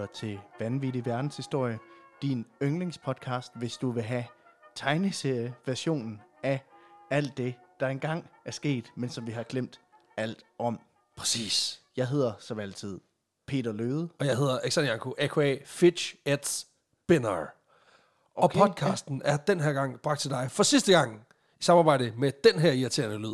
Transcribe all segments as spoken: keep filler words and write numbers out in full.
til Vanvittig Verdenshistorie, din yndlingspodcast, hvis du vil have tegneserieversionen af alt det, der engang er sket, men som vi har glemt alt om. Præcis. Jeg hedder som altid Peter Løde. Og jeg hedder Alexander Janko, a k a. Fitch Eds Spinner. Og Okay, podcasten ja. er den her gang bragt til dig for sidste gang i samarbejde med den her irriterende lyd.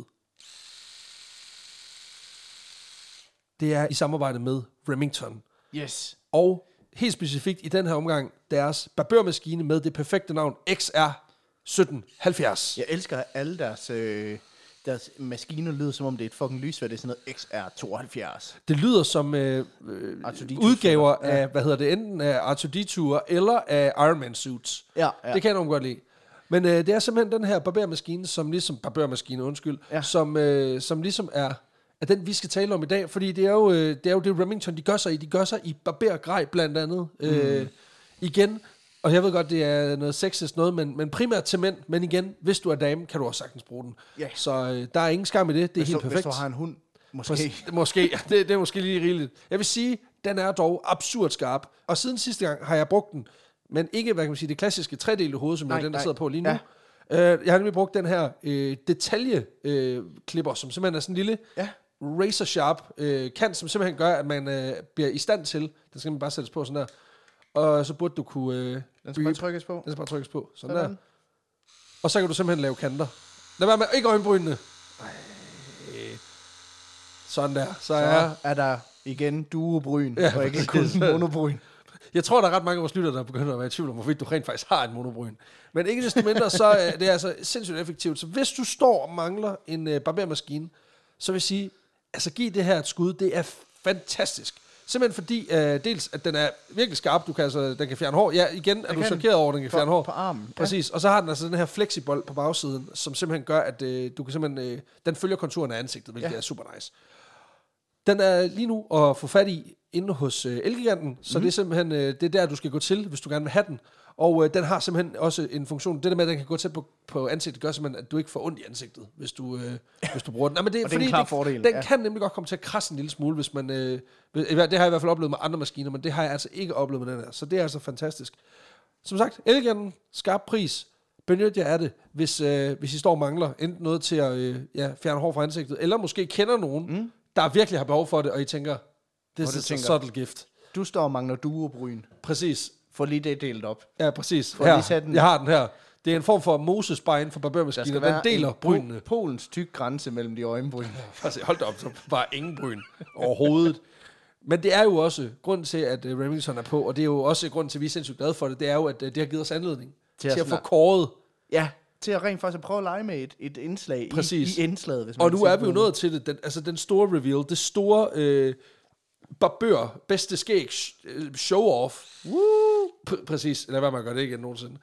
Det er i samarbejde med Remington. Yes. Og helt specifikt i den her omgang, deres barbørmaskine med det perfekte navn X R sytten halvfjerds. Jeg elsker alle deres, øh, deres maskiner lyder, som om det er et fucking lysværd. Det er sådan noget X R tooghalvfjerds. Det lyder som øh, øh, udgaver ja. af, hvad hedder det, enten af R to D to'er eller af Iron Man suits. Ja, ja. Det kan jeg nok godt lide. Men øh, det er simpelthen den her barbermaskine, som ligesom, barbermaskine, undskyld, Ja. som, øh, som ligesom er, er den, vi skal tale om i dag. Fordi det er jo øh, det, er jo det Remington, de gør sig i. De gør sig i barbergrej blandt andet. Mm. Øh, igen, og jeg ved godt, det er noget sexist noget, men, men primært til mænd. Men igen, hvis du er dame, kan du også sagtens bruge den. Ja. Så øh, der er ingen skam i det. Det er hvis helt du, perfekt. Hvis du har en hund, måske. Præcis, måske. Det, det er måske lige rigeligt. Jeg vil sige, den er dog absurd skarp. Og siden sidste gang har jeg brugt den, men ikke, hvad kan man sige, det klassiske tredelte hoved, som Nej, er den, der nej. sidder på lige nu. Ja. Uh, jeg har nemlig brugt den her uh, detaljeklipper, uh, som simpelthen er sådan en lille Ja. razor sharp uh, kant, som simpelthen gør, at man uh, bliver i stand til, den skal man bare sættes på sådan der, og så burde du kunne... Uh, Den skal bare trykkes på. Den skal bare trykkes på, sådan, Sådan. der. Og så kan du simpelthen lave kanter. Lad være med, ikke øjenbrynene. Ej. Sådan der, så, Så er er der igen duobryn, Ja, og ikke præcis. kun monobryn. Jeg tror, der er ret mange af vores lyttere, der begynder at være i tvivl om, hvorvidt du rent faktisk har en monobryn. Men ikke desto mindre, så er det altså sindssygt effektivt. Så hvis du står og mangler en uh, barbermaskine, så vil jeg sige, altså giv det her et skud. Det er fantastisk. Simpelthen fordi, uh, dels at den er virkelig skarp, du kan altså, den kan fjerne hår. Ja, igen er Jeg du kan chokeret over, at den kan på, fjerne hår. På armen. Præcis. Og så har den altså den her flexibold på bagsiden, som simpelthen gør, at uh, du kan simpelthen, uh, den følger konturen af ansigtet, hvilket Ja. er super nice. Den er lige nu at få fat i inde hos øh, Elgiganten, så mm. det er simpelthen øh, det er der, du skal gå til, hvis du gerne vil have den. Og øh, den har simpelthen også en funktion. Det der med, at den kan gå tæt på, på ansigtet, gør simpelthen, at du ikke får ondt i ansigtet, hvis du, øh, hvis du bruger den. Nej, men det, Og det er fordi en klar det, fordel, Den ja. kan nemlig godt komme til at krasse en lille smule, hvis man... Øh, det har jeg i hvert fald oplevet med andre maskiner, men det har jeg altså ikke oplevet med den her. Så det er altså fantastisk. Som sagt, Elgiganten, skarp pris. Benyt jer af det, hvis, øh, hvis I står og mangler enten noget til at øh, ja, fjerne hår fra ansigtet, eller måske kender nogen, mm. der virkelig har behov for det, og I tænker, this du is tænker, a subtle gift. Du står og mangler duobryn. Præcis. Få lige det delt op. Ja, præcis. For Her, lige sætte den- jeg har den her. Det er en form for Moses-bejen for Der barbermaskiner. skal Den være deler en brynene. po- Polens tyk grænse mellem de øjenbryn. Altså, hold da op, så bare ingen bryn overhovedet. Men det er jo også grund til, at uh, Remington er på, og det er jo også grund til, at vi er sindssygt glade for det, det er jo, at uh, det har givet os anledning til, at til at få snakke. kåret. Ja, til at rent faktisk prøve at lege med et, et indslag Præcis. i, i indslaget. Hvis man Og kan nu sige er det vi jo på den nået til det, den, altså den store reveal, det store øh, barbør, bedste skæg, sh- øh, show-off. Woo! P- præcis, lad være med at gøre det igen nogensinde.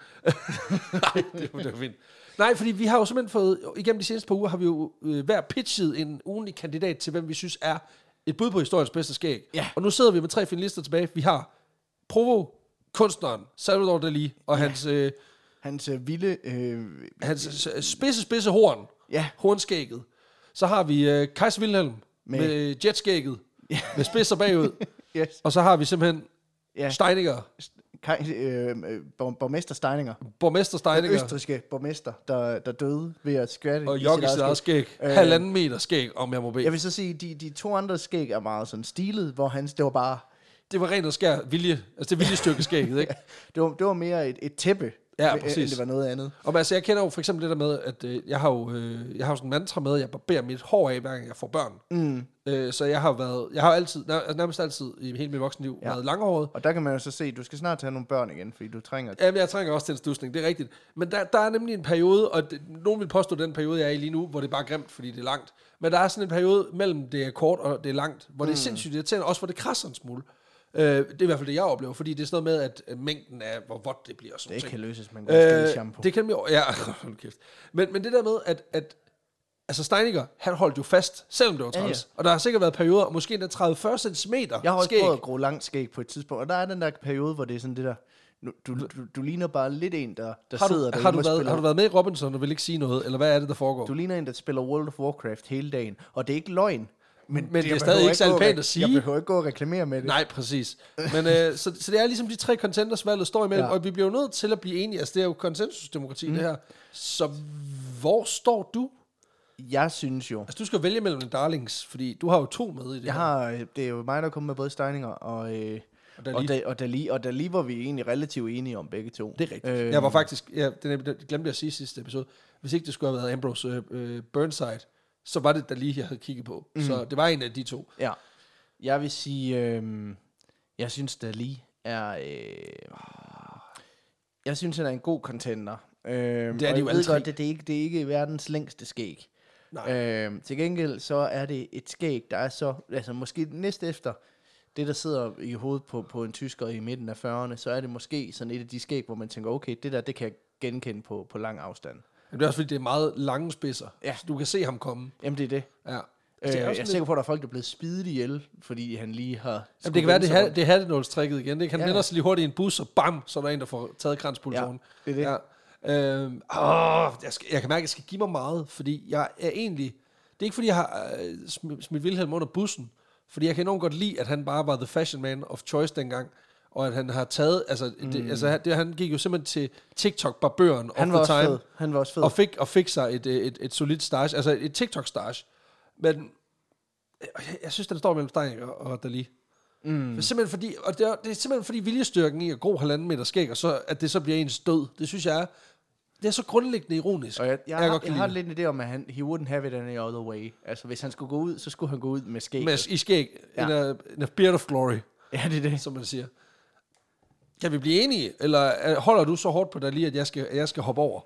Nej, det, det var fint. Nej, fordi vi har jo simpelthen fået, igennem de seneste par uger, har vi jo øh, hver pitchet en ugenlig kandidat til, hvem vi synes er et bud på historiens bedste skæg. Ja. Og nu sidder vi med tre finalister tilbage. Vi har Provo, kunstneren, Salvador Dali, og ja. hans, øh, Hans øh, vilde... Øh, hans øh, spidse, spidse horn. ja, Hornskægget. Så har vi øh, Kaiser Wilhelm med, Med- med jetskægget, med spidser bagud. yes. Og så har vi simpelthen Ja. Steininger, Kaj, øh, øh, borg- borgmester Steininger. borgmester Den Steininger, østriske borgmester, der, der døde ved at skvatte og jogge sit eget skæg. Øh, Halvanden meter skæg, om jeg må bede. Jeg vil så sige, de, de to andre skæg er meget sådan stilet, hvor hans, det var bare... Det var rent og skær vilje. Altså det viljestykke skægget, ikke? Det var, det var mere et, et tæppe, Ja, øh, præcis. end det var noget andet. Og men, altså, jeg kender jo for eksempel det der med, at øh, jeg har jo øh, jeg har jo sådan en mantra med, at jeg barberer mit hår af, hver gang jeg får børn. Mm. Øh, så jeg har været, jeg har jo altid, nær, nærmest altid i hele mit voksenliv Ja. været langhåret. Og der kan man jo så se, at du skal snart have nogle børn igen, fordi du trænger... Jamen, jeg trænger også til en stusning, det er rigtigt. Men der, der er nemlig en periode, og det, nogen vil påstå den periode, jeg er i lige nu, hvor det er bare grimt, fordi det er langt. Men der er sådan en periode mellem det er kort og det er langt, hvor mm. det er sindssygt irriterende, også hvor det krasser en smule. Uh, det er i hvert fald det, jeg oplever, fordi det er sådan noget med, at uh, mængden af, hvor vådt det bliver. Og sådan Det ting. kan løses, man kan Øh, uh, shampoo. det kan vi ja, hold kæft. Men, men det der med, at, at altså Steininger, han holdt jo fast, selvom det var træls. Ja, ja. Og der har sikkert været perioder, måske endda tredive til fyrre centimeter Jeg har også skæg. prøvet at gro langt skæg på et tidspunkt, og der er den der periode, hvor det er sådan det der... Nu, du, du, du ligner bare lidt en, der, der Har du, sidder der. har, du været, har du været med i Robinson og vil ikke sige noget, eller hvad er det, der foregår? Du ligner en, der spiller World of Warcraft hele dagen, og det er ikke løgn. Men, men det er stadig ikke særlig pænt at sige. Jeg behøver ikke gå og reklamere med det. Nej, præcis. Men øh, så, så det er ligesom de tre contenders, valget står imellem, ja. Og vi bliver jo nødt til at blive enige. Altså, det er jo konsensusdemokrati, mm. det her. Så hvor står du? Jeg synes jo... Altså, du skal vælge mellem en darlings, fordi du har jo to med i det jeg her. Har, det er jo mig, der kommer med både Steininger og... Øh, Og Dali. Og, da, og, Dali, og Dali var vi egentlig relativt enige om begge to. Det er rigtigt. Øh, jeg var faktisk, ja, det, det glemte jeg at sige i sidste episode, hvis ikke det skulle have været Ambrose øh, Burnside, så var det Dali, jeg havde kigget på. Mm. Så det var en af de to. Ja. Jeg vil sige, øh, jeg synes Dali er, øh, jeg synes han er en god contender. Øh, det er de jo alle godt, det, det, er ikke, det er ikke verdens længste skæg. Øh, til gengæld så er det et skæg, der er så, altså måske næst efter, det, der sidder i hovedet på, på en tysker i midten af fyrrerne, så er det måske sådan et af de skæg, hvor man tænker, okay, det der, det kan jeg genkende på, på lang afstand. Men det er også fordi, det er meget lange spidser. Ja. Så du kan se ham komme. Jamen, det er det. Ja. Altså, øh, jeg er lidt... sikker på, at der er folk, der er blevet spidet ihjel, fordi han lige har... Jamen, det kan være, det, ha- det hattenålstrækket igen. Det kan ja. Vende sig lige hurtigt i en bus, og bam, så er der en, der får taget kranspulsåren. Ja, det er det. Ja. Øhm, åh, jeg, skal, jeg kan mærke, at jeg skal give mig meget, fordi jeg er egentlig... Det er ikke, fordi jeg har øh, smidt Wilhelm under bussen, fordi jeg kan enormt godt lide, at han bare var the fashion man of choice dengang, og at han har taget, altså, mm. det, altså det, han gik jo simpelthen til TikTok-barbøren of the time, fed. Han var også fed. Og fik, og fik sig et, et, et, et solidt stage, altså et TikTok-stage. Men jeg, jeg synes, den står mellem Steininger og Dali. Mm. Det er simpelthen fordi, og det er, det er simpelthen fordi viljestyrken i at gro halvanden meter skæg, og så, at det så bliver ens død. Det synes jeg er, det er så grundlæggende ironisk. Og jeg, jeg, jeg, har, jeg har lidt en idé om, at han, he wouldn't have it any other way. Altså, hvis han skulle gå ud, så skulle han gå ud med skæg. Med, I skæg. Ja. In, a, in a beard of glory. Ja, det er det. Som man siger. Kan vi blive enige? Eller holder du så hårdt på Dali, at jeg skal, at jeg skal hoppe over?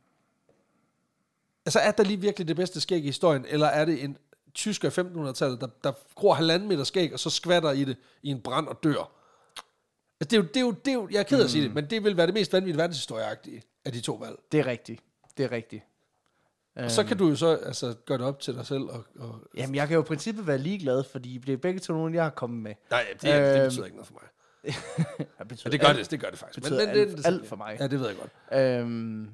Altså, er Dali virkelig det bedste skæg i historien? Eller er det en tysker i femtenhundredetallet, der, der gror halvanden meter skæg, og så skvatter i det i en brand og dør? Altså, det er jo, det er jo, det er jo jeg er ked af at sige det, men det vil være det mest vanvittige verdenshistorieagtige af de to valg. Det er rigtigt. Det er rigtigt. Og så kan du jo så altså, gøre det op til dig selv. Og, og Jamen, jeg kan jo i princippet være ligeglad, fordi det er begge to nogen, jeg har kommet med. Nej, det, er, øhm, det betyder ikke noget for mig. det, ja, det gør alt, det, det gør det faktisk. Det betyder men, alt, det, det, alt for mig. Ja, det ved jeg godt. Øhm,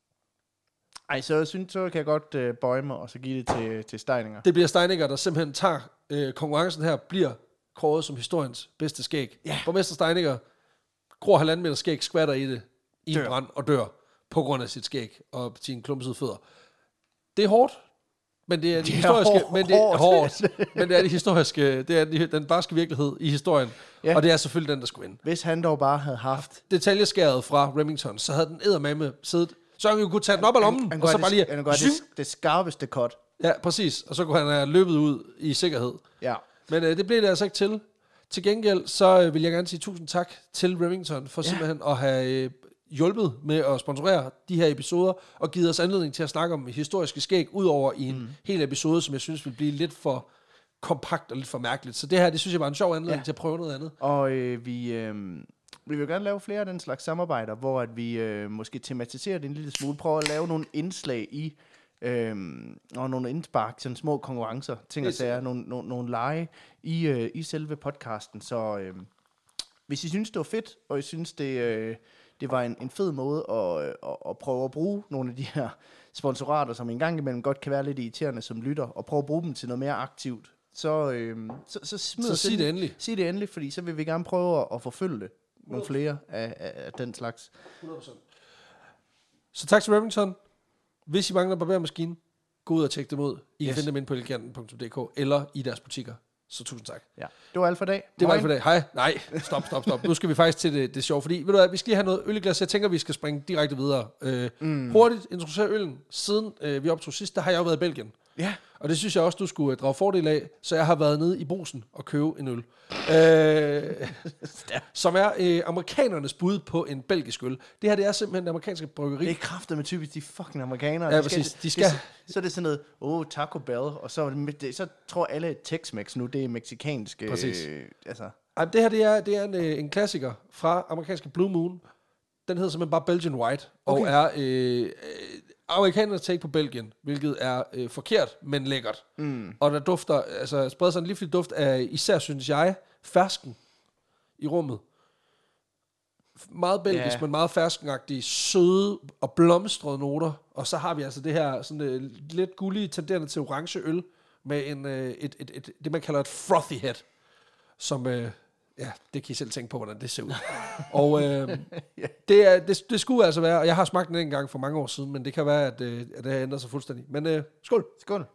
ej, så jeg synes, så kan jeg godt øh, bøje mig, og så give det til, til Steininger. Det bliver Steininger, der simpelthen tager øh, konkurrencen her, bliver kåret som historiens bedste skæg. Ja. Borgmester Steininger gror halvanden meter skæg, skvatter i det, i en brand og dør på grund af sit skæg og sine klumpsede fødder. Det er hårdt, men det er det historiske, er men det er hårdt, men det er det historiske, det er den barske virkelighed i historien, ja. Og det er selvfølgelig den, der skulle vinde. Hvis han dog bare havde haft detaljeskæret fra Remington, så havde den eddermame siddet, så han jo kunne tage den op af lommen, han, han og så det, bare lige han det, det skarpeste cut. Ja, præcis, og så kunne han have løbet ud i sikkerhed. Ja. Men øh, det blev det altså ikke til. Til gengæld, så øh, vil jeg gerne sige tusind tak til Remington for ja. simpelthen at have øh, hjulpet med at sponsorere de her episoder, og givet os anledning til at snakke om historiske skæg, udover i en mm. hel episode, som jeg synes vil blive lidt for kompakt og lidt for mærkeligt. Så det her, det synes jeg var en sjov anledning ja. til at prøve noget andet. Og øh, vi, øh, vi vil gerne lave flere af den slags samarbejder, hvor at vi øh, måske tematiserer det en lille smule, prøver at lave nogle indslag i, øh, og nogle indspark, sådan små konkurrencer, ting og sager, nogle, nogle, nogle lege i, øh, i selve podcasten. Så øh, hvis I synes, det var fedt, og I synes, det... Øh, Det var en, en fed måde at, at, at prøve at bruge nogle af de her sponsorater, som en gang imellem godt kan være lidt irriterende som lytter, og prøve at bruge dem til noget mere aktivt. Så, øh, så, så, smid så sig det endelig. Sig det endelig, fordi så vil vi gerne prøve at, at forfølge det. Nogle flere af, af, af den slags. hundrede procent. Så tak til Remington. Hvis I mangler barbermaskinen, gå ud og tjek dem ud. I yes. kan finde dem ind på eleganten punktum d k eller i deres butikker. Så tusind tak. Ja. Det var alt for i dag. Det var alt for i dag. Hej. Nej, stop, stop, stop. Nu skal vi faktisk til det, det sjove, fordi ved du hvad, vi skal lige have noget øl i glas. Jeg tænker, vi skal springe direkte videre. Øh, mm. Hurtigt introducere øllen. Siden øh, vi optog sidst, der har jeg jo været i Belgien. Ja. Og det synes jeg også, du skulle drage fordel af. Så jeg har været nede i Brugsen og købe en øl. Øh, som er øh, amerikanernes bud på en belgisk øl. Det her, det er simpelthen det amerikanske bryggeri. Det er kraftedeme typisk de fucking amerikanere. Ja, de præcis. Skal, de skal. Det, så er det sådan noget, åh, oh, Taco Bell, og så, det, så tror alle Tex-Mex nu, det er mexikansk. Præcis. Øh, altså. Ej, det her, det er, det er en, en klassiker fra amerikanske Blue Moon. Den hedder simpelthen bare Belgian White, okay. Og er øh, amerikanernes take på Belgien, hvilket er øh, forkert, men lækkert. Mm. Og der dufter, altså spreder sig en livlig duft af, især synes jeg, fersken i rummet. Meget belgisk, yeah. men meget ferskenagtige, søde og blomstrede noter. Og så har vi altså det her sådan, øh, lidt gullige, tenderende til orange øl, med en, øh, et, et, et, det, man kalder et frothy head, som, øh, ja, det kan I selv tænke på, hvordan det ser ud. Og øh, det, er, det, det skulle altså være, og jeg har smagt den en gang for mange år siden, men det kan være, at, øh, at det har ændret sig fuldstændig. Men øh, skål. Skål.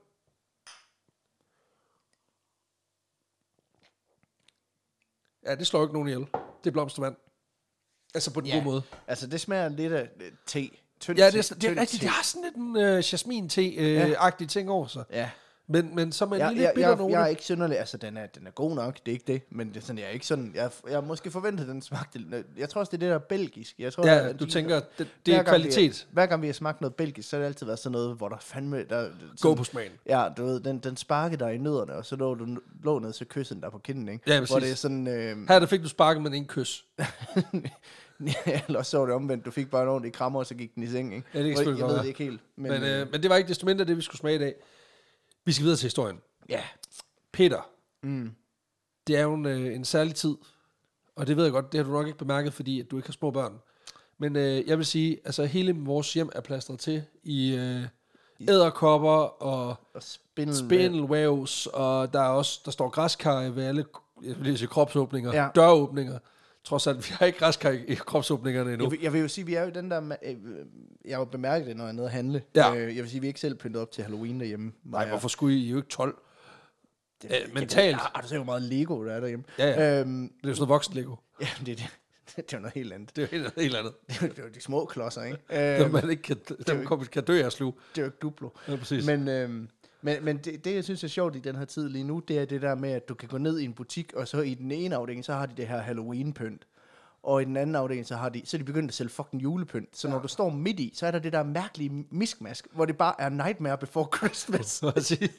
Ja, det slår ikke nogen ihjel. Det er blomstervand. Altså på den Ja. gode måde. Altså, det smager lidt af øh, te. Tynd Ja, te, det er, det er tynd rigtigt. te. Det har sådan lidt en øh, jasmin-te-agtig øh, ting over sig. Ja. Men, men så med en Jeg, lille jeg, bitter jeg, note. jeg er ikke synderlig, altså den er, den er god nok, det er ikke det, men det er sådan, jeg er ikke sådan, jeg, jeg har måske forventet, den smagte, jeg tror også, det er det, der er belgisk. Jeg tror, Ja, at du de- tænker, det, det hver er gang vi kvalitet. har- Hver gang vi har smagt noget belgisk, så har det altid været sådan noget, hvor der fandme, der, Gå sådan, på smagen. ja, du ved, den, den sparkede dig i nødderne, og så lå du lå ned til kyssen der på kinden, ikke? Ja, Hvor præcis. det er sådan, øh, Her der fik du sparket med en kys. eller så var det omvendt, du fik bare en ordentlig krammer, og så gik den i seng, ikke? Ja, det kan Hvor- selvfølgelig Jeg godt ved være. det ikke helt. Men, Men, øh, øh, men det var ikke desto mindre det, vi skulle smage i dag. Vi skal videre til historien. ja. Peter, Mm. det er jo en, øh, en særlig tid, og det ved jeg godt, det har du nok ikke bemærket, fordi at du ikke har små børn. Men øh, jeg vil sige, altså hele vores hjem er plastret til i øh, æderkopper og Og spindel. spindelvævs, og der er også der står græskar ved alle, jeg vil lige sige kropsåbninger, Ja. ja. døråbninger. Trods alt, vi har ikke græskar i kropsåbningerne endnu. Jeg vil, jeg vil jo sige, vi er jo den der... ma- øh, Jeg har jo bemærket det, når jeg er nede at handle. Ja. Øh, Jeg vil sige, vi er ikke selv pyntet op til Halloween derhjemme. Nej, hvorfor skulle I, I er jo ikke tolv? Det, Øh, mentalt. Ja, har du set, hvor meget Lego der er derhjemme? Ja, ja. Øhm, Det er jo sådan noget voksen Lego. ja, det, det, det er jo noget helt andet. Det er jo helt, helt andet. Det er jo, det er jo de små klodser, ikke? Dem, Øhm, man ikke kan, dem kan, kan dø af slug. det er jo ikke Duplo. Ja, præcis. Men, øhm, men, men det, det, jeg synes er sjovt i den her tid lige nu, det er det der med, at du kan gå ned i en butik, og så i den ene afdeling, så har de det her Halloween-pynt. Og i den anden afdeling, så har de, så er de begyndt at sælge fucking julepynt. Så når du står midt i, så er der det der mærkelige miskmask, hvor det bare er Nightmare Before Christmas. Præcis.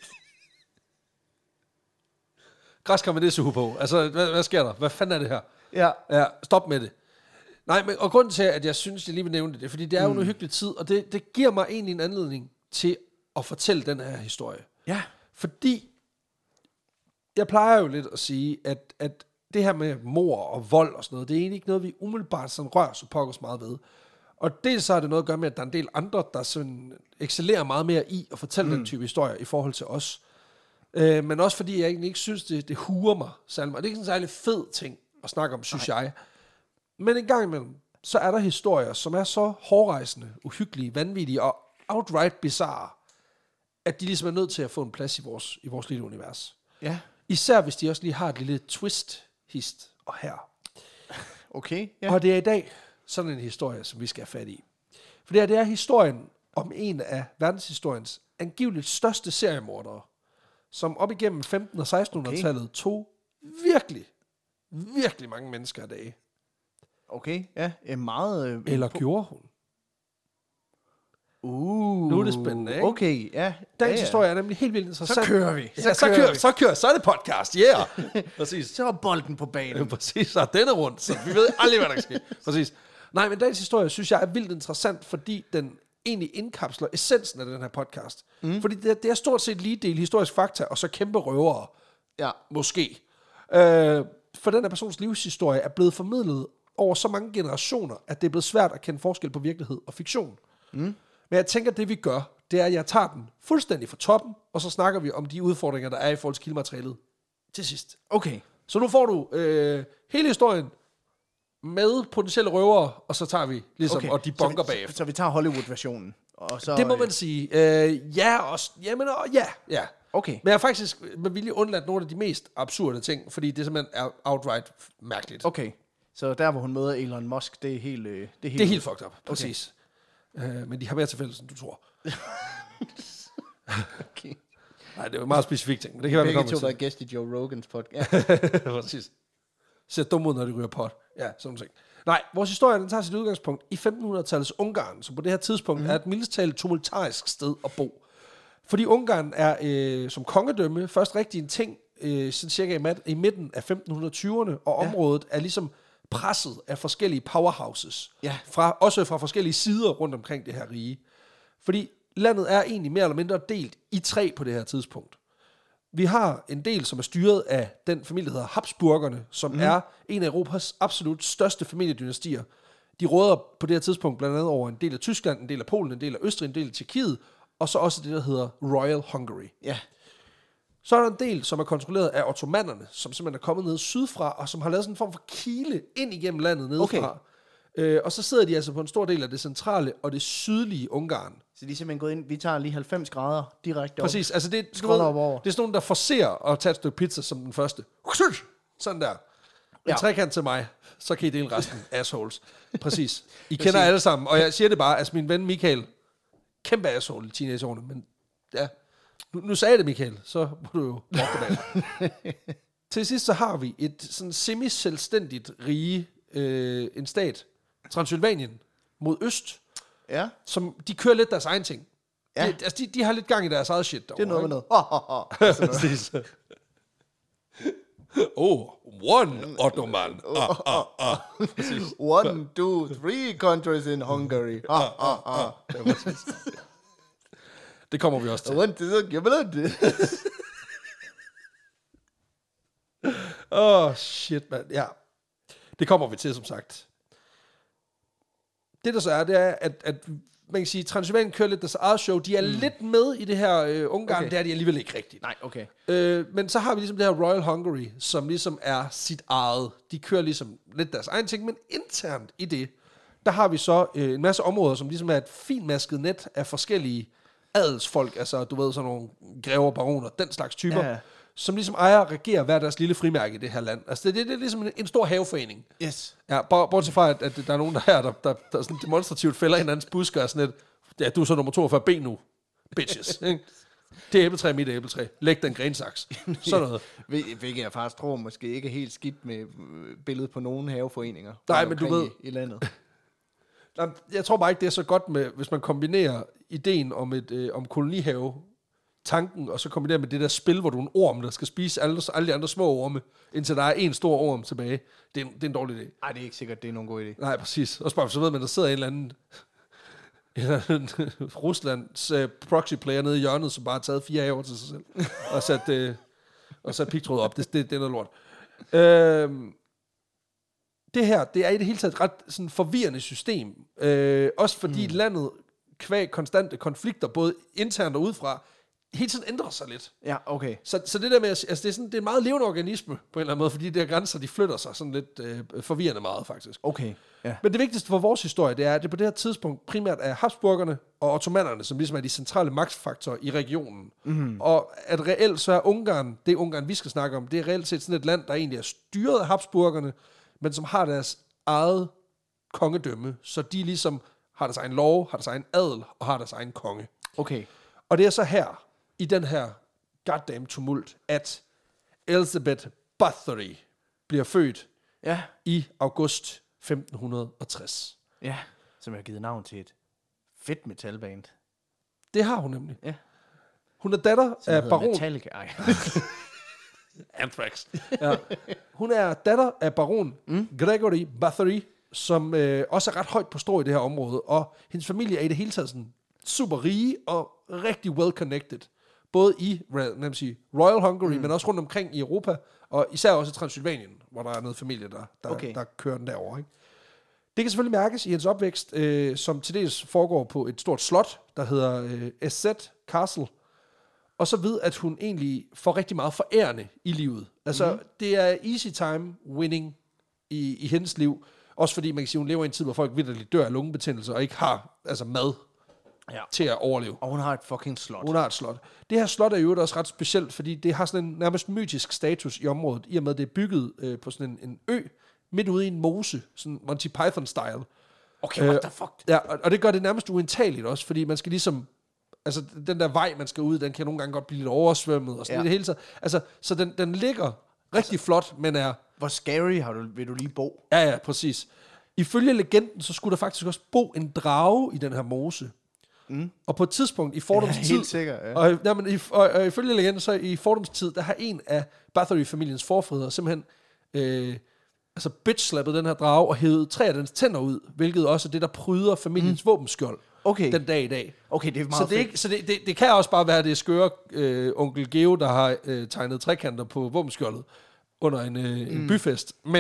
Græskar med det suge på. Altså, hvad, hvad sker der? Hvad fanden er det her? Ja. Ja, stop med det. Nej, men, og grunden til, at jeg synes, jeg lige vil nævne det, det er, fordi det er jo Mm. en uhyggelig tid, og det, det giver mig egentlig en anledning til at fortælle den her historie. Ja. Fordi, jeg plejer jo lidt at sige, at, at det her med mord og vold og sådan noget, det er egentlig ikke noget, vi umiddelbart sådan rører så pokkers meget ved. Og dels så har det noget at gøre med, at der er en del andre, der sådan excellerer meget mere i at fortælle mm. den type historier i forhold til os. Øh, men også fordi jeg egentlig ikke synes, det, det huer mig særlig meget. Det er ikke sådan en særlig fed ting at snakke om, synes Nej. jeg. Men en gang imellem, så er der historier, som er så hårrejsende, uhyggelige, vanvittige og outright bizarre, at de ligesom er nødt til at få en plads i vores, i vores lille univers. Ja. Især hvis de også lige har et lille twist, hist og her. Okay. Ja. Ja. Og det er i dag sådan en historie, som vi skal have fat i. For det, her, det er historien om en af verdenshistoriens angiveligt største seriemordere, som op igennem femten- og sekstenhundredetallet okay. tog virkelig, virkelig mange mennesker af dage. Okay, ja. Er meget... Øh, Eller gjorde hun? Uh, Nu er det spændende, ikke? Okay, ja. Dagens ja, ja. historie er nemlig helt vildt interessant. Så kører vi. Så, ja, så, kører, vi. så kører Så er det podcast, yeah! Præcis. Så er bolden på banen. Ja, præcis, så er denne rundt, så vi ved aldrig, hvad der kan ske. Præcis. Nej, men dagens historie, synes jeg, er vildt interessant, fordi den egentlig indkapsler essensen af den her podcast. Mm. Fordi det, det er stort set lige del historisk fakta, og så kæmpe røvere. Ja. Måske. Øh, for den her persons livshistorie er blevet formidlet over så mange generationer, at det er blevet svært at kende forskel på virkelighed og fiktion. Mm. Men jeg tænker, at det vi gør, det er, at jeg tager den fuldstændig fra toppen, og så snakker vi om de udfordringer, der er i forhold til kildematerialet til sidst. Okay. Så nu får du øh, hele historien med potentielle røvere, og så tager vi ligesom, okay. og de bunker så vi, bagefter. Så, så vi tager Hollywood-versionen. Og så, Det må man sige. Øh, ja, også, jamen, og, ja, ja. Okay. Men jeg har faktisk med vilje undladt nogle af de mest absurde ting, fordi det simpelthen er outright mærkeligt. Okay. Så der, hvor hun møder Elon Musk, det er helt... øh, Det er helt, Det er helt fucked up, præcis. Okay. Øh, men de har mere til fælles, end du tror. okay. Nej, det er jo en meget specifik ting, men det kan være, vi Begge kommer to var til. gæst i Joe Rogans podcast. Ja. Præcis. Ser dum ud, når de ryger pot. Ja, sådan nogle ting. Nej, vores historie, den tager sit udgangspunkt i femtenhundredetallets Ungarn, som på det her tidspunkt mm. er et mildest talt tumultarisk sted at bo. Fordi Ungarn er øh, som kongedømme først rigtig en ting, øh, sådan cirka i, mat, i midten af femten tyverne, og Ja. området er ligesom presset af forskellige powerhouses. Ja. Fra, også fra forskellige sider rundt omkring det her rige. Fordi landet er egentlig mere eller mindre delt i tre på det her tidspunkt. Vi har en del, som er styret af den familie, der hedder Habsburgerne, som mm. er en af Europas absolut største familiedynastier. De råder på det her tidspunkt blandt andet over en del af Tyskland, en del af Polen, en del af Østrig, en del af Tjekkiet, og så også det, der hedder Royal Hungary. Ja. Så er der en del, som er kontrolleret af ottomanerne, som simpelthen er kommet ned sydfra, og som har lavet sådan en form for kile ind igennem landet nedefra. Okay. Øh, og så sidder de altså på en stor del af det centrale og det sydlige Ungarn. Så de er simpelthen gået ind, vi tager lige halvfems grader direkte op. Præcis, altså det, du ved, det er sådan nogen, der forcerer at tage et stykke pizza som den første. Sådan der. En ja. trekant til mig, så kan I dele resten, assholes. Præcis. I kender alle sammen, og jeg siger det bare, altså min ven Michael, kæmpe asshole i teenageårene, men ja, nu, nu sagde jeg det, Michael, så må du jo walk tilbage. Til sidst så har vi et sådan semi-selvstændigt rige, øh, en stat, Transylvanien, mod øst, ja. Som de kører lidt deres egen ting. Ja. De, altså de, de har lidt gang i deres eget shit derovre. Det er noget med noget. Oh, oh, oh. Præcis. Oh, one Ottoman. Ah, ah, ah. One, two, three countries in Hungary. Ah, ah, ah. Det kommer vi også til. One, two, give it Åh, oh, shit, mand. Ja. Det kommer vi til, som sagt. Det, der så er, det er, at, at man kan sige, Transylvanien kører lidt deres eget show. De er mm. lidt med i det her øh, Ungarn. Okay. Det er de alligevel ikke rigtigt. Nej, okay. Øh, men så har vi ligesom det her Royal Hungary, som ligesom er sit eget. De kører ligesom lidt deres egen ting, men internt i det, der har vi så øh, en masse områder, som ligesom er et finmasket net af forskellige adelsfolk. Altså, du ved, sådan nogle grever, baroner, den slags typer. Ja. Som ligesom ejer og regerer hver deres lille frimærke i det her land. Altså, det, det, det er ligesom en, en stor haveforening. Yes. Ja, bortset fra, at, at der er nogen der her, der, der, der sådan demonstrativt fælder hinandens busker og sådan lidt, ja, du er så nummer toogfyrre B nu, bitches. Ikke? Det er æbletræ, mit æbletræ. Læg den grensaks. Sådan noget. Hvilket jeg faktisk tror måske ikke er helt skidt med billedet på nogle haveforeninger. Nej, men du ved... I, i landet. Jeg tror bare ikke, det er så godt med, hvis man kombinerer ideen om, et, øh, om kolonihave, tanken, og så kombinerer med det der spil, hvor du er en orm, der skal spise alle, alle de andre små orme, indtil der er en stor orm tilbage. Det er, en, det er en dårlig idé. Nej, det er ikke sikkert, det er nogen god idé. Nej, præcis. Og bare så ved man, der sidder en eller anden, Ruslands uh, proxy player nede i hjørnet, som bare har taget fire haver til sig selv, og sat, uh, og sat pigtråd op. Det, det, det er noget lort. Uh, det her, det er i det hele taget et ret sådan, forvirrende system. Uh, også fordi mm. landet kvæg konstante konflikter, både internt og udefra, hele tiden ændrer sig lidt. Ja, okay. Så, så det der med, altså det er, sådan, det er en meget levende organisme, på en eller anden måde, fordi de der grænser, de flytter sig sådan lidt øh, forvirrende meget, faktisk. Okay, ja. Men det vigtigste for vores historie, det er, at det på det her tidspunkt primært er Habsburgerne og ottomanerne, som ligesom er de centrale magtfaktorer i regionen. Mm. Og at reelt så er Ungarn, det Ungarn, vi skal snakke om, det er reelt set sådan et land, der egentlig er styret af Habsburgerne, men som har deres eget kongedømme, så de ligesom har deres egen lov, har deres egen adel og har deres egen konge. Okay. Og det er så her, i den her goddamn tumult, at Elizabeth Bathory bliver født ja. i august femten tres. Ja, som jeg har givet navn til et fedt metalband. Det har hun nemlig. Ja. Hun er datter som af baron... Metallica. Anthrax. Ja. Hun er datter af baron mm. Gregory Bathory, som øh, også er ret højt på strå i det her område, og hendes familie er i det hele taget sådan super rige og rigtig well-connected. Både i sige, Royal Hungary, mm. men også rundt omkring i Europa, og især også i Transylvanien, hvor der er noget familie, der, der, okay. der kører den derovre. Ikke? Det kan selvfølgelig mærkes i hendes opvækst, øh, som til dels foregår på et stort slot, der hedder øh, S Z Castle, og så ved, at hun egentlig får rigtig meget forærende i livet. Altså, mm. det er easy time winning i, i hendes liv, også fordi man kan sige, hun lever i en tid, hvor folk vitterligt dør af lungebetændelse, og ikke har altså mad. Ja. Til at overleve. Og hun har et fucking slot. Hun har et slot. Det her slot er jo også ret specielt, fordi det har sådan en nærmest mytisk status i området, i og med, at det er bygget øh, på sådan en, en ø, midt ude i en mose, sådan Monty Python-style. Okay, what the fuck? Ja, og, og det gør det nærmest uindtageligt også, fordi man skal ligesom, altså den der vej, man skal ud, den kan nogle gange godt blive lidt oversvømmet, og sådan ja. det hele taget. Altså, så den, den ligger rigtig altså, flot, men er... Hvor scary har du, vil du lige bo? Ja, ja, præcis. Ifølge legenden, så skulle der faktisk også bo en drage i den her mose. Mm. Og på et tidspunkt i Fordums ja, tid, helt sikker, ja. og, ja, men i, og, og ifølge legenden, så i Fordums tid, der har en af Bathory-familiens forfædre simpelthen øh, altså bitch-slappet den her drage og hævet tre af dens tænder ud, hvilket også er det, der pryder familiens mm. våbenskjold okay. den dag i dag. Okay, det er meget så det, er ikke, så det, det, det kan også bare være det skøre øh, onkel Geo, der har øh, tegnet trekanter på våbenskjoldet under en, øh, mm. en byfest, men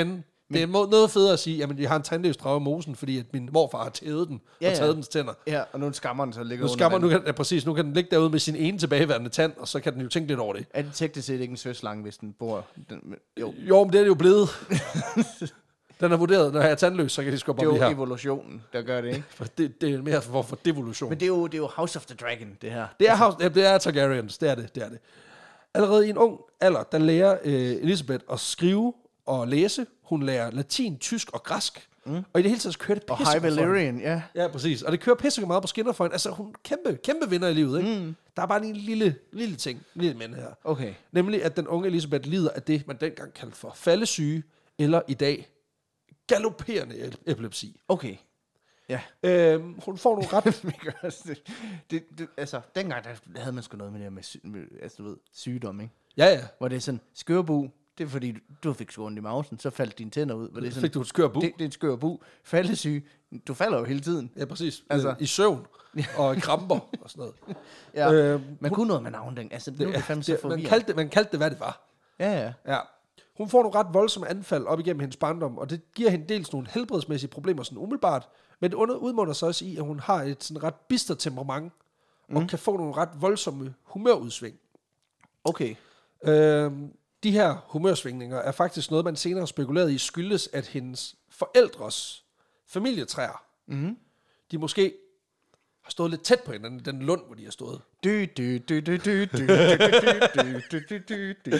Det er må- noget federe at sige, jamen jeg har en tandløs drage i mosen, fordi at min morfar har tædet den Ja, og taget ja. dens tænder. Ja, og nu skammer den så ligger Nu skammer, nu kan, ja, præcis, nu kan den ligge derude med sin ene tilbageværende tand, og så kan den jo tænke lidt over det. Er det teknisk set ikke en søslange, hvis den bor... Den, jo, Jo, men det er det jo blevet. Den er vurderet, når jeg er tandløs, så kan de sgu det bare er blive jo her. evolutionen, der gør det, ikke? For det, det er mere for, for devolution. Men det er, jo, det er jo House of the Dragon, det her. Det er, House, ja, det er Targaryens, det er det, det er det. Allerede i en ung alder, der lærer øh, Elisabeth at skrive og læse. Hun lærer latin, tysk og græsk. Mm. Og i det hele taget kører det Og pisse High godt for hende. Valyrian, ja. Ja, præcis. Og det kører pisse meget på skinner for hende. Altså, hun er kæmpe, kæmpe vinder i livet, ikke? Mm. Der er bare en lille, lille ting, en lille mænd her. Okay. Nemlig, at den unge Elisabeth lider af det, man dengang kaldte for faldesyge, eller i dag galopperende epilepsi. Okay. Ja. Øhm, hun får nogle ret... det, det, det, altså, dengang der havde man sgu noget med det her med, sy- med altså, du ved, sygdom, ikke? Ja, ja. Hvor det er sådan, skørbu, det er fordi, du, du fik sgu ondt i mausen, så faldt dine tænder ud. Hvor det er sådan, Fik du et skør bu? Det, det er et skørbu. Faldesyge, du falder jo hele tiden. Ja, præcis. Altså. Altså. I søvn og i kramper og sådan noget. Ja, Øhm, man kunne noget med navn dengang. Altså, det, det, det fandme så det, man, forvirrende. kaldte det, man kaldte det, hvad det var. Ja, ja. Ja. Hun får nogle ret voldsomme anfald op igennem hendes barndom, og det giver hende dels nogle helbredsmæssige problemer sådan umiddelbart, men det under- udmunder sig også i, at hun har et sådan ret bistert temperament, mm. og kan få nogle ret voldsomme humørudsving. Okay. Øhm, de her humørsvingninger er faktisk noget, man senere spekuleret i skyldes, at hendes forældres familietræer, Mm-hmm. de måske har stået lidt tæt på hinanden, den lund, hvor de har stået. Dy, dy, dy, dy, dy, dy, dy, dy, dy, dy, dy.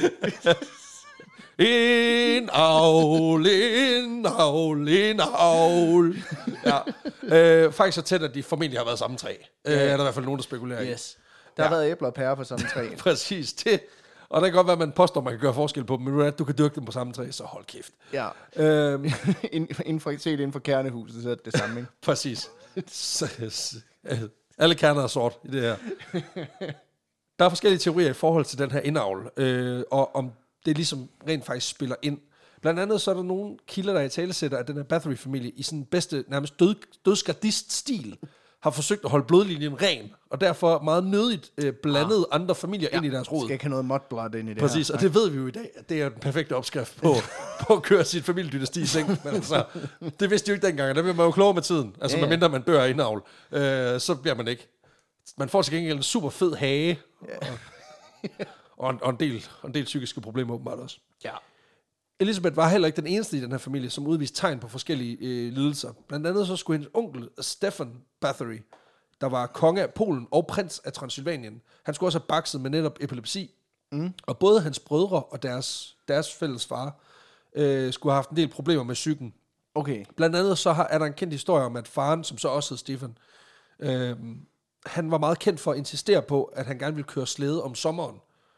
En avl, en avl, en avl. Ja. Øh, faktisk så tæt, at de formentlig har været samme træ. Øh, er der i hvert fald nogen, der spekulerer i. Yes. Der har Ja. været æbler og pærer på samme træ. Præcis det. Og det kan godt være, at man påstår, at man kan gøre forskel på dem, men at du kan dyrke dem på samme træ, så hold kæft. Ja. Øhm, Inden for, set inden for kernehuset, så er det det samme, ikke? præcis. Så, så, alle kerner er sort i det her. Der er forskellige teorier i forhold til den her indavl, øh, og om det ligesom rent faktisk spiller ind. Blandt andet så er der nogle kilder, der i talesætter, at den her Bathory-familie i sådan bedste, nærmest død, dødsgardist-stil har forsøgt at holde blodlinjen ren, og derfor meget nødigt øh, blandet ah. andre familier ja. ind i deres rod. Skal ikke have noget modblot ind i det Præcis, her. og det ved vi jo i dag, at det er den perfekte opskrift på, på at køre sit familiedynasti i seng. Men altså, det vidste de jo ikke dengang, og der bliver man jo klogere med tiden. Altså, Ja, ja. medmindre man dør af indavl, øh, så bliver man ikke. Man får til gengæld en super fed hage, ja. og, og, en, og, en del, og en del psykiske problemer åbenbart også. Ja. Elisabeth var heller ikke den eneste i den her familie, som udviste tegn på forskellige øh, lidelser. Blandt andet så skulle hendes onkel, Stefan Bathory, der var konge af Polen og prins af Transylvanien, han skulle også have bakset med netop epilepsi. Mm. Og både hans brødre og deres, deres fælles far øh, skulle have haft en del problemer med psyken. Okay. Blandt andet så har, er der en kendt historie om, at faren, som så også hed Stefan, øh, han var meget kendt for at insistere på, at han gerne ville køre slæde om sommeren.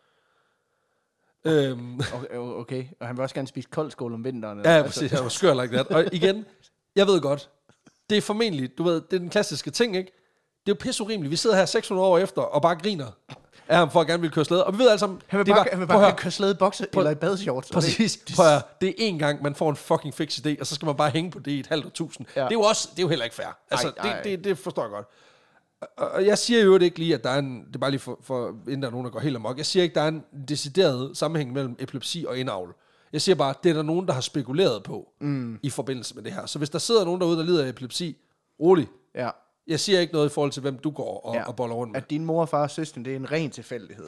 Øhm, Okay, okay. Og han vil også gerne spise koldskål om vinteren. ja, altså. Præcis. Han var skør like that. Og igen, jeg ved godt, det er formentlig, du ved, det er den klassiske ting, ikke? Det er jo pisse urimeligt. Vi sidder her seks hundrede år efter og bare griner af ham for at gerne ville køre slæde. Og vi ved alle sammen, Han vil det bare, var, han vil prøv at bare høre, køre slæde i bokser eller i badeshorts. og præcis, det- prøv at høre, det er én gang, man får en fucking fix idé, og så skal man bare hænge på det i et halvt tusind. Ja. Det er jo også, det er jo heller ikke fair. Altså, Ej, ej. Det, det, det forstår jeg godt. Og- Og jeg siger jo ikke lige, at der er en, det er bare lige for, for inden der er nogen, der går helt amok. Jeg siger ikke, der er en decideret sammenhæng mellem epilepsi og indavl. Jeg siger bare, det er der nogen, der har spekuleret på mm. i forbindelse med det her. Så hvis der sidder nogen derude, der lider af epilepsi, rolig. Ja. Jeg siger ikke noget i forhold til, hvem du går og, Ja. og boller rundt med. At din mor og far og søster, det er en ren tilfældighed.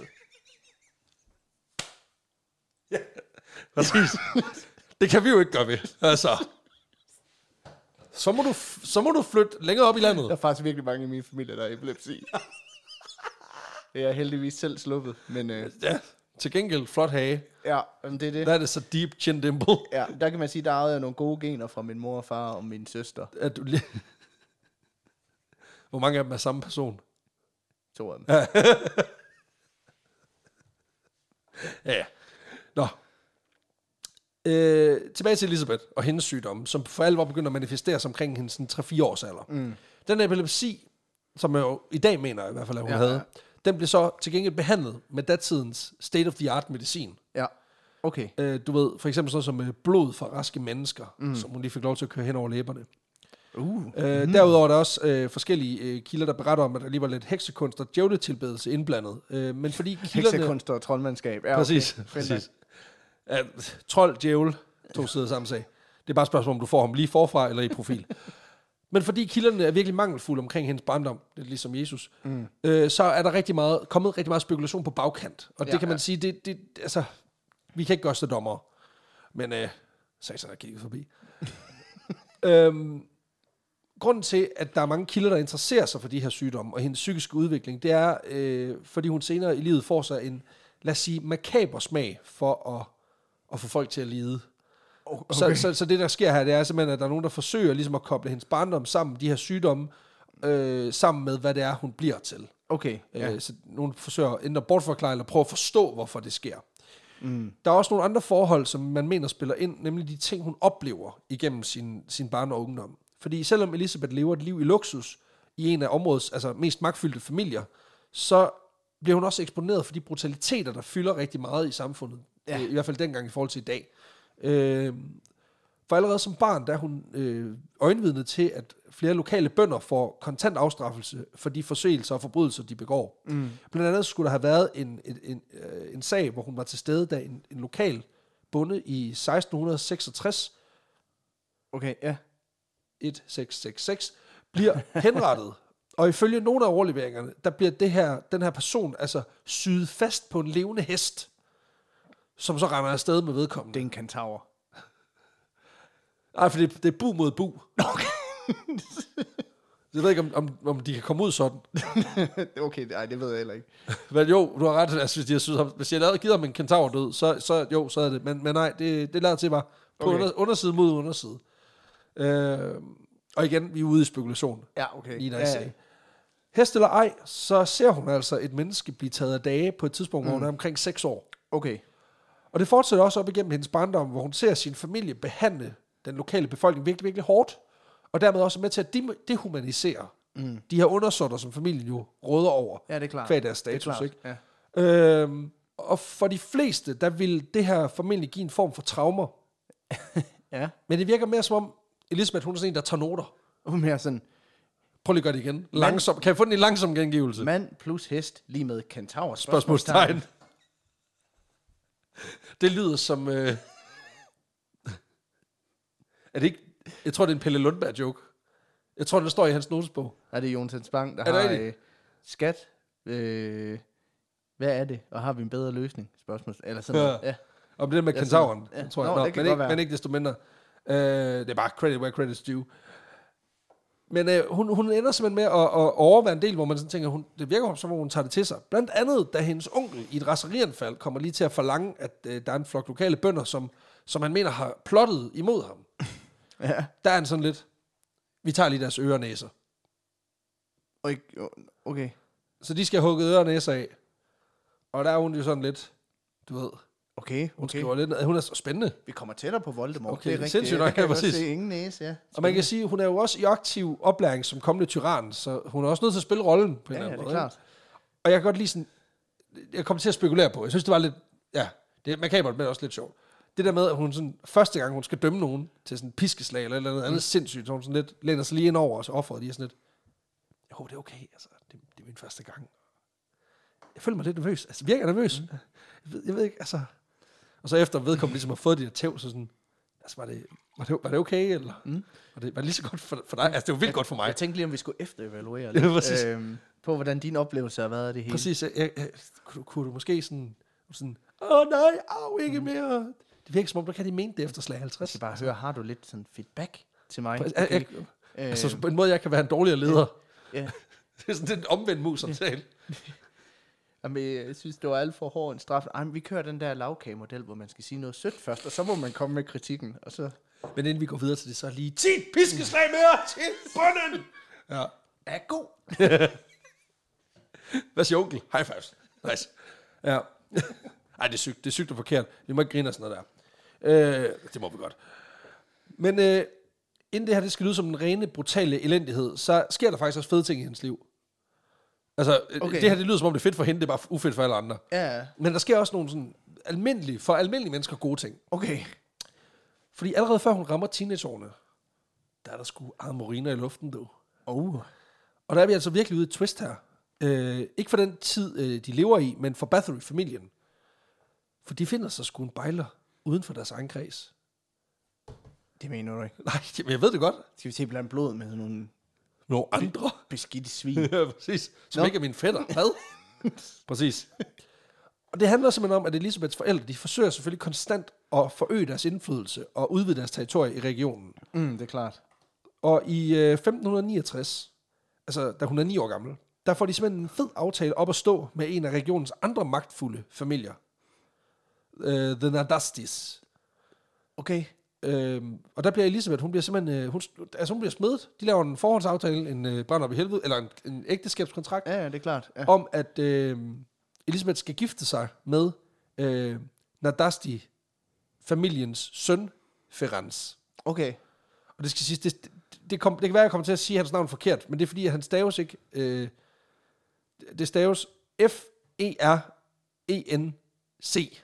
Præcis. Det kan vi jo ikke gøre ved. Altså. Så må, du, f- så må du flytte længere op i landet. Der er faktisk virkelig mange i min familie, der er epilepsi. Det er jeg heldigvis selv sluppet, men øh, Ja, til gengæld flot hage. ja, men det er det. Der er det så deep chin dimple. Ja, der kan man sige, der er jeg nogle gode gener fra min mor og far og min søster. At du lige... Hvor mange af dem er samme person? To af dem. Ja. Nå. Øh, tilbage til Elisabeth og hendes sygdomme, som for alvor begynder at manifestere sig omkring hendes sådan tre fire års alder. Mm. Den epilepsi, som jeg jo i dag mener i hvert fald, at hun Ja, ja, havde, ja. den blev så til gengæld behandlet med datidens state-of-the-art medicin. Ja, okay. Øh, du ved, for eksempel sådan som øh, blod fra raske mennesker, mm. som hun lige fik lov til at køre hen over læberne. Uh. Øh, mm. Derudover er der også øh, forskellige øh, kilder, der beretter om, at der lige var lidt heksekunst og djævletilbedelse indblandet. Øh, men fordi kilderne... Heksekunst og troldmandskab. Ja, Præcis, okay. præcis. Ja, trold, djævel, to sider samme sag. Det er bare et spørgsmål, om du får ham lige forfra eller i profil. Men fordi kilderne er virkelig mangelfulde omkring hendes barndom, lidt ligesom Jesus, mm. øh, så er der rigtig meget, kommet rigtig meget spekulation på bagkant. Og ja, det kan man ja. sige, det, det, altså, vi kan ikke gøre sig dommere. Men øh, satan er kigget forbi. øhm, grunden til, at der er mange kilder, der interesserer sig for de her sygdomme og hendes psykiske udvikling, det er, øh, fordi hun senere i livet får sig en, lad os sige, makaber smag for at, at få folk til at lide. Okay. Så, så, så det, der sker her, det er simpelthen, at der er nogen, der forsøger ligesom at koble hendes barndom sammen, de her sygdomme, øh, sammen med, hvad det er, hun bliver til. Okay. Ja. Øh, så nogen forsøger at ændre bortforklare, eller prøve at forstå, hvorfor det sker. Mm. Der er også nogle andre forhold, som man mener spiller ind, nemlig de ting, hun oplever igennem sin, sin barn- og ungdom. Fordi selvom Elisabeth lever et liv i luksus, i en af områdets altså mest magtfyldte familier, så bliver hun også eksponeret for de brutaliteter, der fylder rigtig meget i samfundet. Ja. I hvert fald dengang i forhold til i dag. Øh, for allerede som barn, der er hun øh, øjenvidne til, at flere lokale bønder får kontant afstraffelse for de forseelser og forbrydelser, de begår. Mm. Blandt andet skulle der have været en, en, en, en sag, hvor hun var til stede, da en, en lokal bonde i seksten seksogtres, okay, ja. et seks seks seks, bliver henrettet. Og ifølge nogle af overleveringerne, der bliver det her, den her person altså syet fast på en levende hest, som så render afsted med vedkommende. Det er en kentaur. Nej, for det, det er bu mod bu. Okay. Jeg ved ikke, om, om, om de kan komme ud sådan. Okay, nej, det ved jeg heller ikke. Men jo, du har ret. Altså, hvis, de har syet ham, hvis jeg havde givet ham en kentaur død, så, så jo, så er det. Men, men nej, det, det lader til var på okay. under, underside mod underside. Øh, og igen, vi er ude i spekulation. Ja, okay. Lige når ja, jeg sagde. Hest eller ej, så ser hun altså et menneske blive taget af dage på et tidspunkt, mm. hvor hun er omkring seks år. Okay. Og det fortsætter også op igennem hendes barndom, hvor hun ser sin familie behandle den lokale befolkning virkelig, virkelig hårdt, og dermed også med til at dehumanisere mm. de her undersåtter, som familien jo råder over. Ja, det er klart. Kvad deres status, det er klart. Ikke? Ja. Øhm, og for de fleste, der vil det her formentlig give en form for traumer. Ja. Men det virker mere som om, Elisabeth, hun er sådan en, der tager noter. Hun mere sådan... Prøv lige at gøre det igen. Langsom. Kan jeg få den i langsom gengivelse? Mand plus hest lige med kentaur. Spørgsmålstegn. Det lyder som... Øh... er det ikke... Jeg tror, det er en Pelle Lundberg-joke. Jeg tror, det står i hans notesbog. Er det Jonathan Spang, der er har øh, skat? Øh, hvad er det? Og har vi en bedre løsning? Spørgsmål. Eller sådan ja. noget. Ja. Og det der med kentauren, ja. tror jeg. Nå, Nå, det men, ikke, men ikke desto mindre. Øh, det er bare credit where credit's due. Men øh, hun, hun ender simpelthen med at, at overvære en del, hvor man sådan tænker, hun, det virker som om hun tager det til sig. Blandt andet, da hendes onkel i et raserianfald kommer lige til at forlange, at øh, der er en flok lokale bønder, som, som han mener har plottet imod ham. Ja. Der er han sådan lidt, vi tager lige deres ører og næser. Okay. Så de skal have hugget ører og næser af. Og der er hun jo sådan lidt, du ved. Okay, Hun okay. skriver lidt, hun er så spændende. Vi kommer tættere på Voldemort. Okay, det er rigtigt. sindssygt nok, kan jeg præcis. se ingen næse, ja. Spændende. Og man kan sige, hun er jo også i aktiv oplæring som kommende tyran, så hun er også nødt til at spille rollen på en ja, eller anden ja, måde. det er klart. Og jeg kan godt lide sådan, jeg kommer til at spekulere på, jeg synes det var lidt, ja, det er makabert, men også lidt sjovt. Det der med, at hun sådan, første gang hun skal dømme nogen til sådan en piskeslag eller noget andet mm. sindssygt, så hun sådan lidt læner sig lige ind over, og så offeret de er sådan lidt, jo, det er okay, altså, det, det er min første gang. Jeg føler mig lidt nervøs, altså virker nervøs. Mm. Jeg, ved, jeg ved ikke, altså... Og så efter vedkommende ligesom har fået de der tæv, så sådan, altså var det, var det, var det okay, eller mm. var, det, var det lige så godt for, for dig? Altså det var vildt godt for mig. Jeg tænkte lige, om vi skulle efterevaluere lidt, ja, øhm, på, hvordan din oplevelse har været af det hele. Præcis, jeg, jeg, jeg, kunne, kunne du måske sådan, sådan, åh nej, au, ikke mm. mere. Det virker som om, du kan de mene det efter slag halvtreds. Jeg skal bare høre, har du lidt sådan feedback til mig? Præcis, okay. jeg, jeg, øh, altså på en måde, jeg kan være en dårligere leder. Ja. Yeah. Det er sådan en omvendt mus at tale. Jamen, jeg synes, det var alt for hård en straf. Ej, vi kører den der lavkagemodel, hvor man skal sige noget sødt først, og så må man komme med kritikken. Og så... Men inden vi går videre til det, så er lige ti piskeslag mere til bunden! Ja. Er god. Hvad siger onkel? High fives. Nice. Ja. Ej, det er sygt. Det er sygt og forkert. Vi må ikke grine af sådan noget der. Øh, det må vi godt. Men øh, inden det her, det skal lyde som en rene, brutale elendighed, så sker der faktisk også fede ting i hendes liv. Altså, okay. Det her, det lyder som om det er fedt for hende, det er bare ufedt for alle andre. Ja. Men der sker også nogle sådan almindelige, for almindelige mennesker gode ting. Okay. Fordi allerede før hun rammer teenageårene, der er der sgu armoriner i luften, du. Oh. Og der er vi altså virkelig ude i et twist her. Øh, ikke for den tid, øh, de lever i, men for Bathory-familien. For de finder sig sgu en bejler uden for deres egen kreds. Det mener du ikke. Nej, jamen, jeg ved det godt. Skal vi se blandt blod med sådan nogle Nogle andre. beskidte svin? Ja, præcis. Som Nå. ikke er mine fætter. Hvad? Præcis. Og det handler simpelthen om, at Elisabeths forældre, de forsøger selvfølgelig konstant at forøge deres indflydelse og udvide deres territorie i regionen. Mm, det er klart. Og i øh, femten niogtres, altså da hun er ni år gammel, der får de simpelthen en fed aftale op at stå med en af regionens andre magtfulde familier. Uh, The Nardastis. Okay. Øhm, og der bliver Elisabeth, hun bliver simpelthen, øh, hun, altså hun bliver smedet. De laver en forhåndsaftale, en øh, brænd op i helvede, eller en, en ægteskabskontrakt, Ja, ja, det er klart. Ja. om at øh, Elisabeth skal gifte sig med øh, Nardasti familiens søn, Ferenc. Okay. Og det skal siges, det, det, det, kom, det kan være, at jeg kommer til at sige hans navn forkert, men det er fordi, at han staves ikke, øh, det staves F E R E N C.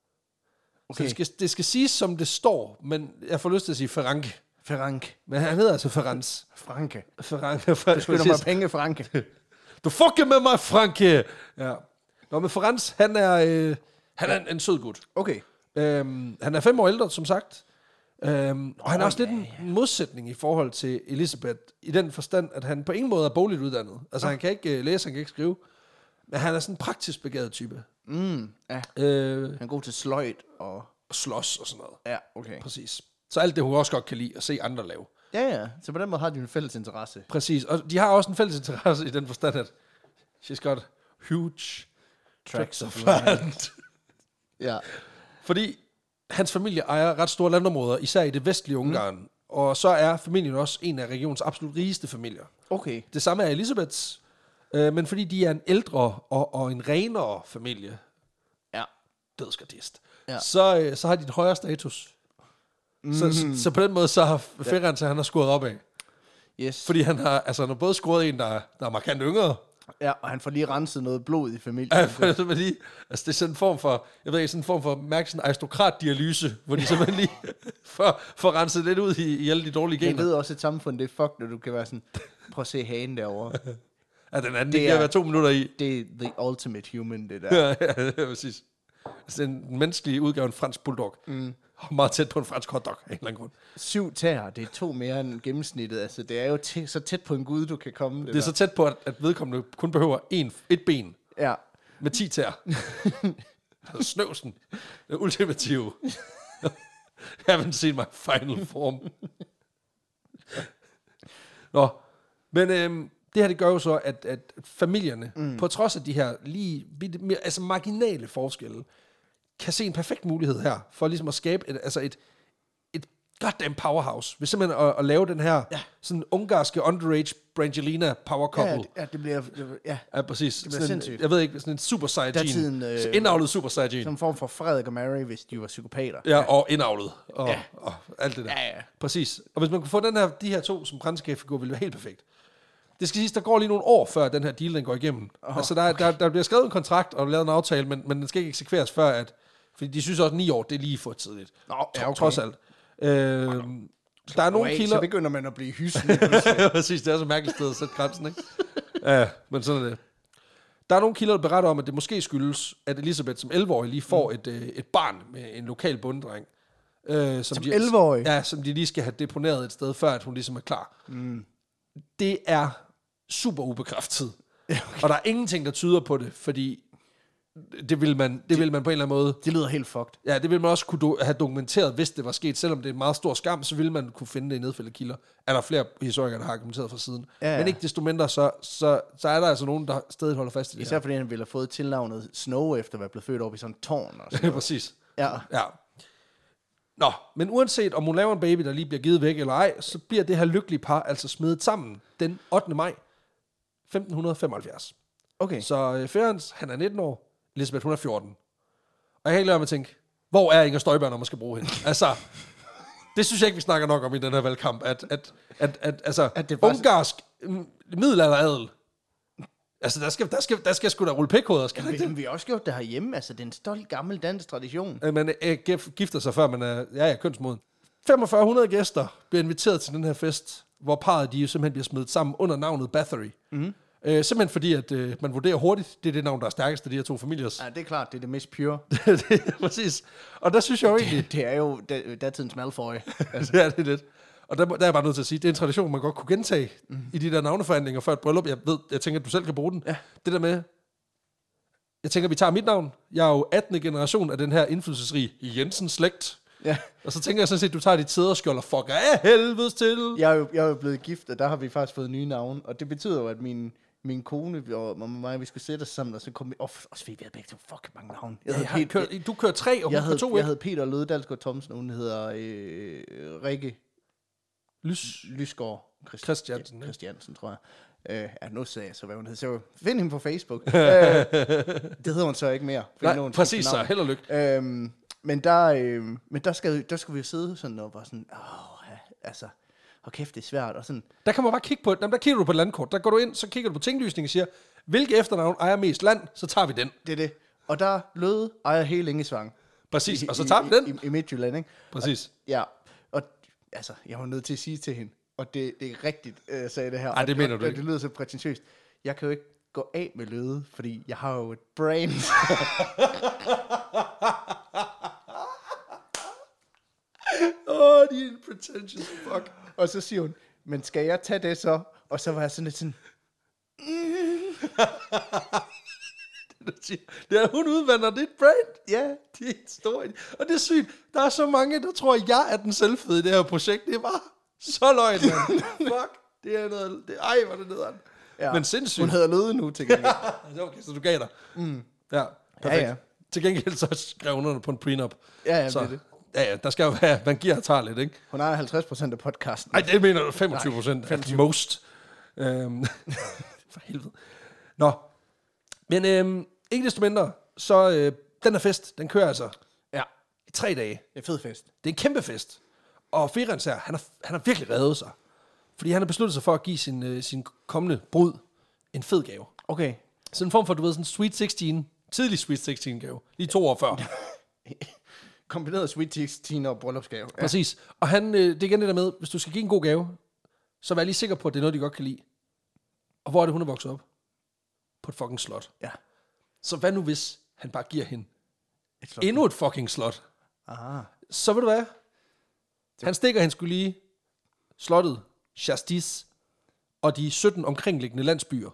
Okay. Så det skal, det skal siges, som det står, men jeg får lyst til at sige Ferenc. Ferenc. Men han hedder altså Ferenc. Franke. Ferenc. Du skylder mig penge, Franke. Du fucker med mig, Franke! Ja. Nå, men Ferenc, han er, øh, han er en, en sød gut. Okay. Øhm, han er fem år ældre, som sagt. Øhm, og han er Åh, også ja, lidt en modsætning i forhold til Elisabeth, i den forstand, at han på ingen måde er bogligt uddannet. Altså, han kan ikke øh, læse, han kan ikke skrive. Men han er sådan en praktisk begavet type. Mm, ja. Øh, Han er god til sløjt og... og slås og sådan noget. Ja, okay. Præcis. Så alt det, hun også godt kan lide at se andre lave. Ja, ja. Så på den måde har de en fælles interesse. Præcis. Og de har også en fælles interesse i den forstand, at she's got huge tracts of land. Ja. Fordi hans familie ejer ret store landområder, især i det vestlige Ungarn. Mm. Og så er familien også en af regionens absolut rigeste familier. Okay. Det samme er Elisabeths, øh, men fordi de er en ældre og, og en renere familie, Ja. dødsgardist, Ja. så, øh, så har de en højere status. Mm. Så, så, så på den måde, så har Ferenc, han har scoret op af. Yes. Fordi han har, altså, han har både scoret en, der, er- der er markant yngre. Ja, og han får lige renset noget blod i familien. Ja, for, det, er lige, altså, det er sådan en form for, jeg ved ikke, sådan en form for mærke sådan aristokratdialyse, hvor de simpelthen lige får, får renset lidt ud i, i alle de dårlige Jeg gener. ved også, et samfund, det er fucked, når du kan være sådan, prøv at se hagen derovre. Ja, den anden, det, Det det kan er- være to minutter i. Det er the ultimate human, det der. Ja, ja, ja, præcis. Altså, den menneskelige udgave af en fransk bulldog. Mm. Meget tæt på en fransk hotdog, af en eller anden grund. Syv tæer, det er to mere end gennemsnittet. Altså, det er jo tæ- så tæt på en gud, du kan komme. Det, Det er så tæt på, at, at vedkommende kun behøver en, et ben Ja. med ti tæer. Altså, snøvsen. Den ultimative. Haven't seen my final form. Nå, men øhm, det her, det gør jo så, at, at familierne, mm. på trods af de her lige, mere, altså marginale forskelle, kan se en perfekt mulighed her, for ligesom at skabe et, altså et, et goddamn powerhouse, ved simpelthen at, at lave den her, Ja. sådan ungarske underage Brangelina power couple. Ja, det, ja, det bliver, det, ja, Ja, præcis. Det bliver Sådan en, sindssygt. jeg ved ikke, sådan en super saiyajin. Datiden, øh, Så indavlet super saiyajin. som en form for Frederik og Mary, hvis de var psykopater. Ja, og indavlet. Og, Ja. og alt det der. Ja, ja. Præcis. Og hvis man kunne få den her, de her to som kransekæffigur, ville det være helt perfekt. Det skal siges, der går lige nogle år, før den her deal den går igennem. Oh, altså, der, okay. der, der bliver skrevet en kontrakt og lavet en aftale, men, men den skal ikke eksekveres før, at... Fordi de synes også, at ni år, det er lige for tidligt. Nå, Tro- ja, okay. Trods alt. Øh, der er nogle Wait, kilder... så begynder man at blive hyssen. Præcis, det er så mærkeligt sted at sætte grænsen, ikke? Ja, men sådan er det. Der er nogle kilder, der beretter om, at det måske skyldes, at Elisabeth som elleve-årig lige får mm. et, øh, et barn med en lokal bonddreng. Øh, som Som de, elleve-årig? Ja, som de lige skal have deponeret et sted, før at hun ligesom er klar. Mm. Det er super ubekræftet. Okay. Og der er ingenting, der tyder på det, fordi det vil man, det vil man på en eller anden måde... Det lyder helt fucked. Ja, det vil man også kunne do- have dokumenteret, hvis det var sket. Selvom det er en meget stor skam, så ville man kunne finde det i nedfældte kilder. Er der flere historikere, der har argumenteret fra siden. Ja, ja. Men ikke desto mindre, så, så, så er der altså nogen, der stadig holder fast i det Især her. fordi han ville have fået tilnavnet Snow, efter at være blevet født op i sådan en tårn. Og sådan. Præcis. Ja. Ja. Nå, men uanset om hun laver en baby, der lige bliver givet væk eller ej, så bliver det her lykkelige par altså smedet sammen den ottende maj femten femoghalvfjerds. Okay. Så øh, Ferenc, han er nitten år, Elisabeth, hun er fjorten. Og jeg kan ikke lade mig at tænke, hvor er Inger Støjberg, når man skal bruge hende? Altså, det synes jeg ikke, vi snakker nok om i den her valgkamp, at, at, at, at altså, At det bare- ungarsk mm, middelalderadel, altså, der skal, der skal, der skal sgu da rulle pækhoveder, skal der ikke Men det? vi har også gjort det herhjemme. Altså, det er en stolt gammel dansk tradition. Øh, Man øh, gif- gifter sig, før man er, ja, ja, kønsmoden. femogfyrre hundrede gæster bliver inviteret til den her fest, hvor parret de jo simpelthen bliver smidt sammen under navnet Bathory. Mm. Øh, simpelthen fordi, at øh, man vurderer hurtigt, det er det navn, der er stærkest af de her to familiers. Ja, det er klart, det er det mest pure. det er, præcis. Og der synes jeg jo egentlig... Det, det er jo da- datidens Malfoy. Altså. Ja, det er lidt. Og der, der er jeg bare nødt til at sige, det er en tradition, man godt kunne gentage mm. i de der navneforhandlinger før et bryllup. Jeg ved, jeg tænker, at du selv kan bruge den. Ja. Det der med, jeg tænker, vi tager mit navn. Jeg er jo attende generation af den her indflydelsesrige Jensen-slægt. Ja. Og så tænker jeg sådan set, at du tager dit sæderskjold og fucker af helvedes til. Jeg er, jo, jeg er jo blevet gift, og der har vi faktisk fået nye navne. Og det betyder jo, at min, min kone og mig, vi skulle sætte os sammen, og så kom vi... Åh, oh, vi havde begge to fuck mange navne. Jeg ja, jeg kørt, du kører tre, og hun kører to, Jeg hed Peter Løddalsgaard Thomsen, og hun hedder øh, Rikke Lys. Lysgaard Christ- Christiansen. Ja, Christiansen, tror jeg. Øh, ja, nu sagde jeg så, hvad hun hed. Så find hende på Facebook. øh, det hedder hun så ikke mere. Nej, præcis så. Held og lykke. Øhm, men der, øh, men der skal, der skal vi jo sidde sådan og bare sådan, åh, ja, altså, hold kæft, det er svært. Og sådan. Der kan man bare kigge på, der kigger du på et landkort, der går du ind, så kigger du på tinglysningen og siger, hvilke efternavn ejer mest land, så tager vi den. Det er det. Og der lød ejer hele Ingesvang. Præcis, og så tager vi den. I, i, i Midtjylland, ikke? Præcis. Og, ja, og altså, jeg var nødt til at sige til hende, og det, det er rigtigt, øh, sagde det her. Ej, det mener og, du og, ikke. Det lyder så prætentiøst. Jeg kan jo ikke gå af med løde, fordi jeg har jo et brain. Åh, oh, din pretentious fuck. Og så siger hun, men skal jeg tage det så? Og så var jeg sådan lidt sådan... det er, hun udvander dit brain. Ja. Det er stort. Og det er sygt. Der er så mange, der tror, jeg er den selvfede i det her projekt. Det er bare så løgn, mand. Fuck. Det er noget... Det, ej, hvor er det nederen. Ja. Men sindssygt. Hun hedder Løde nu, til gengæld. Okay, så du gav dig. Mm. Ja, perfekt. Ja, ja. Til gengæld så skrev hun under på en prenup. Ja, ja, så, det er det. Ja, ja, der skal jo være, man giver og tager lidt, ikke? Hun har halvtreds procent af podcasten. Nej, det mener du femogtyve procent. at most. Øhm, for helvede. Nå. Men øhm, ikke desto mindre, så øh, den her fest, den kører altså ja. i tre dage. Det er en fed fest. Det er en kæmpe fest. Og Ferenc her, han har, han har virkelig reddet sig. Fordi han har besluttet sig for at give sin, øh, sin kommende brud en fed gave. Okay. Sådan en form for, du ved, sådan en Sweet seksten, tidlig Sweet seksten gave. Lige to år før. Kombineret Sweet seksten og bryllupsgave. Ja. Præcis. Og han, øh, det er igen det der med, hvis du skal give en god gave, så vær lige sikker på, at det er noget, de godt kan lide. Og hvor er det, hun er vokset op? På et fucking slot. Ja. Så hvad nu, hvis han bare giver hende et slot. endnu et fucking slot? Aha. Så ved du hvad? Han stikker hende skulle lige slottet, Chastis, og de sytten omkringliggende landsbyer.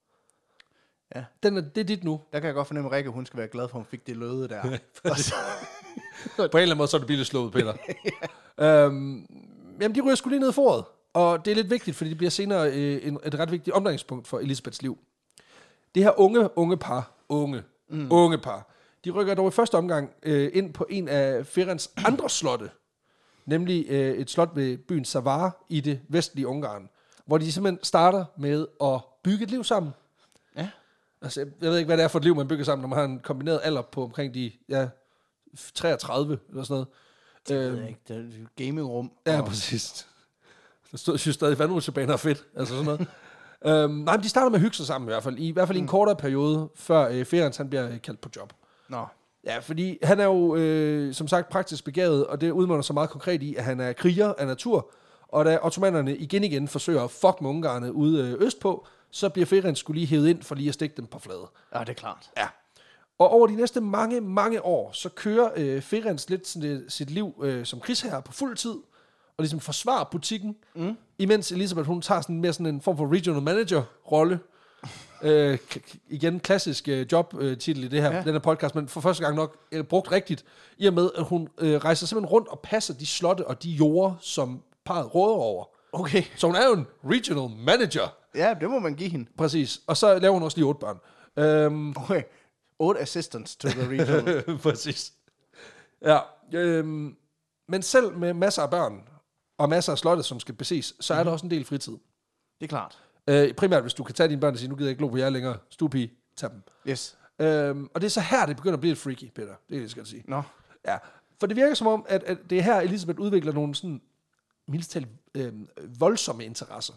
Ja. Den er, det er dit nu. Der kan jeg godt fornemme, at Rikke, hun skal være glad for, at hun fik det løde der. Og så... På en eller anden måde, så er det billigt slået, Peter. ja. øhm, jamen, de ryger sgu lige ned i foråret. Og det er lidt vigtigt, fordi det bliver senere øh, en, et ret vigtigt omdrejningspunkt for Elisabeths liv. Det her unge, unge par, unge, mm. unge par, de rykker dog i første omgang øh, ind på en af Ferencs andre slotte, nemlig øh, et slot ved byen Savar i det vestlige Ungarn, hvor de simpelthen starter med at bygge et liv sammen. Ja. Altså, jeg ved ikke, hvad det er for et liv, man bygger sammen, når man har en kombineret alder på omkring de ja, treogtredive eller sådan noget. Det ved jeg ikke. Det er et gamingrum. Ja, og... præcis. Jeg synes stadig, vandrutsjebaner er fedt. Altså sådan noget. øhm, nej, men de starter med at hygge sig sammen i hvert fald. I, i hvert fald mm. i en kortere periode, før øh, Ferenc han bliver kaldt på job. Nå. Ja, fordi han er jo, øh, som sagt, praktisk begavet, og det udmunder så meget konkret i, at han er kriger af natur. Og da ottomanerne igen igen forsøger at fuck med ungarerne ude øh, østpå, så bliver Ferenc skulle lige hævet ind for lige at stikke dem på flade. Ja, det er klart. Ja. Og over de næste mange, mange år, så kører øh, Ferenc lidt sådan, sit liv øh, som krigsherre på fuld tid, og ligesom forsvarer butikken, mm. imens Elisabeth, hun tager sådan mere sådan en form for regional manager-rolle. øh, k- igen, klassisk øh, jobtitel i det her, ja. Den her podcast, men for første gang nok øh, brugt rigtigt, i og med, at hun øh, rejser simpelthen rundt og passer de slotte og de jorder, som parret råder over. Okay. Så hun er jo en regional manager. Ja, det må man give hende. Præcis. Og så laver hun også lige otte børn. Øhm, okay. Otte assistants to the regional. Præcis. Ja. Øhm, men selv med masser af børn, og masser af slotte, som skal beses, så er mm. der også en del fritid. Det er klart. Øh, primært, hvis du kan tage dine børn og sige, nu gider jeg ikke glo på jer længere, stuepige, tag dem. Yes. Øhm, og det er så her, det begynder at blive lidt freaky, Peter. Det er det, jeg skal sige. Nå. Ja. For det virker som om, at, at det er her, Elisabeth udvikler nogle sådan, mildest øh, voldsomme interesser.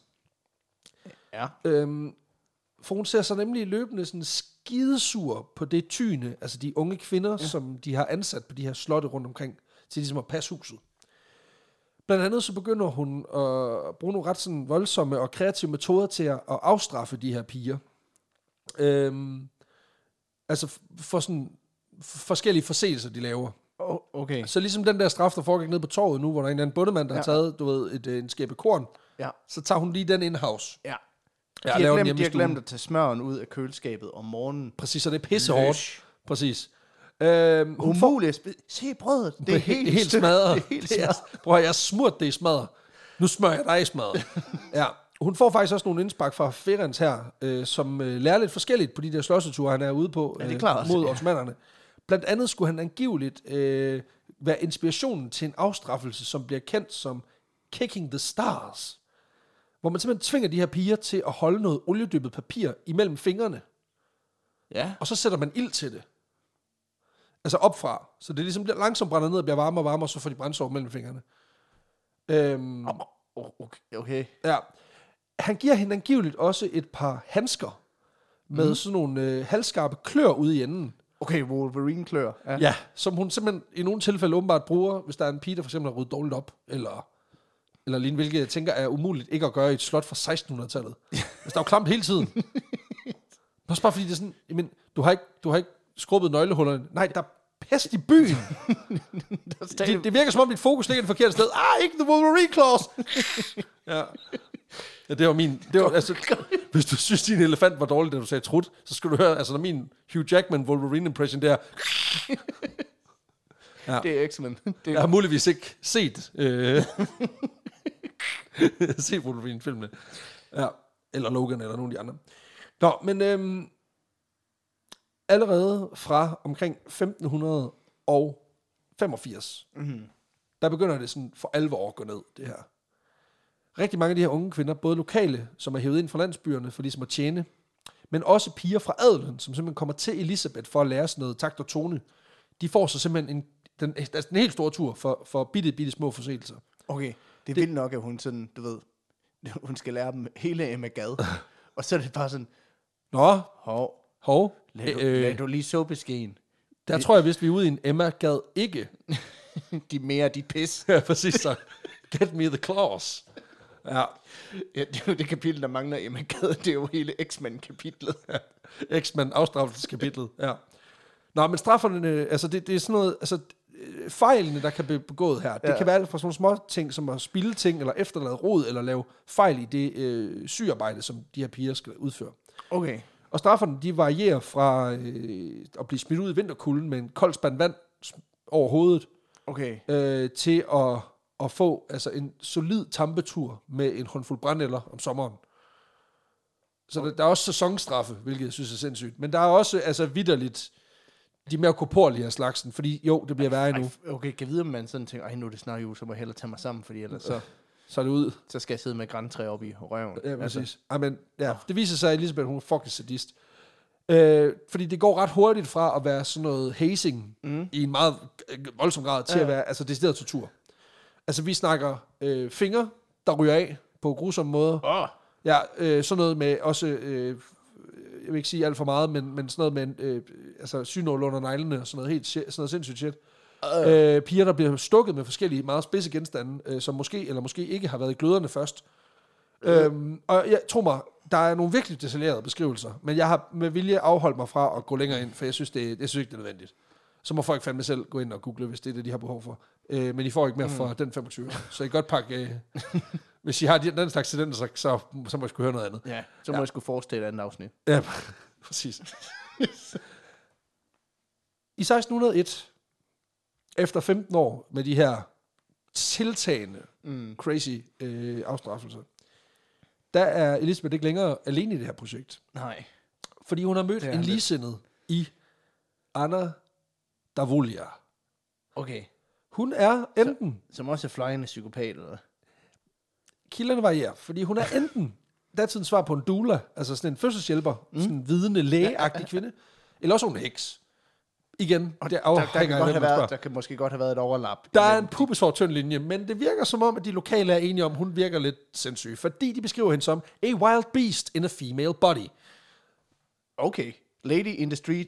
Ja. Øhm, for hun ser så nemlig løbende sådan skidesur på det tyne, altså de unge kvinder, ja. som de har ansat på de her slotte rundt omkring, til ligesom at passe huset. Blandt andet så begynder hun at bruge nogle ret sådan voldsomme og kreative metoder til at, at afstraffe de her piger. Øhm, altså for sådan forskellige forseelser, de laver. Oh, okay. Så ligesom den der straf, der foregik ned på torvet nu, hvor der er en eller anden bundemand, der ja. har taget, du ved, et, en skæbe korn, ja. så tager hun lige den in-house. Ja. Ja, de, har glemt, de har glemt at tage smøren ud af køleskabet om morgenen. Præcis, så det er pissehårdt. Præcis. Øhm, hun Umuligt. Får... Se brødet. Det er helt, helt smadret. Det er helt smadret. Prøv at jeg smurt det i smadret. Nu smører jeg dig i smadret. Ja. Hun får faktisk også nogle indspark fra Ferenc her, øh, som øh, lærer lidt forskelligt på de der slåsseture, han er ude på øh, ja, det er klart, mod ja. ottomanerne. Blandt andet skulle han angiveligt øh, være inspirationen til en afstraffelse, som bliver kendt som Kicking the Stars. Hvor man simpelthen tvinger de her piger til at holde noget oliedyppet papir imellem fingrene. Ja. Og så sætter man ild til det. Altså opfra. Så det ligesom bliver langsomt brænder ned og bliver varmere og varmere, og så får de brændsår mellem fingrene. Øhm, oh, okay. okay. Ja. Han giver hende angiveligt også et par handsker med mm. sådan nogle øh, halvskarpe klør ude i enden. Okay, Wolverine-klør. Ja. ja, som hun simpelthen i nogle tilfælde åbenbart bruger, hvis der er en pige, der for eksempel har ryddet dårligt op, eller, eller lignende, hvilket jeg tænker er umuligt ikke at gøre i et slot fra sekstenhundredetallet. Hvis der er jo klamt hele tiden. Også bare fordi det er sådan, jamen, du har ikke, du har ikke skrubbet nøglehullerne. Nej, der er pest i byen. det, det virker som om dit fokus ligger i det forkerte sted. Ah, ikke the Wolverine claws. ja. Ja, det var min... Det var, altså, hvis du synes, din elefant var dårlig, da du sagde trut, så skulle du høre, altså når min Hugh Jackman Wolverine impression der... ja. Det er X-Men. Det er... Jeg har muligvis ikke set... Øh, set Wolverine-filmene. Ja. Eller Logan, eller nogle af de andre. Nå, men... Øhm, allerede fra omkring femten femogfirs, mm-hmm. der begynder det sådan for alvor at gå ned, det her. Rigtig mange af de her unge kvinder, både lokale, som er hævet ind fra landsbyerne for ligesom at tjene, men også piger fra adelen, som simpelthen kommer til Elisabeth for at lære sådan noget takt og tone, de får så simpelthen en, den, altså en helt stor tur for, for bitte, bitte små forseelser. Okay, det er vildt nok, at hun sådan, du ved, hun skal lære dem hele Emma Gad, og så er det bare sådan, nå, hov, hov, lad du, øh, lad du lige såbeskeen. Der tror jeg vist, vi er ude i en Emma Gad ikke. De mere dit pis. Ja, præcis så. Get me the claws. Ja. Ja, det er jo det kapitel, der mangler Emma Gad. Det er jo hele X-Men-kapitlet. Ja. X-Men afstraffelseskapitlet, ja. Nå, men strafferne, altså det, det er sådan noget, altså fejlene, der kan blive begået her, ja. Det kan være alt fra sådan nogle små ting, som at spilde ting, eller efterlade rod, eller lave fejl i det øh, sygearbejde, som de her piger skal udføre. Okay. Og strafferne, de varierer fra øh, at blive smidt ud i vinterkulden med en kold spand vand over hovedet, okay. øh, til at, at få altså en solid tampetur med en håndfuld brændenælder om sommeren. Så okay. der, der er også sæsonstraffe, hvilket jeg synes er sindssygt. Men der er også altså vitterligt de mere korporlige af slagsen, fordi jo, det bliver værre endnu. Okay, kan vide, om man sådan tænker, ej nu er det snart jul, så må jeg hellere tage mig sammen, fordi ellers så... Så er det ud. Så skal jeg sidde med grantræ op i røven. Ja, præcis. Altså. Amen, ja, det viser sig, at Elisabeth, hun er fucking sadist. Øh, fordi det går ret hurtigt fra at være sådan noget hazing mm. i en meget voldsom grad, til ja. At være altså decideret tortur. Altså, vi snakker øh, fingre, der ryger af på grusomme måder. Oh. Ja, øh, sådan noget med også... Øh, jeg vil ikke sige alt for meget, men, men sådan noget med øh, altså synål under neglene og sådan noget, helt shit, sådan noget sindssygt shit. Uh. Øh, piger, der bliver stukket med forskellige meget spidse genstande, øh, som måske eller måske ikke har været i gløderne først. Uh. Øhm, og jeg tror mig, der er nogle virkelig detaljerede beskrivelser, men jeg har med vilje afholdt mig fra at gå længere ind, for jeg synes, det, jeg synes ikke, det er nødvendigt. Så må folk fandme selv gå ind og google, hvis det er det, de har behov for. Øh, men I får ikke mere mm. for den femogtyve. Så I godt pakke... Øh, hvis I har den slags til den, så, så, så må I skulle høre noget andet. Ja, så må ja. I skulle forestille et andet afsnit. Ja, præcis. I seksten hundrede og et, efter femten år med de her tiltagende mm. crazy øh, afstraffelser, der er Elisabeth ikke længere alene i det her projekt. Nej. Fordi hun har mødt en ligesindet i Anna Davolia. Okay. Hun er enten... Så, som også er flyende psykopat, eller? Kilderne varierer, fordi hun er enten datidens svar på en doula, altså sådan en fødselshjælper, mm. sådan en vidende lægeagtig kvinde, eller også hun er heks. Igen, og det der, der, kan godt have været, der kan måske godt have været et overlap. Der er en pubesvår tynd linje, men det virker som om, at de lokale er enige om, at hun virker lidt sindssyg, fordi de beskriver hende som a wild beast in a female body. Okay. Lady in the streets,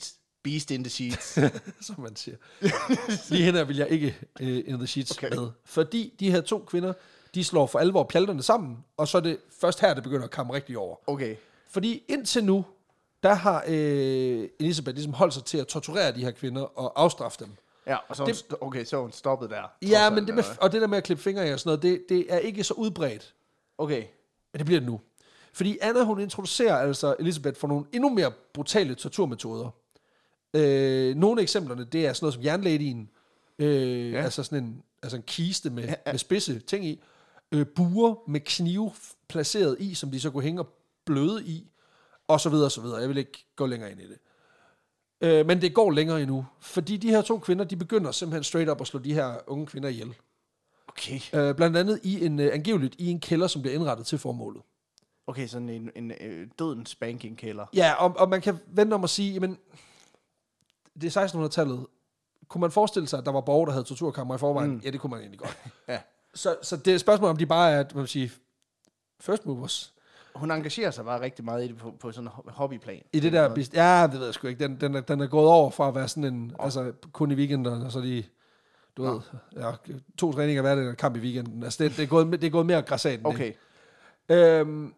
Beast in the sheets. som man siger. Lige hende vil jeg ikke uh, in the sheets okay. med. Fordi de her to kvinder, de slår for alvor pjalterne sammen, og så er det først her, det begynder at komme rigtig over. Okay. Fordi indtil nu, der har øh, Elizabeth ligesom holdt sig til at torturere de her kvinder og afstraffe dem. Ja, og så det, st- okay, så er hun stoppet der. Ja, men det med, og det der med at klippe fingre i og sådan noget, det, det er ikke så udbredt. Okay. Men det bliver det nu. Fordi Anna, hun introducerer altså Elizabeth for nogle endnu mere brutale torturmetoder. Øh, nogle af eksemplerne, det er sådan noget som jernladyen, øh, ja. altså sådan en, altså en kiste med, ja, ja. med spidse ting i, øh, buer med knive placeret i, som de så kunne hænge og bløde i, og så videre, og så videre. Jeg vil ikke gå længere ind i det. Øh, men det går længere endnu, fordi de her to kvinder, de begynder simpelthen straight up at slå de her unge kvinder ihjel. Okay. Øh, blandt andet i en, uh, angiveligt i en kælder, som bliver indrettet til formålet. Okay, sådan en, en, en dødens spanking-kælder. Ja, og, og man kan vente om at sige, jamen, det er sekstenhundredetallet. Kunne man forestille sig, at der var borgere, der havde torturkammer i forvejen? Mm. Ja, det kunne man egentlig godt. ja. Så, så det er et spørgsmål, om de bare er, man vil sige, first movers. Hun engagerer sig bare rigtig meget i det på, på sådan en hobbyplan. I det der, bist- ja, det ved jeg sgu ikke. Den, den, er, den er gået over fra at være sådan en, oh. altså kun i weekenden, og så lige, du oh. ved, ja, to træninger hver dag og kamp i weekenden. Altså det, det, er, gået, det er gået mere græsat. Okay. Øhm,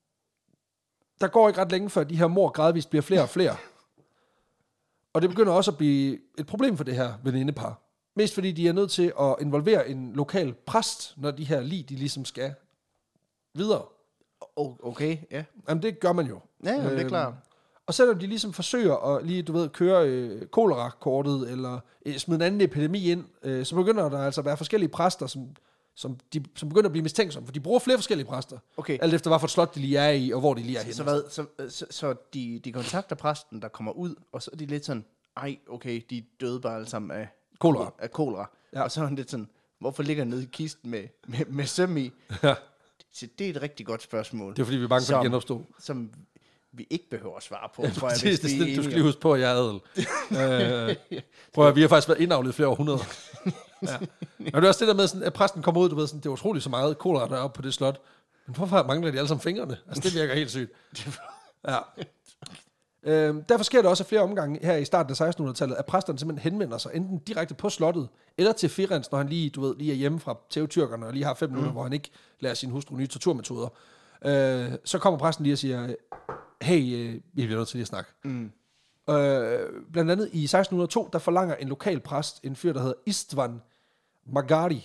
der går ikke ret længe, før de her mord gradvist bliver flere og flere. Og det begynder også at blive et problem for det her venindepar. Mest fordi de er nødt til at involvere en lokal præst, når de her lig, de ligesom skal videre. Okay, ja. Jamen, det gør man jo. Ja, ja, det er klart. Øhm, og selvom de ligesom forsøger at lige, du ved, køre øh, kolera-kortet, eller øh, smide en anden epidemi ind, øh, så begynder der altså at være forskellige præster, som, som, de, som begynder at blive mistænksomme, for de bruger flere forskellige præster. Okay. Alt efter, hvad for et slot de lige er i, og hvor de lige er henne. Så, hvad, så, så, så de, de kontakter præsten, der kommer ud, og så er de lidt sådan, ej, okay, de døde bare alle sammen af kolera. Af kolera. Ja. Og så er han lidt sådan, hvorfor ligger han nede i kisten med, med, med søm i? Ja. Så det er et rigtig godt spørgsmål. Det er fordi, vi er bange for, at genopstå. Som vi ikke behøver at svare på, ja, tror jeg. Det, det, det, du skal lige huske på, at jeg er adel. øh, prøv at vi har faktisk været indavlet flere århundreder. Ja. Men det er også det der med, sådan, at præsten kommer ud, du ved, sådan, det er utroligt så meget kolera, der er oppe på det slot. Men hvorfor mangler de alle sammen fingrene? Altså, det virker helt sygt. Ja. Øhm, derfor sker det også flere omgange her i starten af sekstenhundredetallet, at præsterne simpelthen henvender sig enten direkte på slottet, eller til Firenze, når han lige, du ved, lige er hjemme fra tævetyrkerne, og lige har fem mm. minutter, hvor han ikke lærer sin hustru nye torturmetoder. Øh, så kommer præsten lige og siger, hey, øh, vi bliver nødt til lige at snakke. Mm. Øh, blandt andet i seksten hundrede og to, der forlanger en lokal præst, en fyr, der hedder Istvan Magari,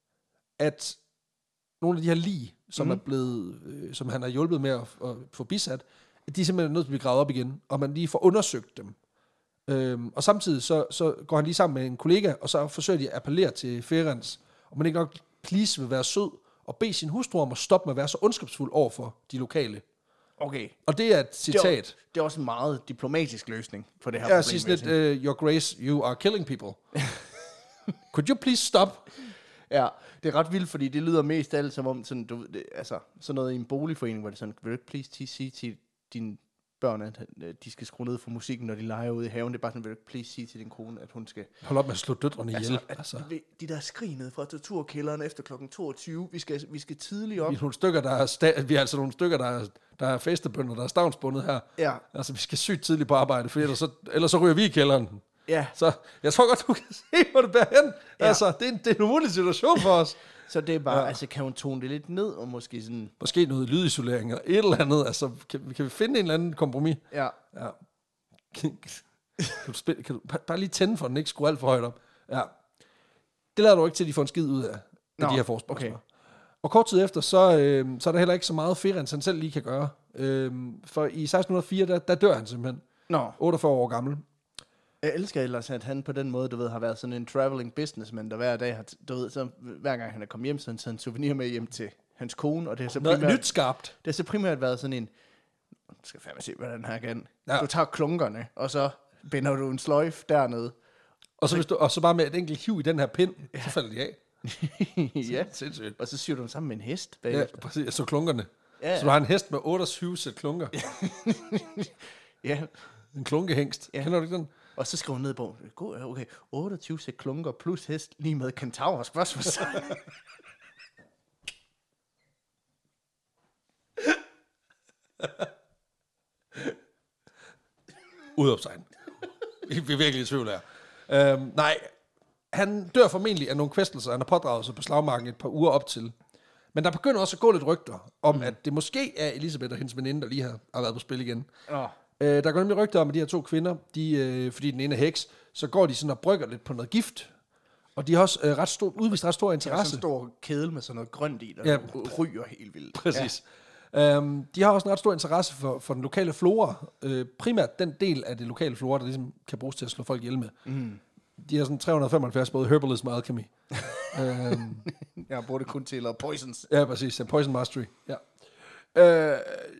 at nogle af de her lig, som mm. er blevet, øh, som han har hjulpet med at, at få bisat, at de er simpelthen nødt til at blive gravet op igen, og man lige får undersøgt dem. Øhm, og samtidig så, så går han lige sammen med en kollega, og så forsøger de at appellere til Firenze, og man ikke nok please vil være sød, og bede sin hustru om at stoppe med at være så ondskabsfuld over for de lokale. Okay. Og det er et citat. Det er, det er også en meget diplomatisk løsning på det her ja, problem. Ja, sådan lidt, uh, your grace, you are killing people. Could you please stop? Ja, det er ret vildt, fordi det lyder mest af alt som om, sådan, du, det, altså, sådan noget i en boligforening, hvor det sådan, vil du ikke please sige til dine børn, at de skal skrue ned for musikken, når de leger ude i haven. Det er bare sådan, vil du ikke please sige til din kone, at hun skal... Hold op med at slå døtrene ihjel. Altså, altså. De, de der skrig ned fra torturkælderen efter klokken toogtyve, vi skal, vi skal tidligt op. Vi er nogle stykker, der er, sta- vi er altså nogle stykker, der er, der er festebønder, der er stavnsbundet her. Ja. Altså, vi skal sygt tidligt på arbejde, for ellers så, ellers så ryger vi i kælderen. Ja. Så jeg tror godt, du kan se, hvor det bærer hen. Ja. Altså, det er, en, det er en umulig situation for os. Så det er bare, ja. altså kan hun tone det lidt ned, og måske sådan... Måske noget lydisolering eller et eller andet, altså kan, kan vi finde en eller anden kompromis? Ja. Ja. Kan, kan, du spille, kan du bare lige tænde for den, ikke skrue alt for højt op? Ja. Det lader du ikke til, at de får en skid ud af, af de her forspørgsler. Okay. Og kort tid efter, så, øh, så er der heller ikke så meget Firenze, han selv lige kan gøre. Øh, for i seksten hundrede og fire, der, der dør han simpelthen. Nå. otteogfyrre år gammel. Jeg elsker ellers, at han på den måde, du ved, har været sådan en traveling businessman, der hver dag har, du ved, så hver gang han er kommet hjem, så han taget en souvenir med hjem til hans kone, og det har så primært... Noget nyt skabt. Det har så primært været sådan en, nu skal jeg fandme se, hvad den her kan. Ja. Du tager klunkerne, og så binder du en sløjf dernede. Og så, hvis du, og så bare med et enkelt hiv i den her pind, ja. Så falder de af. Ja, sindssygt. Og så syr du dem sammen med en hest bagefter. Ja, præcis, så klunkerne. Ja. Så du har en hest med otteogtyve sæt klunker. Ja. En klunkehængst. Ja. Kender du ikke den? Og så skriver hun ned på, okay, otteogtyve sæt klunker plus hest, lige med kentaur, spørgsmål. Udopstegn. Vi er virkelig i tvivl her. Øhm, nej, han dør formentlig af nogle kvæstelser, han har pådraget sig på slagmarken et par uger op til. Men der begynder også at gå lidt rygter om, mm. at det måske er Elisabeth og hendes veninde, der lige har, har været på spil igen. Oh. Øh, der går nemlig rygter om, at de her to kvinder, de, øh, fordi den ene er heks, så går de sådan og brygger lidt på noget gift. Og de har også øh, ret stor, udvist ret stor interesse. Det er sådan en stor kedel med sådan noget grønt i, der ja. ryger helt vildt. Præcis. Ja. Øhm, de har også en ret stor interesse for, for den lokale flora. Øh, primært den del af det lokale flora, der ligesom kan bruges til at slå folk ihjel med. Mm. De har sådan tre hundrede og femoghalvfjerds både herbalism og alchemy. øhm, Jeg bruger det kun til at poisons. Ja, præcis. Ja, poison mastery. Ja. Øh,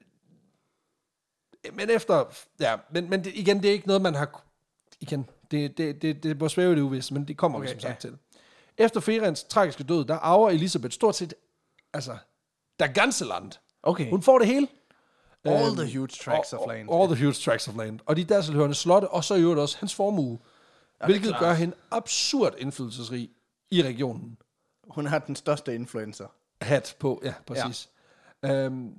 men efter... Ja, men, men det, igen, det er ikke noget, man har... Igen, det, det, det, det må svæve det uvist, men det kommer okay, vi som sagt ja. til. Efter Ferens tragiske død, der arver Elisabeth stort set... Altså, der ganze land. Okay. Hun får det hele. All um, the huge tracts of land. All the huge tracts of land. Og de dertilhørende slotte, og så i øvrigt også hans formue. Ja, hvilket gør hende absurd indflydelsesrig i regionen. Hun har den største influencer. Hat på, ja, præcis. Ja. Øhm,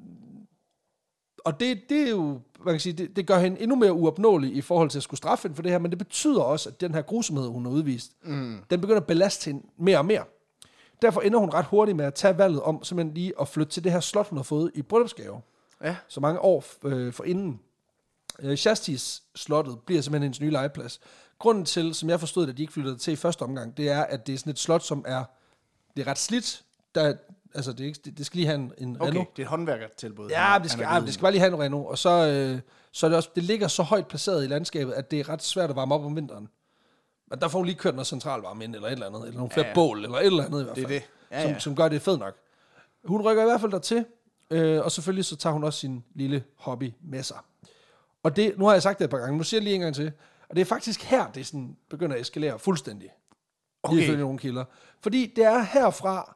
og det, det er jo, man kan sige, det, det gør hende endnu mere uopnåelig i forhold til at skulle straffe hende for det her, men det betyder også, at den her grusomhed, hun har udvist, mm. den begynder at belaste hende mere og mere. Derfor ender hun ret hurtigt med at tage valget om simpelthen lige at flytte til det her slot, hun har fået i bryllupsgave. Ja. Så mange år øh, forinden. Øh, Shastis slottet bliver simpelthen hendes nye legeplads. Grunden til, som jeg forstod, at de ikke flyttede til i første omgang, det er, at det er sådan et slot, som er, det er ret slidt. Der, altså, det, er ikke, det, det skal lige have en, en okay, Renault. det er et håndværkertilbud. Ja, det skal, ja, det skal bare lige have en Renault. Og så, øh, så er det også, det ligger så højt placeret i landskabet, at det er ret svært at varme op om vinteren. Men der får hun lige kørt noget centralvarme ind, eller et eller andet, eller nogle flere ja, ja. bål, eller et eller andet i hvert fald. Det er det. Ja, som, ja. som gør det fedt nok. Hun rykker i hvert fald dertil, øh, og selvfølgelig så tager hun også sin lille hobby med sig. Og det, nu har jeg sagt det et par gange, nu siger jeg lige en gang til, og det er faktisk her, det sådan begynder at eskalere fuldstændig. Okay. Ifølge nogle kilder. Fordi det er herfra,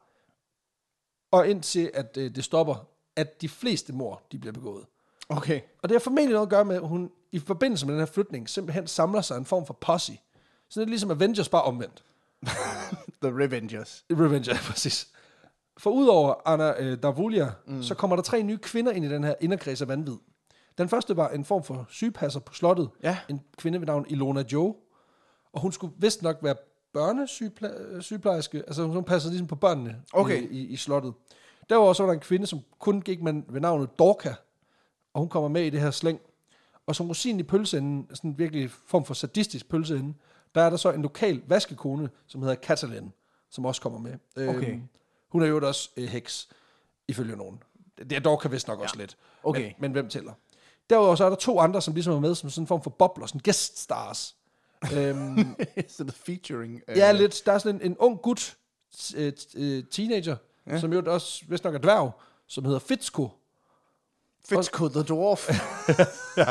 og indtil at øh, det stopper, at de fleste mord, de bliver begået. Okay. Og det har formentlig noget at gøre med, at hun i forbindelse med den her flytning, simpelthen samler sig en form for posse. Så det er ligesom Avengers, bare omvendt. The Revengers. Revengers, præcis. For udover Anna øh, Darvulia, mm. så kommer der tre nye kvinder ind i den her inderkreds af vanvid. Den første var en form for sygepasser på slottet. Ja. En kvinde ved navn Ilona Jo. Og hun skulle vist nok være børnesygeplejerske. Altså hun passede ligesom på børnene okay. i, i, i slottet. Derudover så var der en kvinde, som kun gik med, ved navnet Dorka. Og hun kommer med i det her slæng. Og som rosin i pølseenden, sådan en virkelig form for sadistisk pølseende, der er der så en lokal vaskekone, som hedder Katalin, som også kommer med. Okay. Øhm, hun er jo også øh, heks, ifølge nogen. Det er Dorka vist nok ja. også lidt. Okay. Men, men hvem tæller? Derudover så er der to andre, som ligesom er med som sådan en form for bobler, sådan guest stars. øhm, sådan featuring. Uh... Ja, lidt. Der er sådan en, en ung gut, uh, teenager, ja. som jo også vist nok er dværg, som hedder Fitzko. Fitzko the Dwarf. ja.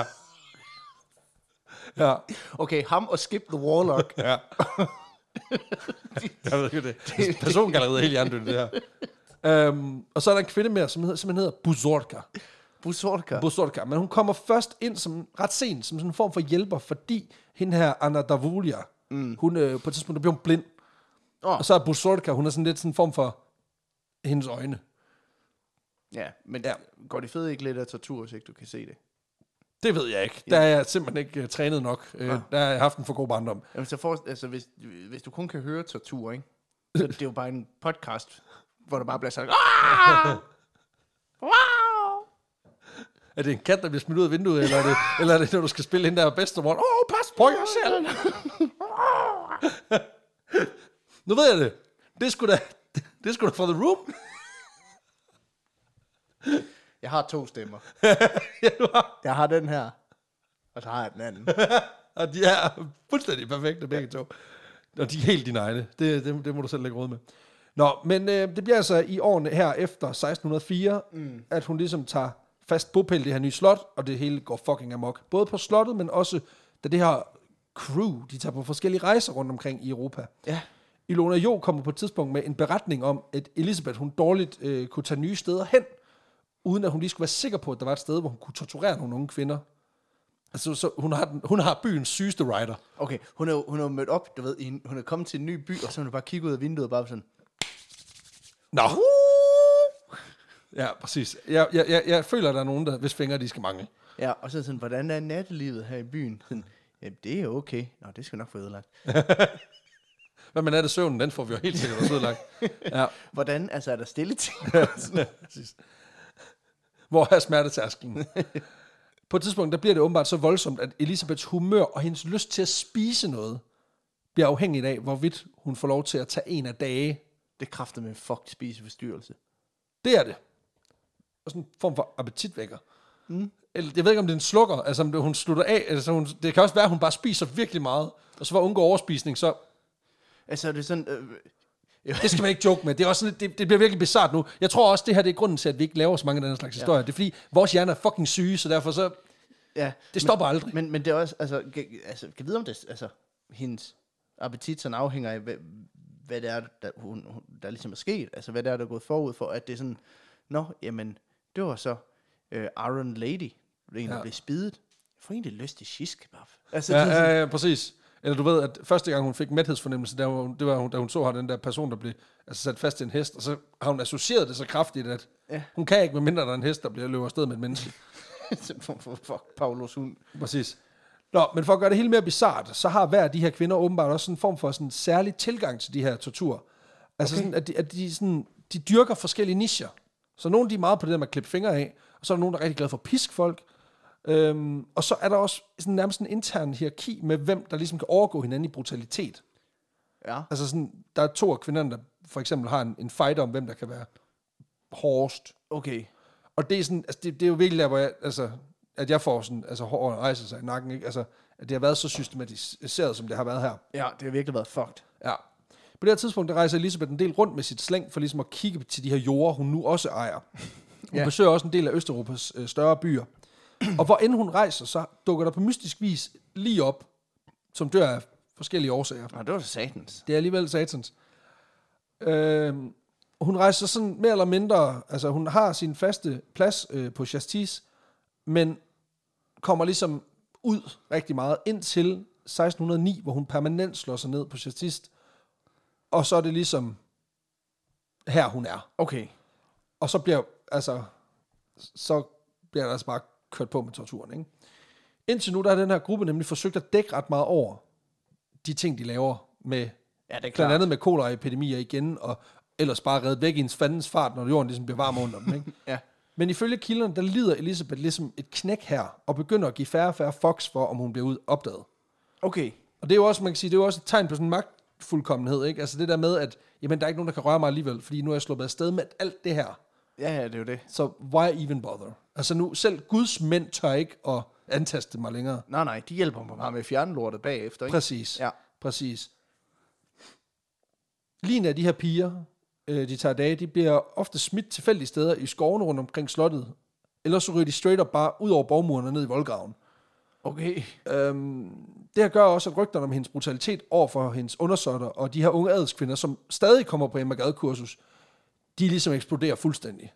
Ja. Okay, ham og Skip the Warlock. ja. Jeg ved ikke det. det Persongalleriet er helt hjernedødt, det her. Um, og så er der en kvinde mere, som hedder, som hedder Buzorka. Buzorka. Buzorka. Men hun kommer først ind som ret sent, som sådan en form for hjælper, fordi hende her, Anna Darvulia, mm. hun øh, på et tidspunkt bliver hun blind. Oh. Og så er Buzorka, hun er sådan lidt sådan en form for hendes øjne. Ja, men ja. Går det fede ikke lidt af tortur, hvis ikke du kan se det? Det ved jeg ikke. Ja. Der er jeg simpelthen ikke uh, trænet nok. Uh, ja. Der har jeg haft en for god barndom. Jamen, så for, altså, hvis, hvis du kun kan høre tortur, ikke? Så det er jo bare en podcast, hvor der bare bliver sagt, Aah! Wow! Er det en kat, der bliver smidt ud af vinduet, eller er det, eller er det når du skal spille hende der bedstemor? Åh, oh, pas på jer selv! Nu ved jeg det. Det er sgu da, det er sgu da fra The Room. Jeg har to stemmer. Ja, du har. Jeg har den her, og så har jeg den anden. Og de er fuldstændig perfekte, begge to. Og de er helt dine egne. Det, det, det må du selv lægge råd med. Nå, men øh, det bliver altså i årene her efter seksten hundrede og fire, mm. at hun ligesom tager fast bopæl i det her nye slot, og det hele går fucking amok. Både på slottet, men også da det her crew, de tager på forskellige rejser rundt omkring i Europa. Ja. Ilona Jo kommer på et tidspunkt med en beretning om, at Elisabeth, hun dårligt øh, kunne tage nye steder hen, uden at hun lige skulle være sikker på, at der var et sted, hvor hun kunne torturere nogle unge kvinder. Altså, så hun har, den, hun har byens sygeste rider. Okay, hun er, hun er mødt op, du ved, en, hun er kommet til en ny by, og så har hun bare kigget ud af vinduet og bare sådan... Nå. Uh! Ja, præcis. Jeg, jeg, jeg, jeg føler, at der er nogen, der, hvis fingre de skal mangle. Ja, og så sådan, hvordan er nattelivet her i byen? Sådan, Jamen, det er jo okay. Nå, det skal nok få ødelagt. Hvad man er det søvnen, den får vi jo helt sikkert også ødelagt. Ja. Hvordan? Altså, er der stille ting? Hvor er smertetærsklen? På et tidspunkt, der bliver det åbenbart så voldsomt, at Elisabeths humør og hendes lyst til at spise noget, bliver afhængigt af, hvorvidt hun får lov til at tage en af dage. Det kræfter med fuck spiseforstyrrelse. Det er det. Og sådan en form for appetitvækker. Mm. Eller, jeg ved ikke, om det er en slukker, altså om det, hun slutter af. Altså, hun, det kan også være, at hun bare spiser virkelig meget, og så for at undgå overspisning, så... Altså, det er sådan... Øh, det skal man ikke joke med. Det, er også sådan, det, det bliver virkelig bizart nu. Jeg tror også, det her det er grunden til, at vi ikke laver så mange af den slags ja. historier. Det er fordi, vores hjerne er fucking syge, så derfor så... Ja, det stopper men, aldrig. Men, men det er også... Altså, kan, altså, kan vide om det... Altså, hendes appetit sådan afhænger af, hvad, hvad det er, der, hun, der ligesom er sket. Altså, hvad det er, der er gået forud for, at det er sådan... Nå, jamen, det var så uh, Iron Lady, der ja. blev spidet. Jeg får egentlig lyst til shish kebab. Altså, ja, det er sådan, ja, ja, præcis. Eller du ved, at første gang hun fik mæthedsfornemmelse, der var, det var, da hun så her, den der person, der blev altså, sat fast i en hest, og så har hun associeret det så kraftigt, at ja. hun kan ikke, medmindre der er en hest, der bliver løbet afsted med et menneske. Fuck, Paulos hund. Præcis. Nå, men for at gøre det hele mere bizart, så har hver af de her kvinder åbenbart også en form for sådan en særlig tilgang til de her tortur. Altså okay. sådan, at, de, at de, sådan, de dyrker forskellige nicher. Så nogle de er meget på det der med at klippe fingre af, og så er der nogen, der er rigtig glade for at piske folk. Øhm, og så er der også sådan nærmest en intern hierarki med, hvem der ligesom kan overgå hinanden i brutalitet. Ja. Altså sådan, der er to af kvinderne, der for eksempel har en, en fight om, hvem der kan være hårdest. Okay. Og det er sådan, altså det, det er jo virkelig der, hvor jeg, altså, at jeg får sådan, altså håret rejser sig i nakken, ikke? Altså, at det har været så systematiseret, som det har været her. Ja, det har virkelig været fucked. Ja. På det her tidspunkt, der rejser Elisabeth en del rundt med sit slæng, for ligesom at kigge til de her jorder, hun nu også ejer. Hun ja. besøger også en del af Østeuropas øh, større byer. Og hvor end hun rejser, så dukker der på mystisk vis lige op, som dør af forskellige årsager. Nå, det var satans. Det er alligevel satans. Øh, hun rejser sådan mere eller mindre, altså hun har sin faste plads øh, på Chastis, men kommer ligesom ud rigtig meget indtil seksten hundrede og ni, hvor hun permanent slår sig ned på Chastis, og så er det ligesom her hun er. Okay. Og så bliver, altså, så bliver der altså bare kørt på med torturen, ikke? Indtil nu, der har den her gruppe nemlig forsøgt at dække ret meget over de ting, de laver med, ja, det er blandt andet med koleraepidemier igen, og ellers bare reddet væk i en fandens fart, når jorden ligesom bliver varm under dem, ikke? Ja. Men ifølge kilderne, der lider Elisabeth ligesom et knæk her, og begynder at give færre og færre fucks for, om hun bliver ud opdaget. Okay. Og det er jo også, man kan sige, det er jo også et tegn på sådan en magtfuldkommenhed, ikke? Altså det der med, at jamen, der er ikke nogen, der kan røre mig alligevel, fordi nu er jeg sluppet afsted med alt det her. Ja, ja, det er jo det. Så why even bother? Altså nu, selv Guds mænd tør ikke at antaste mig længere. Nej, nej, de hjælper mig bare med fjernlortet bagefter, ikke? Præcis, ja. præcis. Lige af de her piger, øh, de tager dage, de bliver ofte smidt tilfældige steder i skovene rundt omkring slottet. Ellers så ryger de straight up bare ud over borgmuren og ned i voldgraven. Okay. Øhm, det her gør også, at rygterne om hendes brutalitet over for hendes undersåtter og de her unge adelskvinder, som stadig kommer på Emma Gad-kursus, de ligesom eksploderer fuldstændig.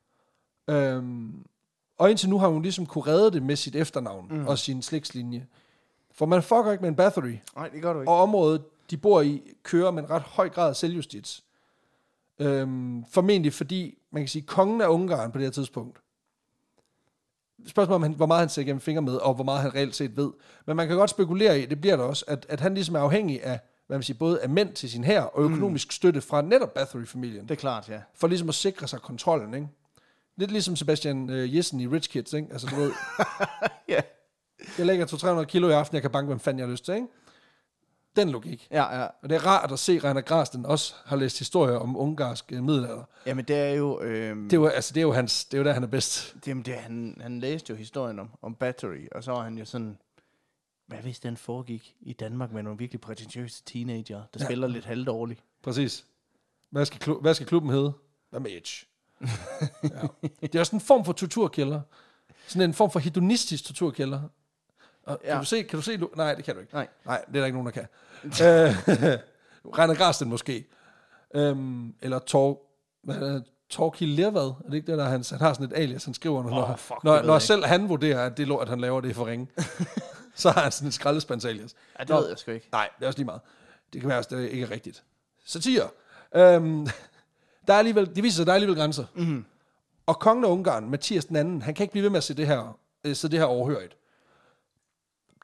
Øhm, og indtil nu har hun ligesom kunne redde det med sit efternavn mm. og sin slægtslinje. For man fucker ikke med en Bathory. Nej, det gør du ikke. Og området, de bor i, kører med en ret høj grad af selvjustits. Øhm, formentlig fordi, man kan sige, kongen af Ungarn på det her tidspunkt. Spørgsmålet om, hvor meget han ser gennem fingre med, og hvor meget han reelt set ved. Men man kan godt spekulere i, det bliver der også, at, at han ligesom er afhængig af, hvad man siger, både af mænd til sin hær, og økonomisk mm. støtte fra netop Bathory-familien. Det er klart, ja. For ligesom at sikre sig kontrollen, ikke? Lidt ligesom Sebastian uh, Jessen i Rich Kids, ikke? Altså, du ved, ja. Jeg lægger to til tre hundrede kilo i aften, jeg kan banke, hvem fanden jeg har lyst til, ikke? Den logik. Ja, ja. Og det er rart at se, at Rainer Grasten også har læst historier om ungarsk uh, middelalder. Jamen, det er jo... Øhm, det, er jo altså, det er jo hans, det er jo der, han er bedst. Jamen, det, han, han læste jo historien om, om Bathory, og så var han jo sådan... Hvad hvis den foregik i Danmark med nogle virkelig prætentiøse teenager, der ja. spiller lidt halvdårligt? Præcis. Hvad skal, klu- hvad skal klubben hedde? Hvad med Edge? Ja. Det er også en form for torturkælder. Sådan en form for hedonistisk torturkælder. Og ja. Kan du se? Kan du se? Nej, det kan du ikke. Nej, Nej, det er der ikke nogen, der kan. øh, Rainer Grasten måske. Øhm, eller Tor... Torkild Lervad. Er det ikke det, der han, han har sådan et alias, han skriver, når, oh, fuck, når, når selv han vurderer, at det at han laver det for ringe. Så har han sådan en skraldespands alias. Ja, det Nå, ved jeg sgu ikke. Nej, det er også lige meget. Det kan være, at det ikke er rigtigt. Satire. Øhm, der er alligevel, det viser sig, at der er alligevel grænser. Mm-hmm. Og kongen af Ungarn, Mathias den anden, han kan ikke blive ved med at se det her, øh, se det her overhørigt.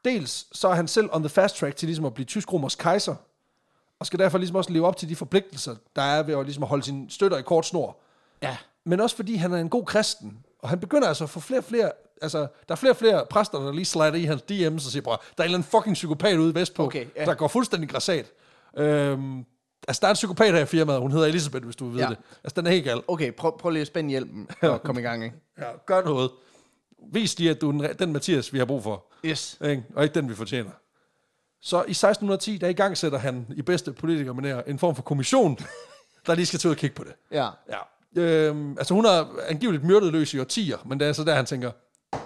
Dels så er han selv on the fast track til ligesom at blive tysk-romersk kejser, og skal derfor ligesom også leve op til de forpligtelser, der er ved at, ligesom at holde sine støtter i kort snor. Ja. Men også fordi han er en god kristen, og han begynder altså at få flere og flere, altså der er flere og flere præster, der lige slider i hans D M's og siger, bror, der er en eller anden fucking psykopat ude vestpå, okay, ja. der går fuldstændig græsat. Øhm, altså der er en psykopat her i firmaet, hun hedder Elisabeth, hvis du ved ja. det. Altså den er helt gal. Okay, prøv, prøv lige at spænde hjelmen og komme i gang, ikke? Ja, gør noget. Vis lige, at du er den Mathias, vi har brug for. Yes. Ikke? Og ikke den, vi fortjener. Så i seksten ti, der i gang sætter han i bedste politikermanér en form for kommission, der lige skal til at kigge på det. Ja. Ja. Øhm, altså hun har angiveligt myrdet løs i årtier, men det er så der, han tænker,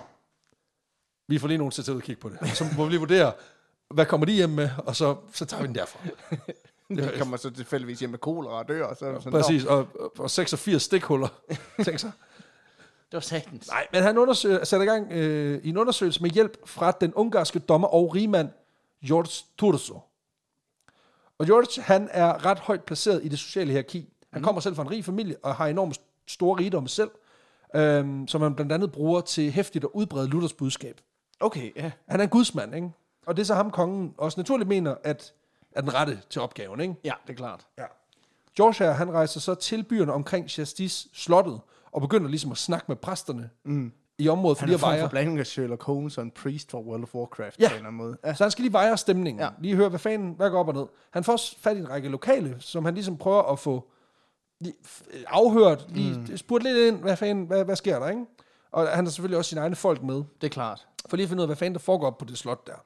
vi får lige nogen til at tage ud og kigge på det. Og så må vi lige vurdere, hvad kommer de hjem med, og så, så tager vi den derfra. Det kommer så tilfældigvis hjem med kolera og dør. Og så, ja, sådan, præcis, og, og seksogfirs stikhuller. Tænk så. Det var satans. Nej, men han undersøger, sætter i gang øh, i en undersøgelse med hjælp fra den ungarske dommer og rigmand, George Turso. Og George, han er ret højt placeret i det sociale hierarki. Han mm. kommer selv fra en rig familie, og har enormt store rigdomme selv, øhm, som han blandt andet bruger til hæftigt at udbrede Luthers budskab. Okay, ja. Han er en gudsmand, ikke? Og det er så ham, kongen også naturligt mener, at er den rette til opgaven, ikke? Ja, det er klart. Ja. George her, han rejser så til byerne omkring Chastis slottet, og begynder ligesom at snakke med præsterne mm. i området for han de at veje. Han er en blanding af Sherlock Holmes og en priest for World of Warcraft ja. på en eller anden måde. Ja. Så han skal lige veje stemningen. Ja. Lige høre, hvad fanden, hvad går op og ned. Han får også fat i en række lokale, som han ligesom prøver at få lige afhørt, lige mm. spurgt lidt ind, hvad fanden, hvad, hvad sker der, ikke? Og han har selvfølgelig også sine egne folk med. Det er klart. For lige at finde ud af, hvad fanden der foregår op på det slot der.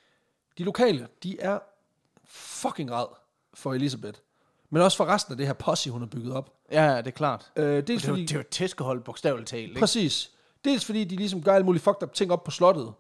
De lokale, de er fucking ræd for Elisabeth. Men også for resten af det her posse, hun har bygget op. Ja, det er klart. Øh, dels det, er fordi, jo, det er jo et tæskehold, bogstaveligt talt, ikke? Præcis. Dels fordi, de ligesom gør alle mulige fucked up ting op på slottet.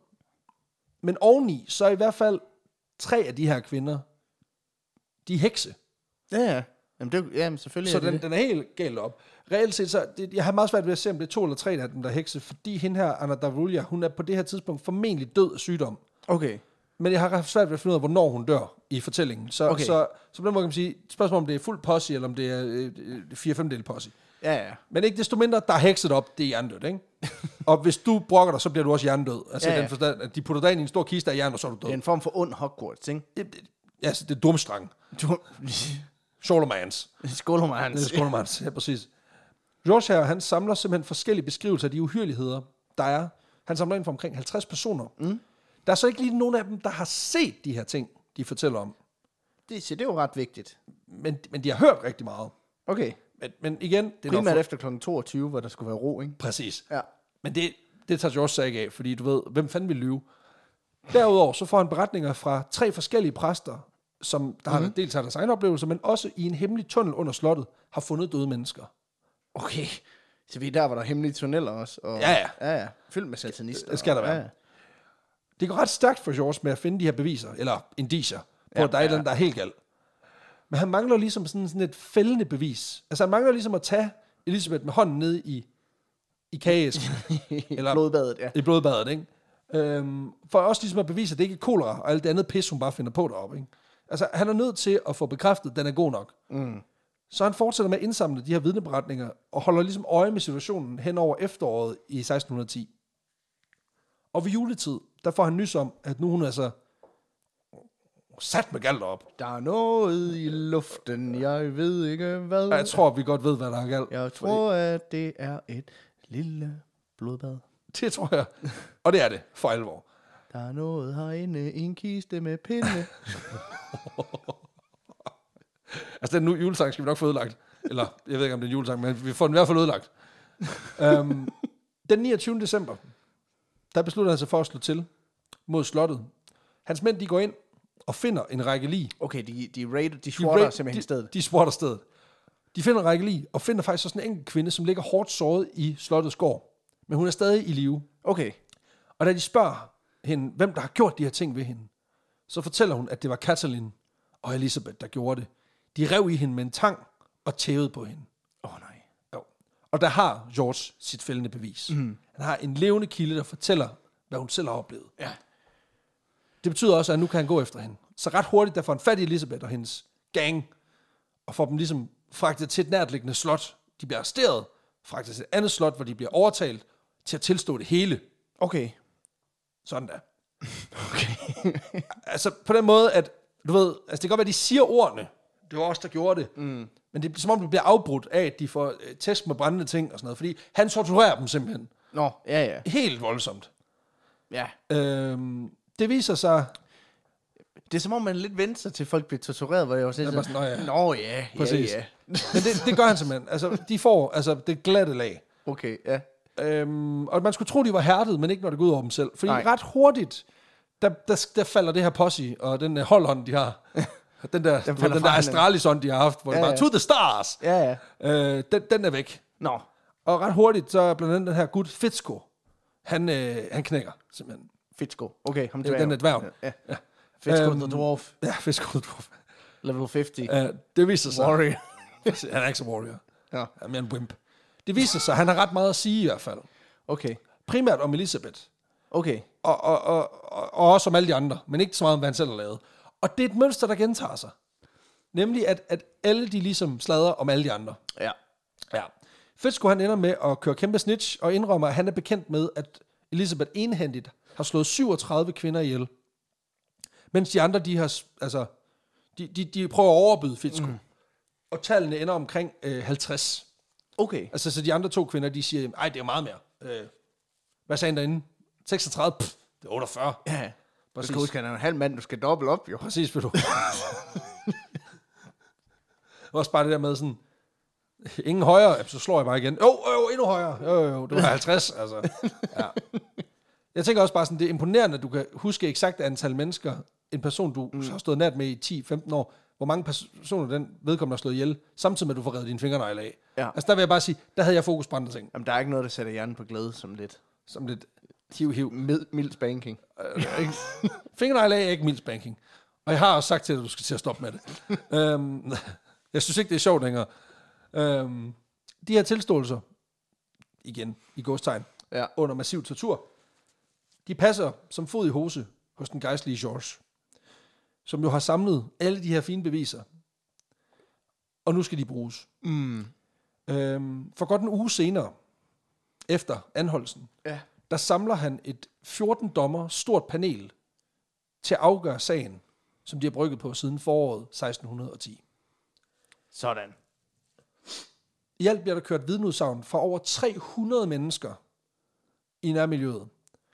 Men oveni, så er i hvert fald tre af de her kvinder, de er hekse. Ja, ja. Jamen, det er, jamen selvfølgelig så er det den, det. den er helt galt op. Reelt set, så det, jeg har meget svært ved at se, om det er to eller tre af dem, der er hekse, fordi hende her, Anna Davulja, hun er på det her tidspunkt formentlig død af sygdom. Okay. Men jeg har ret svært ved at finde ud af, hvornår hun dør i fortællingen. Så, okay. så, så på den måde kan man sige, spørgsmål om det er fuld posse, eller om det er øh, fire femdel posse. Ja, ja. Men ikke desto mindre, der er hekset op, det er hjernedødt, ikke? Og hvis du brokker dig, så bliver du også hjernedød. Altså ja, ja. den forstand, at de putter dig ind i en stor kiste af jern, og så er du død. Det er en form for ond Hogwarts, ikke? Det, det, altså, det er dumstrang. Du... Scholomans. Scholomans. Scholomans, ja, præcis. George her, han samler simpelthen forskellige beskrivelser af de uhyrligheder, der er. Han samler ind for omkring halvtreds personer. Mm. Der er så ikke lige nogen af dem, der har set de her ting, de fortæller om. Det, det er jo ret vigtigt. Men, men de har hørt rigtig meget. Okay. Men, men igen... Det er primært for... efter klokken toogtyve, hvor der skulle være ro, ikke? Præcis. Ja. Men det, det tager George sig ikke af, fordi du ved, hvem fanden vil lyve? Derudover så får han beretninger fra tre forskellige præster, som der mm-hmm. har dels har deres egen oplevelser, men også i en hemmelig tunnel under slottet har fundet døde mennesker. Okay. Så vi er der, hvor der er hemmelige tunneller også. Og... Ja, ja. Ja, ja. Fyldt med satanister. Det skal der være. Ja, ja. Det går ret stærkt for George med at finde de her beviser, eller indicier, på ja, at der er ja. et eller andet, der er helt galt. Men han mangler ligesom sådan, sådan et fældende bevis. Altså han mangler ligesom at tage Elisabeth med hånden ned i, i kageæsken. eller blodbadet, ja. I blodbadet, ikke? Øhm, for også ligesom at bevise, at det ikke er kolera, og alt det andet pis, hun bare finder på deroppe, ikke? Altså han er nødt til at få bekræftet, at den er god nok. Mm. Så han fortsætter med at indsamle de her vidneberetninger, og holder ligesom øje med situationen hen over efteråret i seksten ti. Og ved juletid, der får han nys om, at nu hun er så sat med galt op. Der er noget i luften, jeg ved ikke hvad. Jeg tror, vi godt ved, hvad der er galt. Jeg tror, fordi... at det er et lille blodbad. Det tror jeg. Og det er det, for alvor. Der er noget herinde i en kiste med pinde. Altså, den julesang skal vi nok få ødelagt. Eller, jeg ved ikke, om det er en julesang, men vi får den i hvert fald ødelagt. um, den niogtyvende december, der beslutter han sig for at slå til mod slottet. Hans mænd, de går ind og finder en række lig. Okay, de, de raider, de swatter simpelthen de, stedet. De swatter stedet. De finder en række lig, og finder faktisk også en enkelt kvinde, som ligger hårdt såret i slottets gård. Men hun er stadig i live. Okay. Og da de spørger hende, hvem der har gjort de her ting ved hende, så fortæller hun, at det var Katalin og Elisabeth, der gjorde det. De rev i hende med en tang og tævede på hende. Åh oh, nej. Jo. Og der har George sit fældende bevis. Mm. Han har en levende kilde, der fortæller, hvad hun selv har oplevet. Ja. Det betyder også, at nu kan han gå efter hende. Så ret hurtigt, der får han fat i Elisabeth og hendes gang, og får dem ligesom fragtet til et nærtliggende slot. De bliver arresteret, fragtet til et andet slot, hvor de bliver overtalt til at tilstå det hele. Okay. Sådan der. Okay. Altså på den måde, at du ved, altså det kan godt være, at de siger ordene. Det var os, der gjorde det. Mm. Men det er som om, det bliver afbrudt af, at de får øh, tæsk med brændende ting og sådan noget. Fordi han torturerer dem simpelthen. Nå, ja, ja. Helt voldsomt. Ja. Øhm, det viser sig... Det er som om, man lidt venter sig til, folk bliver tortureret, hvor jeg også Ja, sådan, nå ja. Nå ja, Præcis. ja, ja. Men det, det gør han simpelthen. Altså, de får altså, det glatte lag. Okay, ja. Øhm, og man skulle tro, de var hærdet, men ikke når det går ud over dem selv. Fordi Nej. ret hurtigt, der, der, der falder det her posse, og den uh, holdhånd, de har, den der, den, den der astralisånd, de har haft, hvor ja, det bare, ja. To the stars, Ja, ja. øh, den, den er væk. Nå. Og ret hurtigt, så er blandt andet den her gut Fitzko, han, øh, han knækker simpelthen. Fitzko. Okay, ham Den er dværg. Ja. ja. Fitzko Øhm, the Dwarf. Ja, Fitzko the Dwarf. Level halvtreds. Uh, det viser sig. Warrior. Han er ikke så warrior. Ja. Han er mere en wimp. Det viser sig, han har ret meget at sige i hvert fald. Okay. Primært om Elisabeth. Okay. Og, og, og, og, og også om alle de andre, men ikke så meget om, hvad han selv har lavet. Og det er et mønster, der gentager sig. Nemlig, at, at alle de ligesom sladrer om alle de andre. Ja. Ja. Fitzko, han ender med at køre kæmpe snitch, og indrømmer, at han er bekendt med, at Elisabeth enhændigt har slået syvogtredive kvinder ihjel. Mens de andre, de har, altså, de, de, de prøver at overbyde Fitzko. Mm. Og tallene ender omkring øh, halvtreds. Okay. Altså, så de andre to kvinder, de siger, ej, det er meget mere. Øh, hvad sagde han derinde? seksogtredive? Pff, det er otteogfyrre. Ja. Du Præcis. skal huske, han er en halv mand, du skal dobbelt op, jo. Præcis, vil du. Også bare det der med sådan, ingen højere, så slår jeg bare igen. Jo, jo, endnu højere. Jo, jo, jo, det var halvtreds, altså. Ja. Jeg tænker også bare sådan, det er imponerende, at du kan huske eksakt antal mennesker, en person, du mm. har stået nært med i ti til femten år, hvor mange personer den vedkommende har slået ihjel, samtidig med, at du får reddet dine fingernegle af. Ja. Altså, der vil jeg bare sige, der havde jeg fokus på andre ting. Jamen, der er ikke noget, der sætter hjernen på glæde som lidt. Som lidt hiv, hiv. Mild, mild spanking. Fingernegle af er ikke mild spanking. Og jeg har også sagt til dig, at du skal til at stoppe med det. um, jeg synes ikke, det er sjovt længere. Um, de her tilståelser, igen, i gåstegn, ja. under massiv tortur, de passer som fod i hose hos den gejstlige George, som jo har samlet alle de her fine beviser. Og nu skal de bruges. Mm. Um, for godt en uge senere, efter anholdelsen, ja. der samler han et fjorten dommer stort panel til at afgøre sagen, som de har brygget på siden foråret seksten ti. Sådan. I alt bliver der kørt vidneudsagn fra over tre hundrede mennesker i nærmiljøet.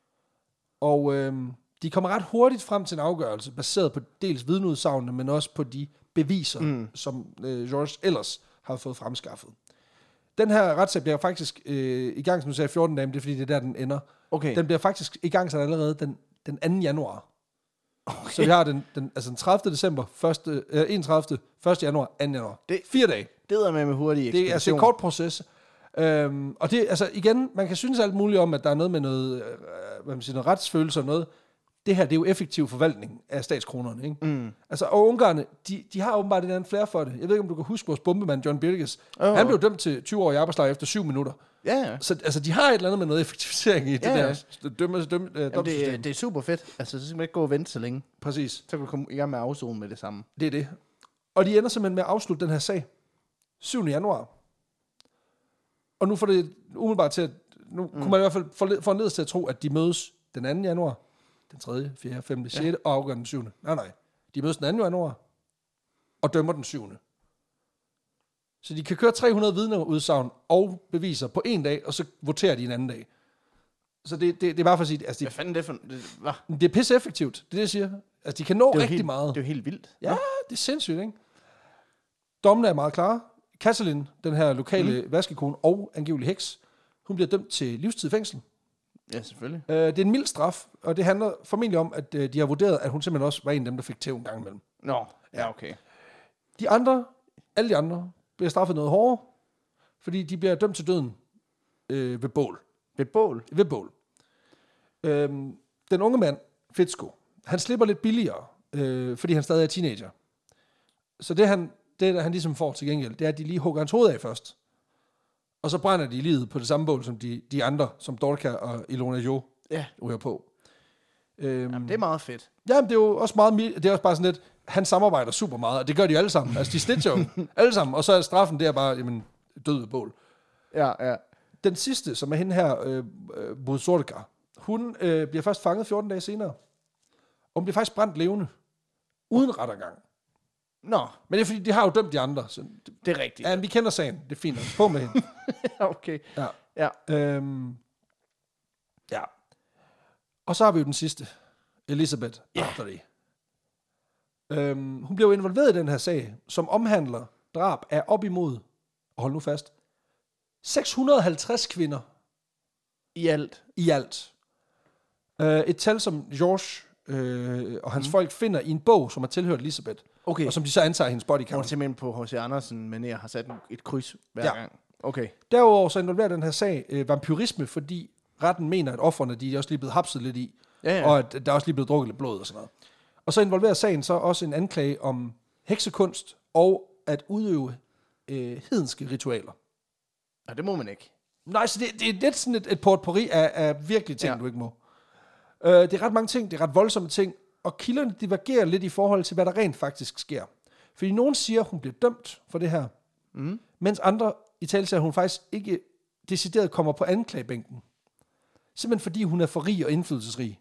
Og øhm, de kommer ret hurtigt frem til en afgørelse, baseret på dels vidneudsagnene, men også på de beviser, mm. som øh, George ellers har fået fremskaffet. Den her retssag bliver faktisk øh, i gang, som du sagde, fjorten dage, det er fordi, det er der, den ender. Okay. Den bliver faktisk i gang så allerede den, den anden januar. Okay. Så vi har den, den, altså den tredivte december, første, øh, enogtredivte første januar, anden januar. Det, Fire dage. Det er med med hurtig ekspedition. Det er altså en kort proces. Øhm, og det, altså igen, man kan synes alt muligt om, at der er noget med noget, øh, hvad man siger, noget retsfølelse og noget. Det her, det er jo effektiv forvaltning af statskronerne, ikke? Mm. Altså, og ungarerne, de, de har åbenbart en anden flere for det. Jeg ved ikke, om du kan huske vores bombemand, John Birgis. Oh. Han blev dømt til tyve år i arbejdslejr efter syv minutter. Ja, ja. Så altså, de har et eller andet med noget effektivisering i det ja, ja. der dømme, dømme, øh, Jamen, det, det er super fedt. Altså, så skal man ikke gå og vente så længe. Præcis. Så kan du komme i gang med at afzone med det samme. Det er det. Og de ender simpelthen med at afslutte den her sag. syvende januar. Og nu får det umiddelbart til at, nu mm. kunne man i hvert fald få ned til at tro, at de mødes den anden januar, den tredje, fjerde, femte, sjette ja. og afgør den syvende. Nej, nej. De mødes den anden januar og dømmer den syvende. Så de kan køre tre hundrede vidneudsagn og beviser på en dag, og så voterer de en anden dag. Så det, det, det er bare for at sige... Altså, hvad fanden det for... Det, hvad? det er pisse effektivt, det er det, jeg siger. Altså, de kan nå rigtig helt, meget. Det er jo helt vildt. Ja, det er sindssygt, ikke? Dommene er meget klare. Katalin, den her lokale mm. vaskekone og angivelig heks, hun bliver dømt til livstid fængsel. Ja, selvfølgelig. Uh, det er en mild straf, og det handler formentlig om, at uh, de har vurderet, at hun simpelthen også var en af dem, der fik tæv en gang imellem. Nå, ja, okay. De andre, alle de andre, bliver straffet noget hårdere, fordi de bliver dømt til døden øh, ved bål. Ved bål? Ved bål. Øhm, den unge mand, Fitzko, han slipper lidt billigere, øh, fordi han stadig er teenager. Så det han, det, der han ligesom får til gengæld, det er, at de lige hugger hans hoved af først. Og så brænder de livet på det samme bål, som de, de andre, som Dorka og Ilona Jo ja. ryger på. Øhm, Jamen, det er meget fedt. Jamen, det er jo også meget, det er også bare sådan lidt, han samarbejder super meget, og det gør de jo alle sammen. Altså, de snitcher jo alle sammen, og så er straffen der bare, jamen, død ved bål. Ja, ja. Den sidste, som er hende her, øh, øh, Buzorka, hun øh, bliver først fanget fjorten dage senere. hun bliver faktisk brændt levende. Uden rettergang. Nå. Men det er fordi, de har jo dømt de andre. Så det, det er rigtigt. Ja, vi kender sagen. Det er fint. På med hende. Okay. Ja. Ja. Øhm, ja. Og så har vi jo den sidste. Elizabeth Bathory. Øhm, hun bliver jo involveret i den her sag, som omhandler drab af op imod, og hold nu fast, seks hundrede og halvtreds kvinder. I alt. I alt. Øh, et tal, som George øh, og hans mm. folk finder i en bog, som har tilhørt Elizabeth. Okay. Og som de så antager hendes bodycount. Hun simpelthen på H C Andersen, men jeg har sat et kryds hver ja. gang. Okay. Derudover så involverer den her sag øh, vampyrisme, fordi retten mener, at offerne de er også lige blevet hapset lidt i. Ja, ja. Og at der er også lige blevet drukket lidt blod og sådan noget. Og så involverer sagen så også en anklage om heksekunst og at udøve øh, hedenske ritualer. Ja, det må man ikke. Nej, så det, det er lidt sådan et, et potpourri af, af virkelige ting, ja. Du ikke må. Øh, det er ret mange ting, det er ret voldsomme ting, og kilderne divergerer lidt i forhold til, hvad der rent faktisk sker. Fordi nogen siger, at hun bliver dømt for det her, mm. mens andre i tale siger, at hun faktisk ikke decideret kommer på anklagebænken. Simpelthen fordi hun er for rig og indflydelsesrig.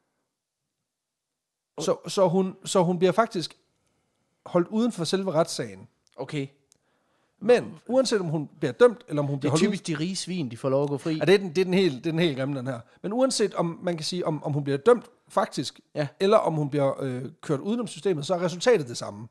Så, så, hun, så hun bliver faktisk holdt uden for selve retssagen. Okay. Men uanset om hun bliver dømt, eller om hun bliver holdt ud... Det er typisk de rige svin, de får lov at gå fri. Ja, det er den, det er den helt, det er den helt grimme, den her. Men uanset om man kan sige, om, om hun bliver dømt faktisk, ja. Eller om hun bliver øh, kørt udenom systemet, så er resultatet det samme.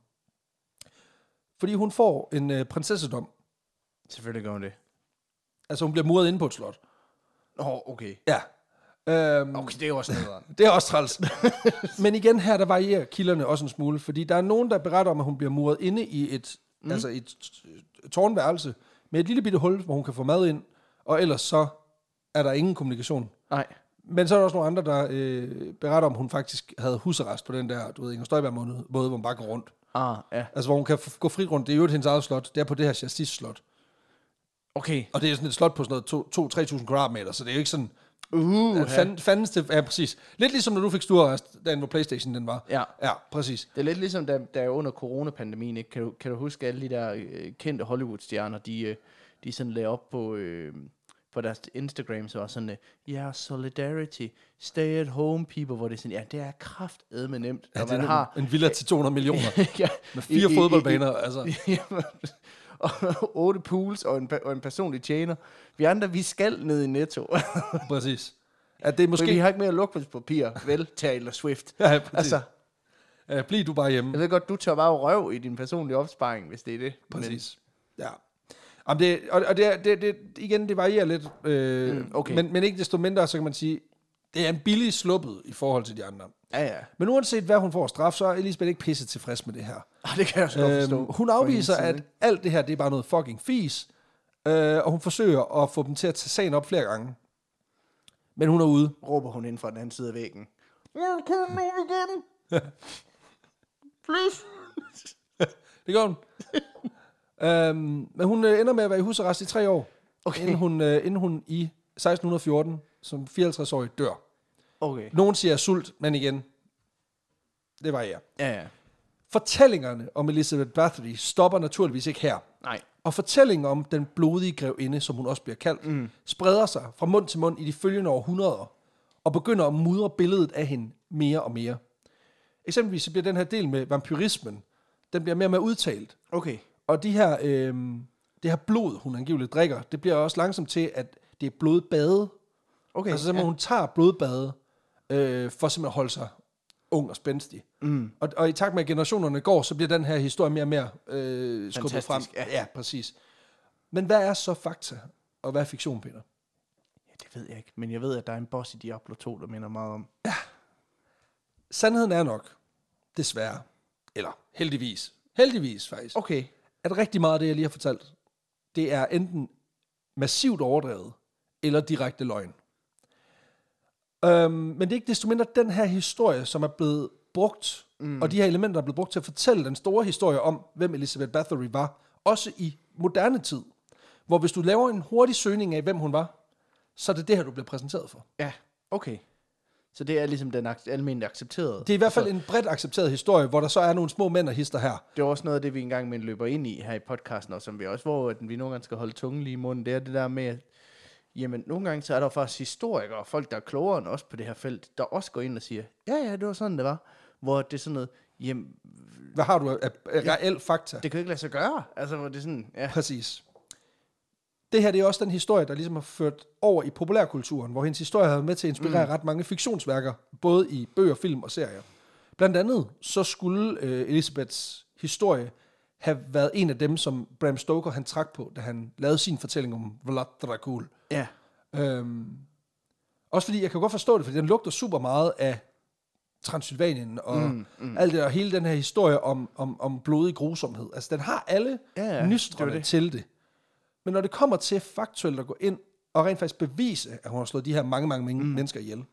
Fordi hun får en øh, prinsessedom. Selvfølgelig gør hun det. Altså hun bliver muret inde på et slot. Åh, oh, okay. Ja. Øhm, okay, det er jo også noget. Det er også træls. Men igen her, der varierer kilderne også en smule, fordi der er nogen, der beretter om, at hun bliver muret inde i et, mm. altså et tårnværelse, med et lille bitte hul, hvor hun kan få mad ind, og ellers så er der ingen kommunikation. Nej. Men så er der også nogle andre, der øh, beretter om, at hun faktisk havde husarrest på den der, du ved, Inger Støjberg-måde, hvor hun bare går rundt. Ah, ja. Altså, hvor hun kan f- gå frit rundt. Det er jo hendes eget slot. Det er på det her Chassis-slot. Okay. Og det er sådan et slot på sådan noget to til tre tusind kvadratmeter, så det er jo ikke sådan... Uh, ja, fand, fandens det... Ja, præcis. Lidt ligesom, når du fik stuerrest, den hvor PlayStation den var. Ja. Ja, præcis. Det er lidt ligesom, da, da under coronapandemien, ikke? Kan, du, kan du huske alle de der øh, kendte Hollywood-stjerner, de, øh, de sådan lagde op på... Øh, på deres Instagram, så var sådan, ja, yeah, solidarity, stay at home people, hvor det er sådan, ja, det er kraftedme nemt. Ja, når det man er har en villa til to hundrede millioner, ja, med fire i, fodboldbaner, i, i, altså. og otte pools og en, og en personlig tjener. Vi andre, vi skal ned i Netto. Præcis. At det er måske... Men vi har ikke mere lukningspapir, vel, Taylor Swift. Ja, præcis. Altså, ja, bliv du bare hjemme. Jeg ved godt, du tør bare røv i din personlige opsparing, hvis det er det. Præcis. Men... Ja. Jamen det, og og det, det, det, igen, det varierer lidt, øh, mm, okay. men, men ikke desto mindre, så kan man sige, det er en billig sluppet i forhold til de andre. Ja, ja. Men uanset hvad hun får straf, så er Elisabeth ikke pisse tilfreds med det her. Ah, det kan jeg også godt forstå. Øhm, hun afviser, at alt det her, det er bare noget fucking fis, øh, og hun forsøger at få dem til at tage sagen op flere gange. Men hun er ude. Råber hun ind fra den anden side af væggen. Jeg vil køre nogen igen. Please. Det gør hun. øhm, men hun øh, ender med at være i husarrest i tre år, okay. inden, hun, øh, inden hun i seksten fjorten som fireoghalvtreds-årig dør. Okay. Nogen siger sult, men igen, det var jeg. Ja, ja. Fortællingerne om Elizabeth Bathory stopper naturligvis ikke her. Nej. Og fortællingen om den blodige grevinde, som hun også bliver kaldt, mm. spreder sig fra mund til mund i de følgende århundreder, og begynder at mudre billedet af hende mere og mere. Eksempelvis så bliver den her del med vampyrismen, den bliver mere og mere udtalt. Okay. Og de her, øh, det her blod, hun angiveligt drikker, det bliver også langsomt til, at det er blodbade. Okay, altså simpelthen, ja. Hun tager blodbade, øh, for simpelthen at holde sig ung og spændstig. Mm. Og, og i takt med, at generationerne går, så bliver den her historie mere og mere øh, skubbet frem. Ja. ja, præcis. Men hvad er så fakta, og hvad er fiktion, Peter? Ja, det ved jeg ikke, men jeg ved, at der er en boss i Diablo to, der minder meget om. Ja. Sandheden er nok, desværre, eller heldigvis, heldigvis faktisk, okay. at rigtig meget af det, jeg lige har fortalt, det er enten massivt overdrevet, eller direkte løgn. Øhm, men det er ikke desto mindre den her historie, som er blevet brugt, mm. og de her elementer er blevet brugt til at fortælle den store historie om, hvem Elizabeth Bathory var, også i moderne tid. Hvor hvis du laver en hurtig søgning af, hvem hun var, så er det det her, du bliver præsenteret for. Ja, okay. Så det er ligesom den ac- almindeligt accepterede. Det er i hvert fald altså, en bredt accepteret historie, hvor der så er nogle små mænd og hister her. Det er også noget af det, vi engang med løber ind i her i podcasten, og som vi også, hvor vi nogle gange skal holde tungen lige i munden, det er det der med, jamen nogle gange så er der faktisk historikere og folk, der er klogere end os på det her felt, der også går ind og siger, ja, ja, det var sådan, det var. Hvor det er sådan noget, jamen, Hvad har du af, af reel fakta? det kan jo ikke lade sig gøre. Altså, hvor det er sådan, ja. Præcis. Det her, det er også den historie, der ligesom har ført over i populærkulturen, hvor hendes historie har været med til at inspirere mm. ret mange fiktionsværker, både i bøger, film og serier. Blandt andet, så skulle øh, Elizabeths historie have været en af dem, som Bram Stoker han trak på, da han lavede sin fortælling om Vlad Dracul. Ja. Øhm, også fordi, jeg kan godt forstå det, fordi den lugter super meget af Transylvanien og mm, mm. alt det, og hele den her historie om, om, om blodig grusomhed. Altså, den har alle ja, ja, nystrene det. til det. Men når det kommer til faktuelt at gå ind og rent faktisk bevise, at hun har slået de her mange, mange mm. mennesker ihjel,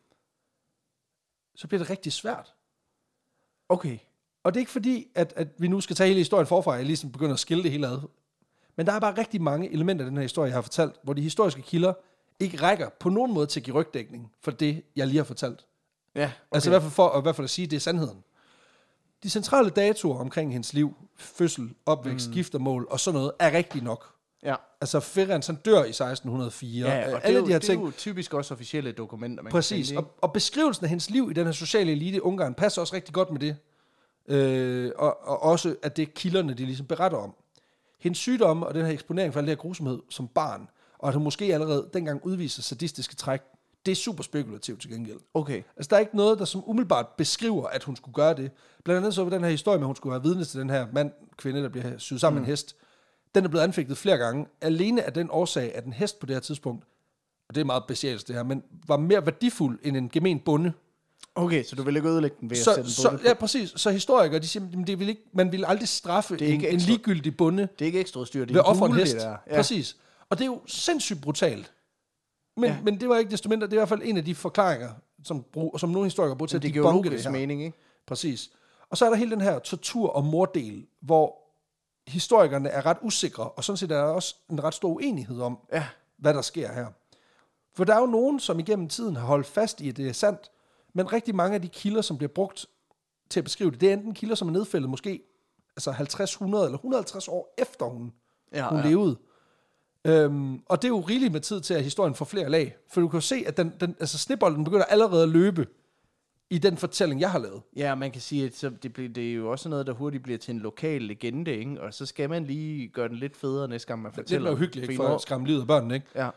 så bliver det rigtig svært. Okay. Og det er ikke fordi, at, at vi nu skal tage hele historien forfra, og jeg ligesom begynder at skille det hele ad. Men der er bare rigtig mange elementer af den her historie, jeg har fortalt, hvor de historiske kilder ikke rækker på nogen måde til at give rygdækning for det, jeg lige har fortalt. Ja, okay. Altså i hvert fald for, og i hvert fald at sige, at det er sandheden. De centrale datoer omkring hendes liv, fødsel, opvækst, mm. giftermål og sådan noget, er rigtigt nok. Ja. Altså Ferenc, han dør i seksten hundrede og fire. Ja, ja, og alle det, er jo, de her det ting. er jo typisk også officielle dokumenter, man Præcis, kan finde, og, og beskrivelsen af hendes liv i den her sociale elite i Ungarn passer også rigtig godt med det. Øh, og, og også, at det er kilderne, de ligesom beretter om. Hendes sygdomme og den her eksponering for al det her grusomhed som barn, og at hun måske allerede dengang udviser sadistiske træk, det er super spekulativt til gengæld. Okay. Altså, der er ikke noget, der som umiddelbart beskriver, at hun skulle gøre det. Blandt andet så var den her historie med, at hun skulle have vidne til den her mand, kvinde, der bliver syet sammen mm. med en hest. Den er blevet anfægtet flere gange, alene af den årsag, at en hest på det her tidspunkt, og det er meget bestialsk det her, men var mere værdifuld end en gemen bonde. Okay, så du vil ikke ødelægge den ved så, at sætte en så, bonde på? Ja, præcis. Så historikere, de siger, at det vil ikke, man vil aldrig straffe det er en, ikke en ligegyldig bonde det er ikke ekstra udstyr, det ved er offer en hule, hest. det der. Ja. Præcis. Og det er jo sindssygt brutalt. Men, Ja. men det var ikke desto mindre, det er i hvert fald en af de forklaringer, som, brug, som nogle historikere bruger til at det giver debunke det logisk her. mening, ikke? Præcis. Og så er der hele den her tortur- og morddel, hvor historikerne er ret usikre, og sådan set er der også en ret stor uenighed om, Ja. hvad der sker her. For der er jo nogen, som igennem tiden har holdt fast i, at det er sandt, men rigtig mange af de kilder, som bliver brugt til at beskrive det, det er enten kilder, som er nedfældet måske altså halvtreds, hundrede eller et hundrede og halvtreds år efter hun, Ja, hun ja. levede. Øhm, og det er jo rigeligt med tid til, at historien får flere lag. For du kan jo se, at den, den, altså snebolden begynder allerede at løbe i den fortælling, jeg har lavet. Ja, man kan sige, at så det, bliver, det er jo også noget, der hurtigt bliver til en lokal legende, ikke? Og så skal man lige gøre den lidt federe, næste gang man Det fortæller. er jo hyggeligt, ikke, For for når- at skræmme livet af børnene, ikke? Ja.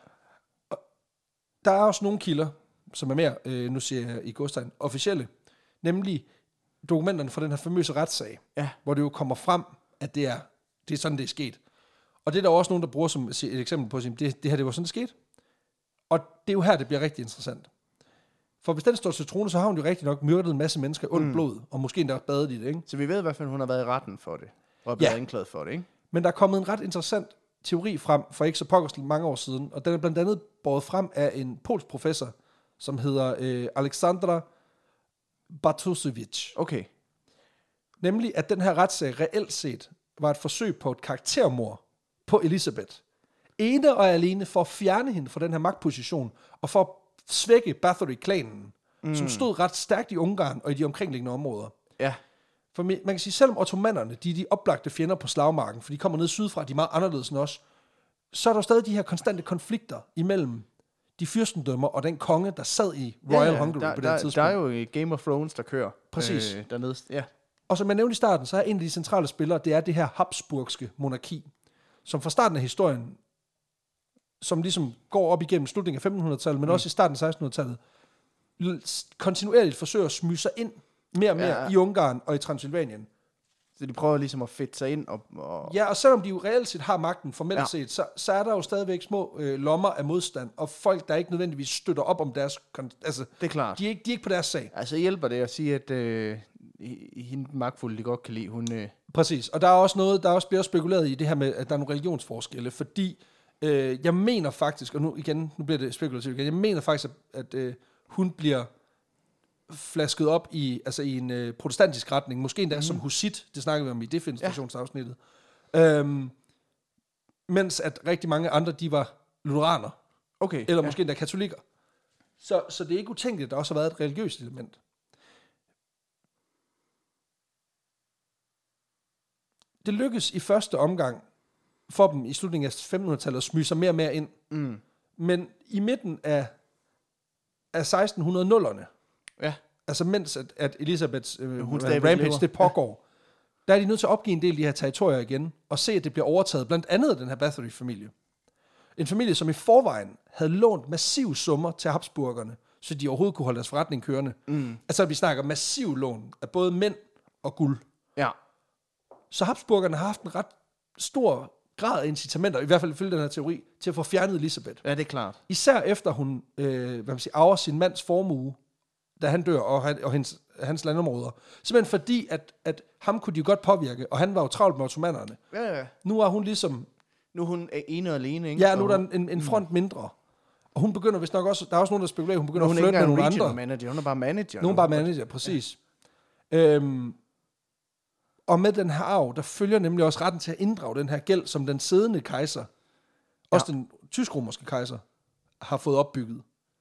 Der er også nogle kilder, som er mere, øh, nu siger jeg i godstegn, officielle, nemlig dokumenterne fra den her famøse retssag, Ja. hvor det jo kommer frem, at det er, det er sådan, det er sket. Og det er der også nogen, der bruger som et eksempel på at sige, det, det her, det var sådan, det skete. Og det er jo her, det bliver rigtig interessant. For hvis den står til trone, så har hun jo rigtig nok myrdet en masse mennesker i ondt Mm. blod, og måske endda badet i det, ikke? Så vi ved i hvert fald, hun har været i retten for det. Og blevet Ja. anklaget for det, ikke? Men der er kommet en ret interessant teori frem for ikke så pokkers mange år siden, og den er blandt andet båret frem af en polsk professor, som hedder øh, Aleksandra Bartosiewicz. Okay. Nemlig, at den her retssag reelt set var et forsøg på et karaktermord på Elizabeth. Ene og alene for at fjerne hende fra den her magtposition, og for at svække Bathory-klanen, mm. som stod ret stærkt i Ungarn og i de omkringliggende områder. Ja. For man kan sige, selvom ottomanerne, de er de oplagte fjender på slagmarken, for de kommer ned sydfra, de er meget anderledes end os, så er der jo stadig de her konstante konflikter imellem de fyrstendømmer og den konge, der sad i Royal ja, ja. Hungary der, på det der, her tidspunkt. der er jo Game of Thrones, der kører. Præcis. Øh, dernede. Ja. Og som jeg nævnte i starten, så er en af de centrale spillere, det er det her habsburgske monarki, som fra starten af historien, som ligesom går op igennem slutningen af femtenhundredetallet, men mm. også i starten af sekstenhundredetallet, l- kontinuerligt forsøger at smyge sig ind mere og mere Ja. ja. i Ungarn og i Transylvanien. Så de prøver ligesom at fedte sig ind. Og, og Ja, og selvom de jo reelt set har magten formelt Ja. ja. set, så, så er der jo stadigvæk små øh, lommer af modstand, og folk, der ikke nødvendigvis støtter op om deres... Kon- altså, det er klart. de er, ikke, de er ikke på deres sag. Altså hjælper det at sige, at øh, i- hende magtfulde, de godt kan lide, hun... Øh, Præcis, og der er også noget, der også bliver spekuleret i det her med, at der er nogle religionsforskelle, fordi øh, jeg mener faktisk, og nu igen, nu bliver det spekulativt igen, jeg mener faktisk, at, at øh, hun bliver flasket op i, altså i en øh, protestantisk retning, måske endda mm. som husit, det snakker vi om i defenestationsafsnittet, ja. øhm, mens at rigtig mange andre, de var lutheraner, okay. eller ja. måske endda katolikker. Så, så det er ikke utænkeligt, at der også har været et religiøst element. Det lykkes i første omgang for dem i slutningen af femtenhundredetallet at smyge sig mere og mere ind. Mm. Men i midten af, af seksten hundrede, Ja. altså mens at, at Elizabeths øh, Hun stadigvæk rampage lever. det pågår, der er de nødt til at opgive en del af de her territorier igen, og se, at det bliver overtaget, blandt andet af den her Bathory-familie. En familie, som i forvejen havde lånt massive summer til Habsburgerne, så de overhovedet kunne holde deres forretning kørende. Mm. Altså, vi snakker massiv lån af både mænd og guld. Ja. Så Habsburgerne har haft en ret stor grad af incitamenter, i hvert fald ifølge den her teori, til at få fjernet Elisabeth. Ja, det er klart. Især efter hun øh, hvad man siger, arver sin mands formue, da han dør, og, han, og hendes, hans landområder. Simpelthen fordi, at, at ham kunne de jo godt påvirke, og han var jo travlt med ottomanerne. Ja, ja. Nu er hun ligesom... Nu er hun ene og alene, ikke? Ja, nu er der en, en front mindre. Og hun begynder vist nok også... Der er også nogen, der spekulerer, hun begynder hun at flytte med nogle andre. manager, hun er bare manager. Nogen bare manager, præcis. Ja. Øhm, og med den her arv, der følger nemlig også retten til at inddrage den her gæld, som den siddende kejser, også den tysk-romerske kejser, har fået opbygget.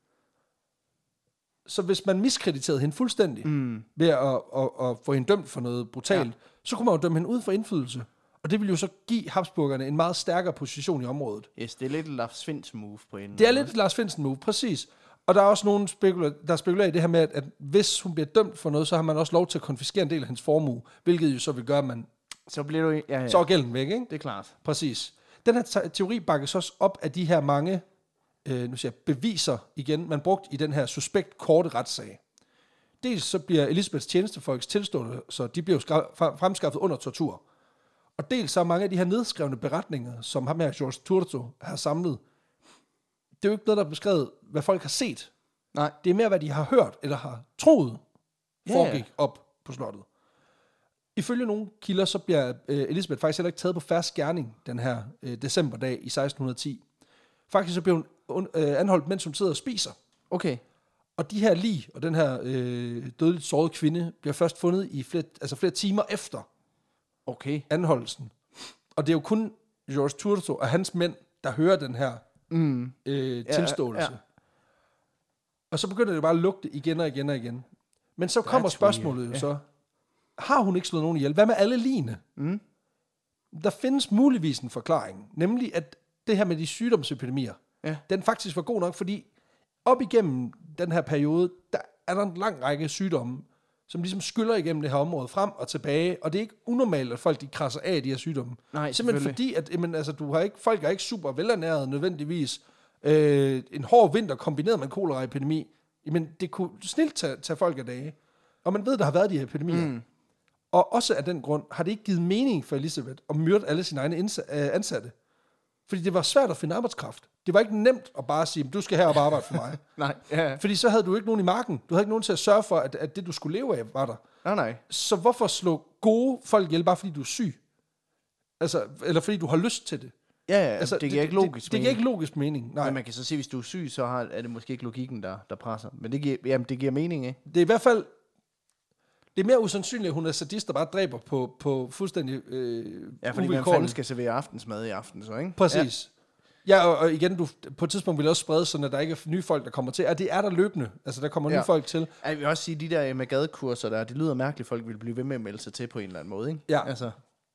Så hvis man miskrediterede hende fuldstændig, mm. ved at, at, at, at få hende dømt for noget brutalt, ja. så kunne man jo dømme hende ud for indflydelse. Og det ville jo så give Habsburgerne en meget stærkere position i området. Yes, det er lidt et Lars Findsen move på hende. Det er lidt et Lars Findsen move, præcis. Og der er også nogen, spekula- der spekulerer i det her med, at, at hvis hun bliver dømt for noget, så har man også lov til at konfiskere en del af hendes formue, hvilket jo så vil gøre, at man... Så bliver du... Ja, ja. Så er gælden væk, ikke? Det er klart. Præcis. Den her te- teori bakkes også op af de her mange øh, nu siger jeg, beviser, igen, man brugt i den her suspekt korte retssag. Dels så bliver Elisabeths tjenestefolks tilstående, så de bliver jo skra- fremskaffet under tortur. Og dels så er mange af de her nedskrevne beretninger, som ham her George Turto har samlet, det er jo ikke noget, der er beskrevet, hvad folk har set. Nej. Det er mere, hvad de har hørt, eller har troet, foregik yeah. op på slottet. Ifølge nogle kilder, så bliver øh, Elisabeth faktisk heller ikke taget på fersk gerning den her øh, decemberdag i seksten ti. Faktisk så bliver hun øh, anholdt, mens hun sidder og spiser. Okay. Og de her lig, og den her øh, dødeligt sårede kvinde, bliver først fundet i flere, altså flere timer efter okay. anholdelsen. Og det er jo kun George Turto og hans mænd, der hører den her mm. øh, tilståelse. Ja, ja. Og så begynder det bare at lugte igen og igen og igen. Men så kommer spørgsmålet jo ja. så, har hun ikke slået nogen ihjel? Hvad med alle ligene? Mm. Der findes muligvis en forklaring, nemlig at det her med de sygdomsepidemier, ja. den faktisk var god nok, fordi op igennem den her periode, der er der en lang række sygdomme, som ligesom skyller igennem det her område frem og tilbage, og det er ikke unormalt, at folk de krasser af de her sygdomme. Nej, simpelthen fordi, at jamen, altså, du har ikke, folk er ikke super velernæret nødvendigvis. Øh, en hård vinter kombineret med en koleraepidemi, jamen det kunne snilt tage, tage folk af dage. Og man ved, der har været de her epidemier. Mm. Og også af den grund har det ikke givet mening for Elisabeth at myrde alle sine egne ansatte. Fordi det var svært at finde arbejdskraft. Det var ikke nemt at bare sige, du skal herop og arbejde for mig. nej, ja, ja. Fordi så havde du ikke nogen i marken. Du havde ikke nogen til at sørge for, at, at det, du skulle leve af, var der. Nej, nej. Så hvorfor slå gode folk ihjel, bare fordi du er syg? Altså, eller fordi du har lyst til det? Ja, ja, altså, det giver det, ikke logisk det, det giver ikke logisk mening. Nej. Men man kan så sige, hvis du er syg, så har, er det måske ikke logikken, der, der presser. Men det giver, jamen, det giver mening, ikke? Det er i hvert fald... Det er mere usandsynligt, at hun er sadist, der bare dræber på, på fuldstændig øh, ja, fordi man fanden skal servere aftensmad i aften, så ikke? Præcis. Ja, ja og, og igen, du, på et tidspunkt vil det også sprede, sådan at der ikke er nye folk, der kommer til. Og det er der løbende. Altså, der kommer ja. nye folk til. Jeg vil også sige, de der med gadekurser der, det lyder mærkeligt, folk vil blive ved med at melde sig til på en eller anden måde, ikke? Ja. Altså.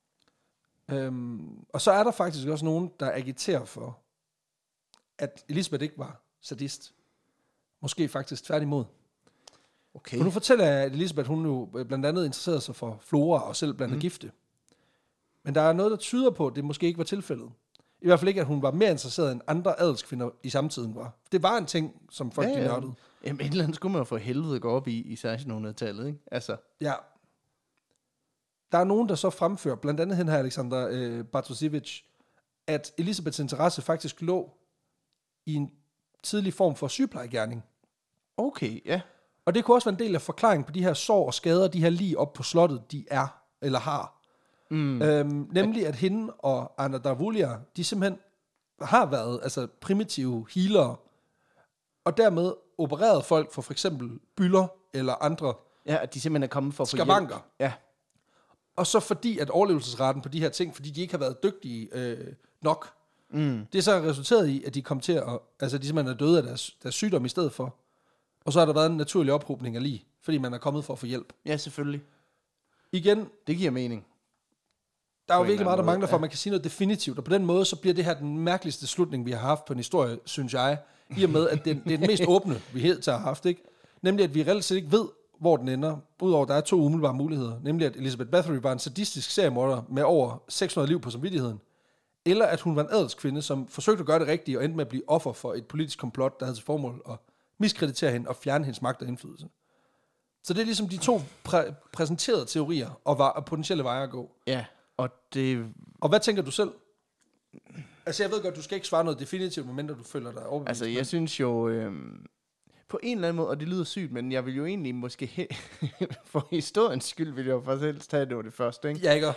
Øhm, og så er der faktisk også nogen, der agiterer for, at Elisabeth ikke var sadist. Måske faktisk tværtimod. Okay. For nu fortæller jeg, at Elisabeth, hun jo blandt andet interesserede sig for flora og selv blandt mm. gifte. Men der er noget, der tyder på, at det måske ikke var tilfældet. I hvert fald ikke, at hun var mere interesseret end andre adelskvinder i samtiden var. Det var en ting, som folk ja, ja. nørdede. Jamen, et eller andet skulle man jo for helvede gå op i i sekstenhundredetallet, ikke? Altså. Ja. Der er nogen, der så fremfører, blandt andet hen her Alexander øh, Bartosiewicz, at Elisabeths interesse faktisk lå i en tidlig form for sygeplejegerning. Okay, ja. Og det kunne også være en del af forklaringen på de her sår og skader, de her lige op på slottet, de er eller har. Mm. Øhm, nemlig at hende og Anna Darvulia, de simpelthen har været altså primitive healere, og dermed opereret folk for for eksempel byller eller andre ja, at de simpelthen er kommet for at få skavanker. Hjælp. Ja. Og så fordi at overlevelsesraten på de her ting, fordi de ikke har været dygtige øh, nok, mm. det er så resulteret i, at de kom til at, altså de simpelthen er døde af deres, deres sygdom i stedet for. Og så har der været en naturlig ophobning af lig, fordi man er kommet for at få hjælp. Ja, selvfølgelig. Igen. Det giver mening. Der er jo en virkelig eller meget, der anden mangler måde. for, at man kan sige noget definitivt. Og på den måde, så bliver det her den mærkeligste slutning, vi har haft på en historie, synes jeg. I og med, at det, det er den mest åbne, vi helt har haft, ikke? Nemlig, at vi reelt set ikke ved, hvor den ender. Udover, at der er to umiddelbare muligheder. Nemlig, at Elizabeth Bathory var en sadistisk seriemorder med over seks hundrede liv på samvittigheden. Eller at hun var en adelskvinde, som forsøgte at gøre det rigtige og endte med at blive offer for et politisk komplot, der havde til formål at miskreditere hende og fjerne hendes magt og indflydelse. Så det er ligesom de to præ- præsenterede teorier og, var, og potentielle veje at gå. Ja, og det... Og hvad tænker du selv? Altså, jeg ved godt, du skal ikke svare noget definitivt, medmindre du føler dig overbevist. Altså, jeg synes jo... Øh, på en eller anden måde, og det lyder sygt, men jeg vil jo egentlig måske... He- for historiens skyld vil jeg jo faktisk helst tage, at det var det første, ikke? Ja, ikke?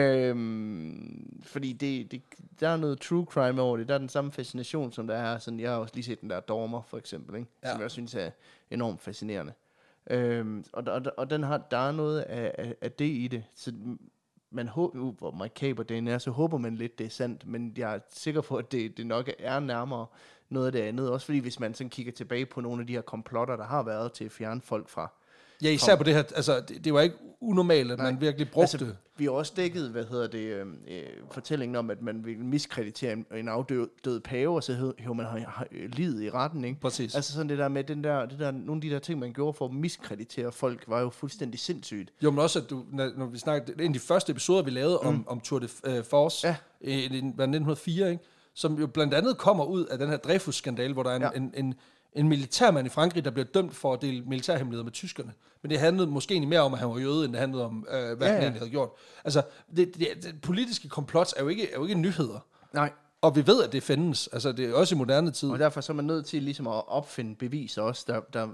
Øhm, fordi det, det, der er noget true crime over det. Der er den samme fascination, som der er. Sådan, jeg har også lige set den der Dormer, for eksempel, ikke? Ja. Som jeg også synes er enormt fascinerende. Øhm, og og, og den har, der er noget af, af, af det i det. Så man håber, uh, hvor makaber den er, så håber man lidt, det er sandt. Men jeg er sikker på, at det, det nok er nærmere noget af det andet. Også fordi, hvis man sådan kigger tilbage på nogle af de her komplotter, der har været til at fjerne folk fra. Ja, især på det her, altså, det, det var ikke unormalt, at Nej. man virkelig brugte Altså, vi har også dækket, hvad hedder det, øh, øh, fortællingen om, at man vil miskreditere en, en afdød død pave, og så hæver man har, har livet i retten, ikke? Præcis. Altså sådan det der med, den der, det der, nogle af de der ting, man gjorde for at miskreditere folk, var jo fuldstændig sindssygt. Jo, men også, at du, når, når vi snakker, det er en af de første episoder, vi lavede mm. om, om Tour de uh, Force, Ja. i, i nitten hundrede og fire, ikke? Som jo blandt andet kommer ud af den her Dreyfus-skandale, hvor der er en, Ja. en, en, en militærmand i Frankrig, der bliver dømt for at dele militærhemmeligheder med tyskerne. Men det handlede måske egentlig mere om, at han var jøde, end det handlede om, øh, hvad Ja, han ja. egentlig havde gjort. Altså, det, det, det politiske komplots er jo ikke, er jo ikke nyheder. Nej. Og vi ved, at det findes. Altså, det er også i moderne tid. Og derfor så er man nødt til ligesom at opfinde beviser også, der, der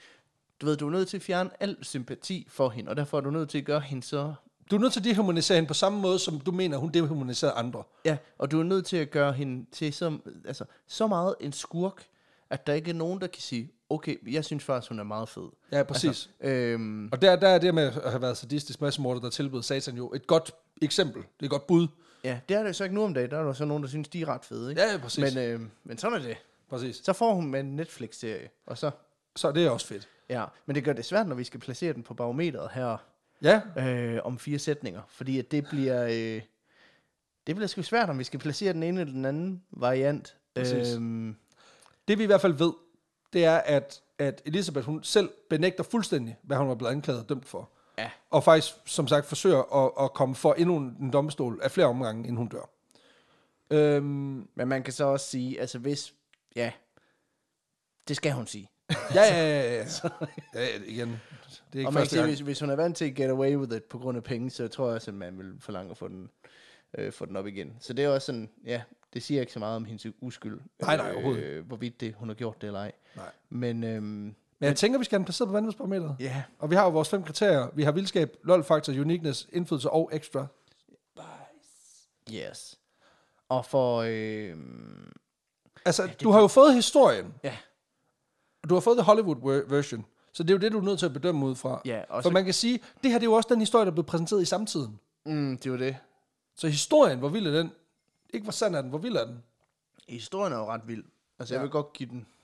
du ved, du er nødt til at fjerne al sympati for hende, og derfor er du nødt til at gøre hende så... Du er nødt til at dehumanisere hende på samme måde, som du mener, hun dehumaniserede andre. Ja, og du er nødt til at gøre hende til så, altså, så meget en skurk, at der ikke er nogen, der kan sige, okay, jeg synes faktisk, hun er meget fed. Ja, præcis. Altså, øhm, Og der, der er det med at have været sadistisk massemorder, der tilbød Satan jo et godt eksempel. Det er et godt bud. ja, det er det så ikke nu om dagen. Der er der så nogen, der synes, de er ret fede, ikke? Ja, ja, præcis. Men, øh, men sådan er det. præcis. Så får hun med en Netflix-serie, og så... Så det er også fedt. Ja, men det gør det svært, når vi skal placere den på barometeret her Ja, øh, om fire sætninger. Fordi at det bliver... Øh, det bliver sgu svært, om vi skal placere den ene eller den anden variant. Præcis. Øhm, det vi i hvert fald ved, det er, at, at Elisabeth, hun selv benægter fuldstændig, hvad hun var blevet anklaget og dømt for. ja, Og faktisk, som sagt, forsøger at, at komme for endnu en domstol af flere omgange, inden hun dør. Øhm, men man kan så også sige, altså hvis... Ja, det skal hun sige. ja, ja, ja, ja. ja, ja igen. Det er ikke Og man kan første sige, gang. hvis, hvis hun er vant til at get away with it på grund af penge, så tror jeg også, at man vil forlange at få den, øh, få den op igen. Så det er også sådan, ja, det siger ikke så meget om hendes uskyld. Nej, nej, overhovedet øh, hvorvidt det, hun har gjort det eller ej. Nej. Men øhm, Men jeg tænker, vi skal have den placeret på vandvidsbarometeret. ja, Og vi har jo vores fem kriterier. Vi har vildskab, lol-faktor, uniqueness, indflydelse og extra. yes. Og for... Øh, Altså, du har jo fået historien. ja, Og du har fået the Hollywood ver- version. Så det er jo det, du er nødt til at bedømme ud fra. ja, og For så, man kan sige, det her det er jo også den historie, der blev præsenteret i samtiden. mm, det var det. Så historien, hvor vild er den? Ikke hvor sand er den, hvor vild er den? Historien er jo ret vild. Altså, Ja. jeg vil godt give den...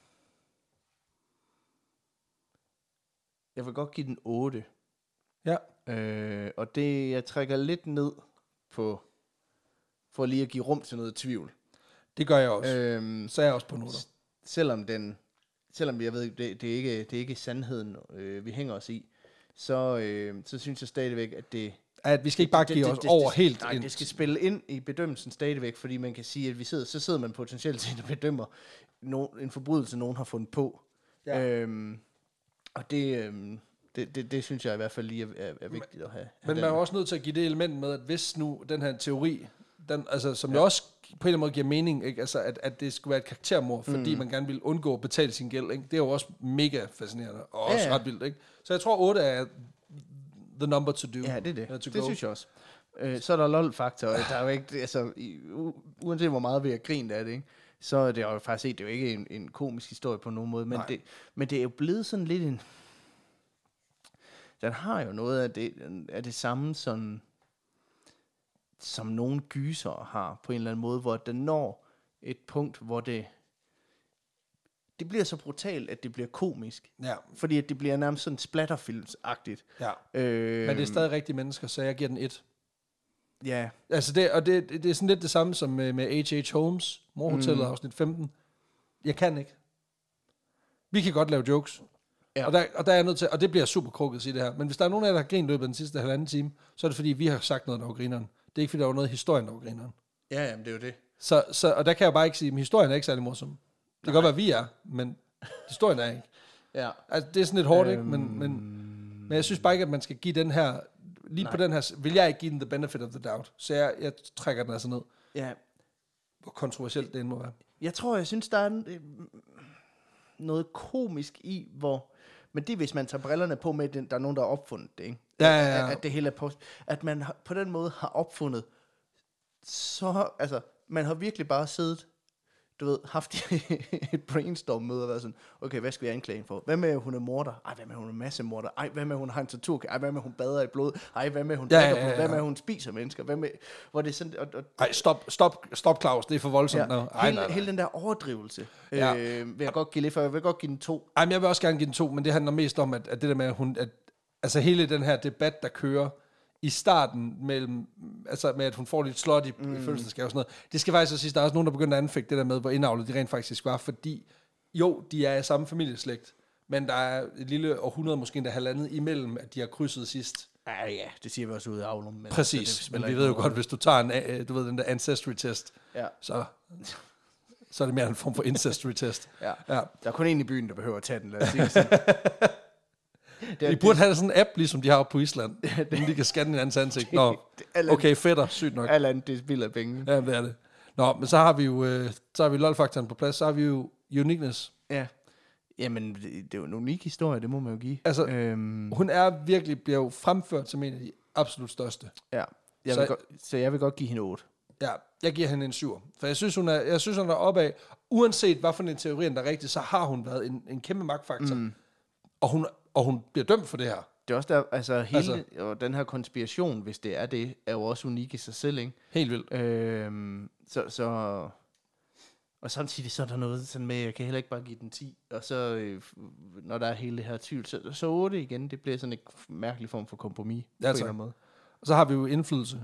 Jeg vil godt give den otte. Ja. Øh, og det, jeg trækker lidt ned på, for lige at give rum til noget tvivl. Det gør jeg også. Øhm, Så er jeg også på noter. selvom den, selvom jeg ved, det, det er ikke, det er ikke sandheden, øh, vi hænger os i, så, øh, så synes jeg stadigvæk, at det... At vi skal ikke bare det- give det- os det- over det- helt Nej, ind. det skal spille ind i bedømmelsen stadigvæk, fordi man kan sige, at vi sidder, så sidder man potentielt set og bedømmer no, en forbrydelse, nogen har fundet på. Ja. Øhm, og det, øhm, det, det, det synes jeg i hvert fald lige er, er, er vigtigt at have. have Men den. man er også nødt til at give det element med, at hvis nu den her teori, den, altså, som ja. jo også på en eller anden måde giver mening, ikke? Altså, at, at det skulle være et karaktermord, fordi mm. man gerne vil undgå at betale sin gæld. Ikke? Det er jo også mega fascinerende, og også Ja, ja. ret vildt. Ikke? Så jeg tror, otte er the number to do. Ja, det er det. Uh, to Det go. synes jeg også. Øh, så er der lol-faktor. Der er jo ikke, altså, i, u, uanset hvor meget vi har grint af det, ikke? Så er det jo faktisk set, det er jo ikke en, en komisk historie på nogen måde, men det, men det er jo blevet sådan lidt en... Den har jo noget af det, af det samme, som, som nogle gyser har på en eller anden måde, hvor den når et punkt, hvor det... Det bliver så brutalt, at det bliver komisk. Ja, Fordi at det bliver nærmest sådan splatterfilmsagtigt. ja. Øh, Men det er stadig rigtige mennesker, så jeg giver den et. Ja. Altså det, og det, det er sådan lidt det samme som med, med H H. Holmes, Mordhotellet, mm. afsnit femten. Jeg kan ikke. Vi kan godt lave jokes. Ja. Og, der, og der er jeg nødt til, og det bliver super krukket at sige det her, men hvis der er nogen af jer, der har grinet løbet den sidste halvanden time, så er det fordi, vi har sagt noget, der var grineren. Det er ikke fordi, der var noget i historien, der var grineren. Ja, jamen, det er jo det. Så, så, og der kan jeg jo bare ikke sige, at historien er ikke særlig morsom. Det kan godt være, at vi er, men historien er ikke. Ja. Altså, det er sådan lidt hårdt, øhm, ikke? Men, men, men jeg synes bare ikke, at man skal give den her, lige nej. På den her, vil jeg ikke give den the benefit of the doubt. Så jeg, jeg trækker den altså ned. Ja. Hvor kontroversielt det end må være. Jeg tror, jeg synes, der er en, noget komisk i, hvor... Men det er, hvis man tager brillerne på med, at der er nogen, der har opfundet det, ikke? Ja, ja, ja. At, at det hele er på... At man på den måde har opfundet... Så... Altså, man har virkelig bare siddet... Du ved, haft et brainstorm-møde og været sådan, okay, hvad skal vi anklage for? Hvad med, at hun er morder? Ej, hvad med, at hun er massemorder? Ej, hvad med, at hun har en tattoo? Ej, hvad med, at hun bader i blod? Ej, hvad med, at hun ja, drikker ja, ja, ja. Hvad med, at hun spiser mennesker? Hvad med, hvor det er sådan... Og, og, ej, stop, stop, stop, Claus, det er for voldsomt. Ja, Ej, hele, nej, nej. hele den der overdrivelse, ja. øh, vil jeg godt give lidt for. Jeg vil godt give den to. Ej, men jeg vil også gerne give den to, men det handler mest om, at, at det der med, at hun... At, altså hele den her debat, der kører i starten mellem, altså med at hun får lidt slot i mm. fødselsdagsgave og sådan noget. Det skal faktisk også sige, der er også nogen, der begynder at anfægte det der med, hvor indavlet de rent faktisk var, fordi jo, de er i samme familieslægt, men der er et lille århundrede, måske endda halvandet imellem, at de har krydset sidst. Ja, ja, det siger vi også ud af Aulum. Men præcis, det men vi ved jo godt, hvis du tager en, du ved, den der ancestry-test, ja. så, så er det mere en form for ancestry-test. ja. Ja. Der er kun en i byen, der behøver at tage den, lad os sige sådan. De burde have sådan en app, ligesom de har på Island, hvor de kan scanne en andens ansigt. Nå, okay, fætter, sygt nok. Alt andet, det er spild af penge. Ja, det er det. Nå, men så har vi jo, øh, så har vi lol-faktoren på plads, så har vi jo uniqueness. Ja, jamen, det, det er jo en unik historie, det må man jo give. Altså, øhm. hun er virkelig, bliver jo fremført som en af de absolut største. Ja, jeg så, vil go- så jeg vil godt give hende otte. Ja, jeg giver hende en syv. For jeg synes, hun er, jeg synes, hun er opad. Uanset hvad for en teorien, der er rigtig, så har hun været en, en kæmpe magtfaktor. Mm. Og hun Og hun bliver dømt for det her. Det er også der, altså hele altså, og den her konspiration, hvis det er det, er jo også unik i sig selv, ikke? Helt vildt. Øhm, så, så, og samtidig så er der noget sådan med, jeg kan heller ikke bare give den ti, og så, øh, når der er hele det her tvivl, så, så otte igen, det bliver sådan en mærkelig form for kompromis. Ja, på en eller anden måde. Og så har vi jo indflydelse.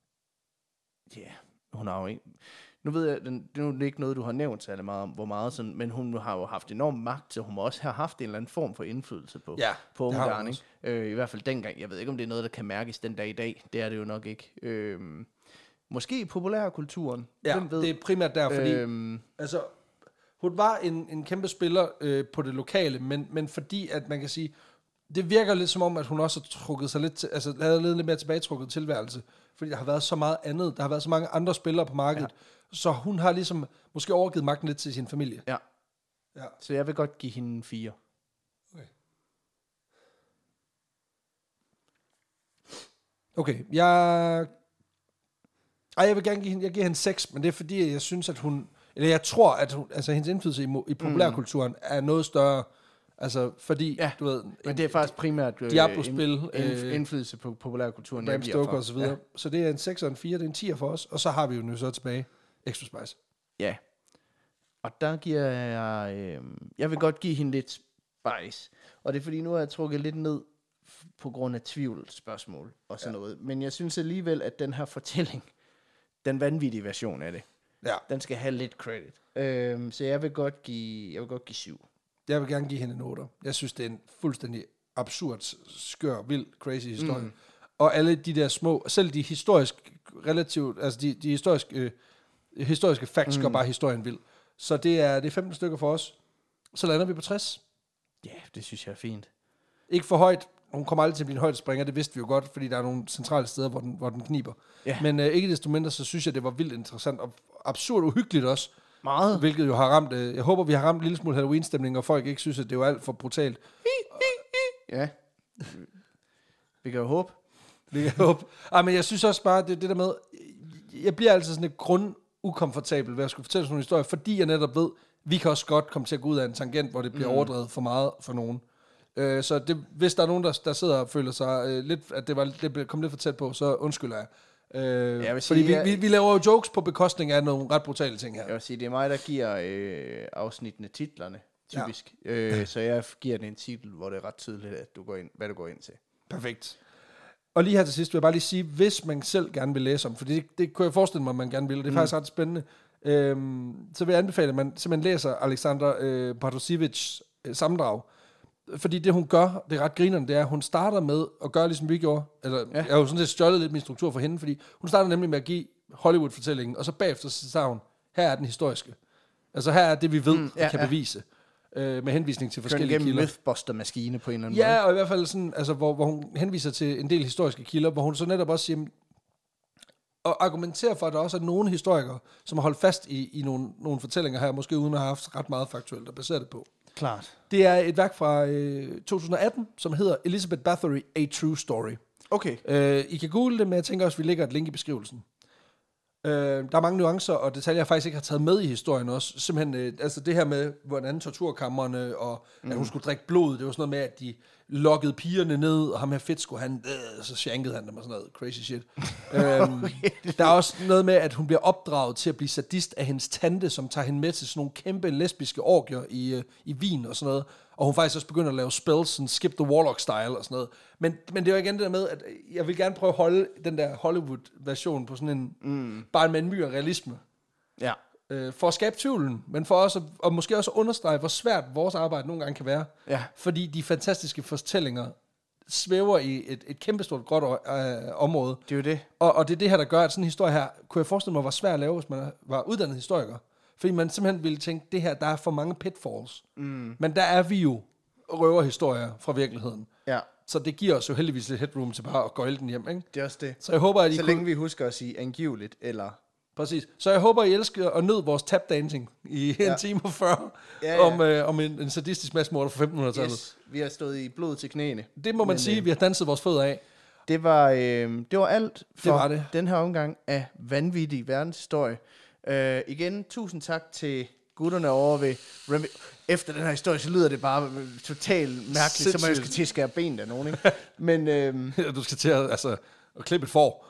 Ja, yeah, hun har jo ikke... Nu ved jeg, den, det er jo ikke noget, du har nævnt særlig meget om, hvor meget sådan, men hun har jo haft enorm magt, så hun må også have haft en eller anden form for indflydelse på, ja, på Ungarn, ikke? Øh, I hvert fald dengang. Jeg ved ikke, om det er noget, der kan mærkes den dag i dag. Det er det jo nok ikke. Øh, måske i populærkulturen. Ja, ved. det er primært der, fordi øh, altså, hun var en, en kæmpe spiller øh, på det lokale, men, men fordi, at man kan sige, det virker lidt som om, at hun også har trukket sig lidt, til, altså havde lidt, lidt mere tilbagetrukket tilværelse, fordi der har været så meget andet, der har været så mange andre spillere på markedet, ja. Så hun har ligesom måske overgivet magten lidt til sin familie. Ja. Ja. Så jeg vil godt give hende fire. Okay. Okay, jeg... Ej, jeg vil gerne give hende, jeg giver hende seks, men det er fordi, jeg synes, at hun... Eller jeg tror, at hun, altså, hendes indflydelse i, i populærkulturen mm. er noget større. Altså, fordi, ja, du ved... Men det er faktisk primært... Øh, Diablo-spil. Indf- øh, indflydelse på populærkulturen. Bram Stoker og så videre. Ja. Så det er en seks og en fire, det er en tier for os. Og så har vi jo nu så tilbage Extra Spice. Ja. Og der giver jeg... Øh, jeg vil godt give hende lidt spice. Og det er fordi, nu har jeg trukket lidt ned på grund af tvivlsspørgsmål og sådan ja. noget. Men jeg synes alligevel, at den her fortælling, den vanvittige version af det, ja. Den skal have lidt credit. Øh, så jeg vil godt give, jeg vil godt give syv. Jeg vil gerne give hende en otter. Jeg synes, det er en fuldstændig absurd, skør, vild, crazy historie. Mm. Og alle de der små, selv de historisk relativt, altså de, de historiske, øh, historiske facts mm. gør bare historien vild. Så det er, det er femten stykker for os. Så lander vi på tres. Ja, yeah, det synes jeg er fint. Ikke for højt. Hun kommer aldrig til at blive en højdespringer, det vidste vi jo godt, fordi der er nogle centrale steder, hvor den, hvor den kniber. Yeah. Men øh, ikke desto mindre, så synes jeg, det var vildt interessant og absurd uhyggeligt også. Meget. Hvilket jo har ramt, øh, jeg håber, vi har ramt en lille smule Halloween-stemning, og folk ikke synes, at det var alt for brutalt. Ja. Vi kan jo håbe. Vi kan håbe. Ej, men jeg synes også bare, det, det der med, jeg bliver altid sådan et grund ukomfortabel ved at skulle fortælle sådan en historie, fordi jeg netop ved, vi kan også godt komme til at gå ud af en tangent, hvor det bliver mm. overdrevet for meget for nogen. Øh, så det, hvis der er nogen, der, der sidder og føler sig øh, lidt, at det, var, det kom lidt for tæt på, så undskylder jeg. Øh, jeg fordi sige, vi, vi, vi laver jo jokes på bekostning af nogle ret brutale ting her. Jeg vil sige, det er mig, der giver øh, afsnittene titlerne, typisk. Ja. Øh, så jeg giver den en titel, hvor det er ret tydeligt, at du går ind, hvad du går ind til. Perfekt. Og lige her til sidst vil jeg bare lige sige, hvis man selv gerne vil læse om, for det, det kunne jeg forestille mig, at man gerne vil, og det er mm. faktisk ret spændende, øhm, så vil jeg anbefale, at man simpelthen læser Alexandra øh, Bartosiewicz øh, sammendrag. Fordi det, hun gør, det er ret grinerende, det er, at hun starter med at gøre, ligesom vi gjorde, eller ja. Jeg har jo sådan set stjålet lidt min struktur for hende, fordi hun starter nemlig med at give Hollywood-fortællingen, og så bagefter så sagde hun, her er den historiske. Altså her er det, vi ved, mm, ja, og kan ja. bevise. Øh, med henvisning til forskellige kilder. Mythbuster-maskine på en eller anden ja, måde. Ja, og i hvert fald sådan, altså, hvor, hvor hun henviser til en del historiske kilder, hvor hun så netop også siger, og argumenterer for, at der også er nogle historikere, som har holdt fast i, i nogle, nogle fortællinger her, måske uden at have haft ret meget faktuelt at basere det på. Klart. Det er et værk fra øh, to tusind atten, som hedder Elizabeth Bathory, A True Story. Okay. Øh, I kan google det, men jeg tænker også, at vi lægger et link i beskrivelsen. Øh, der er mange nuancer og detaljer, jeg faktisk ikke har taget med i historien også. Simpelthen, øh, altså det her med, hvordan torturkammerne, og mm. at hun skulle drikke blod, det var sådan noget med, at de lokkede pigerne ned, og ham her fedt skulle han, øh, så shankede han dem og sådan noget crazy shit. øhm, der er også noget med, at hun bliver opdraget til at blive sadist af hendes tante, som tager hende med til sådan nogle kæmpe lesbiske orgier i, øh, i Wien og sådan noget. Og hun faktisk også begynder at lave spells, sådan skip the warlock style og sådan noget. Men, men det er jo igen det der med, at jeg vil gerne prøve at holde den der Hollywood-version på sådan en, mm. bare med en myre realisme. Ja. Øh, for at skabe tvivlen, men for også, og måske også understrege, hvor svært vores arbejde nogle gange kan være. Ja. Fordi de fantastiske fortællinger svæver i et, et kæmpestort gråt øh, område. Det er jo det. Og, og det er det her, der gør, at sådan en historie her, kunne jeg forestille mig, var svært at lave, hvis man var uddannet historiker. Fordi man simpelthen ville tænke, det her, der er for mange pitfalls. Mm. Men der er vi jo røverhistorier fra virkeligheden. Ja. Så det giver os jo heldigvis lidt headroom til bare at gå den hjem, ikke? Det er også det. Så jeg håber, at I Så kunne... længe vi husker at sige angiveligt, eller... Præcis. Så jeg håber, I elsker og nød vores tap dancing i ja. en time og fyrre ja, ja. om, øh, om en, en sadistisk massemorder fra femtenhundredetallet. Yes. Vi har stået i blod til knæene. Det må man Men, sige, øh, vi har danset vores fødder af. Det var, øh, det var alt for det var det. Den her omgang af vanvittig verdenshistorie. Uh, igen, tusind tak til gutterne over ved Remy. Efter den her historie, så lyder det bare totalt mærkeligt, Sindssygt. Så man skal til at skære benet af nogen, ikke? Men, øhm, ja, du skal til at, altså, at klippe et får.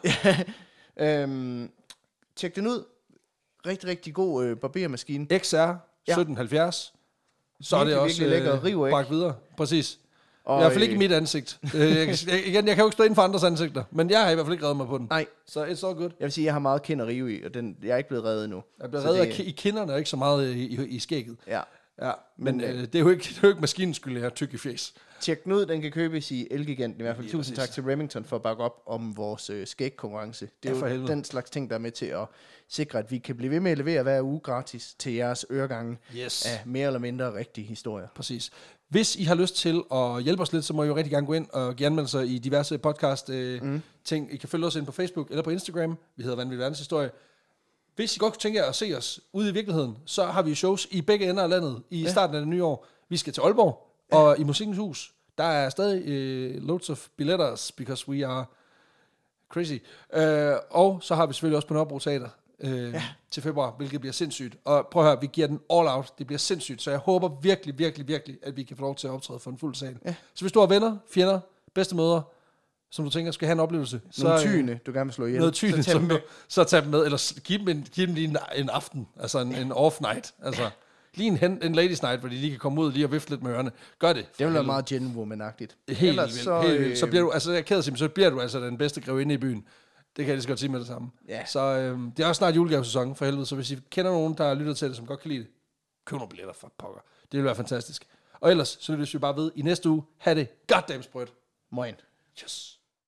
øhm, tjek den ud. Rigtig, rigtig god øh, barbermaskine. X R sytten halvfjerds. Så er det også øh, bagt videre. Præcis. Og I hvert fald ikke i mit ansigt. øh, jeg, kan, jeg, igen, jeg kan jo ikke stå inden for andres ansigter, men jeg har i hvert fald ikke reddet mig på den. Nej. Så it's all good. Jeg vil sige, jeg har meget kind at rive i, og den, jeg er ikke blevet reddet endnu. Jeg er blevet reddet det... i kinderne, og ikke så meget i, i, i skægget. Ja. Ja, men, men øh, det, er jo ikke, det er jo ikke maskinens skyld, jeg er tyk i fjes. Tjek den ud, den kan købes i Elgiganten i hvert fald. Ja, tusind tak til Remington for at bakke op om vores øh, skægkonkurrence. Det er ja, jo helvede. Den slags ting, der er med til at sikre, at vi kan blive ved med at levere hver uge gratis til jeres øregange yes. af mere eller mindre rigtige historier. Præcis. Hvis I har lyst til at hjælpe os lidt, så må I jo rigtig gerne gå ind og give anmeldelser i diverse podcast øh, mm. ting. I kan følge os ind på Facebook eller på Instagram. Vi hedder Vanvittig Verdenshistorie. Hvis I godt kunne tænke jer at se os ude i virkeligheden, så har vi shows i begge ender af landet i ja. starten af det nye år. Vi skal til Aalborg ja. og i Musikkens Hus. Der er stadig uh, loads of billetters, because we are crazy. Uh, og så har vi selvfølgelig også på Nørrebro Teater uh, ja. til februar, hvilket bliver sindssygt. Og prøv at høre, vi giver den all out. Det bliver sindssygt, så jeg håber virkelig, virkelig, virkelig, at vi kan få lov til at optræde for en fuld sal. Ja. Så hvis du har venner, fjender, bedstemødre, som du tænker skal have en oplevelse, nogle så tyne, du gerne vil slå ihjel, noget tyne, så tag dem med, så tag dem med, eller giv dem, en, giv dem lige en, en aften, altså en, en off night, altså lige en, en ladies night, hvor de lige kan komme ud lige og vifte lidt med ørerne. Gør det. Det vil være meget gentlewoman-agtigt. Helt vildt. Så, helt vildt. Så bliver du, altså jeg er ked af at sige, så bliver du altså den bedste grevinde i byen. Det kan jeg lige så godt sige med det samme. Ja. Så øhm, det er også snart julegavesæson for helvede, så hvis I kender nogen, der lytter til det, som godt kan lide det, køb nogle billetter for pokker. Det vil være fantastisk. Og ellers, så lyttes vi bare ved i næste uge. Ha' det goddamn sprødt. Moin. Yes.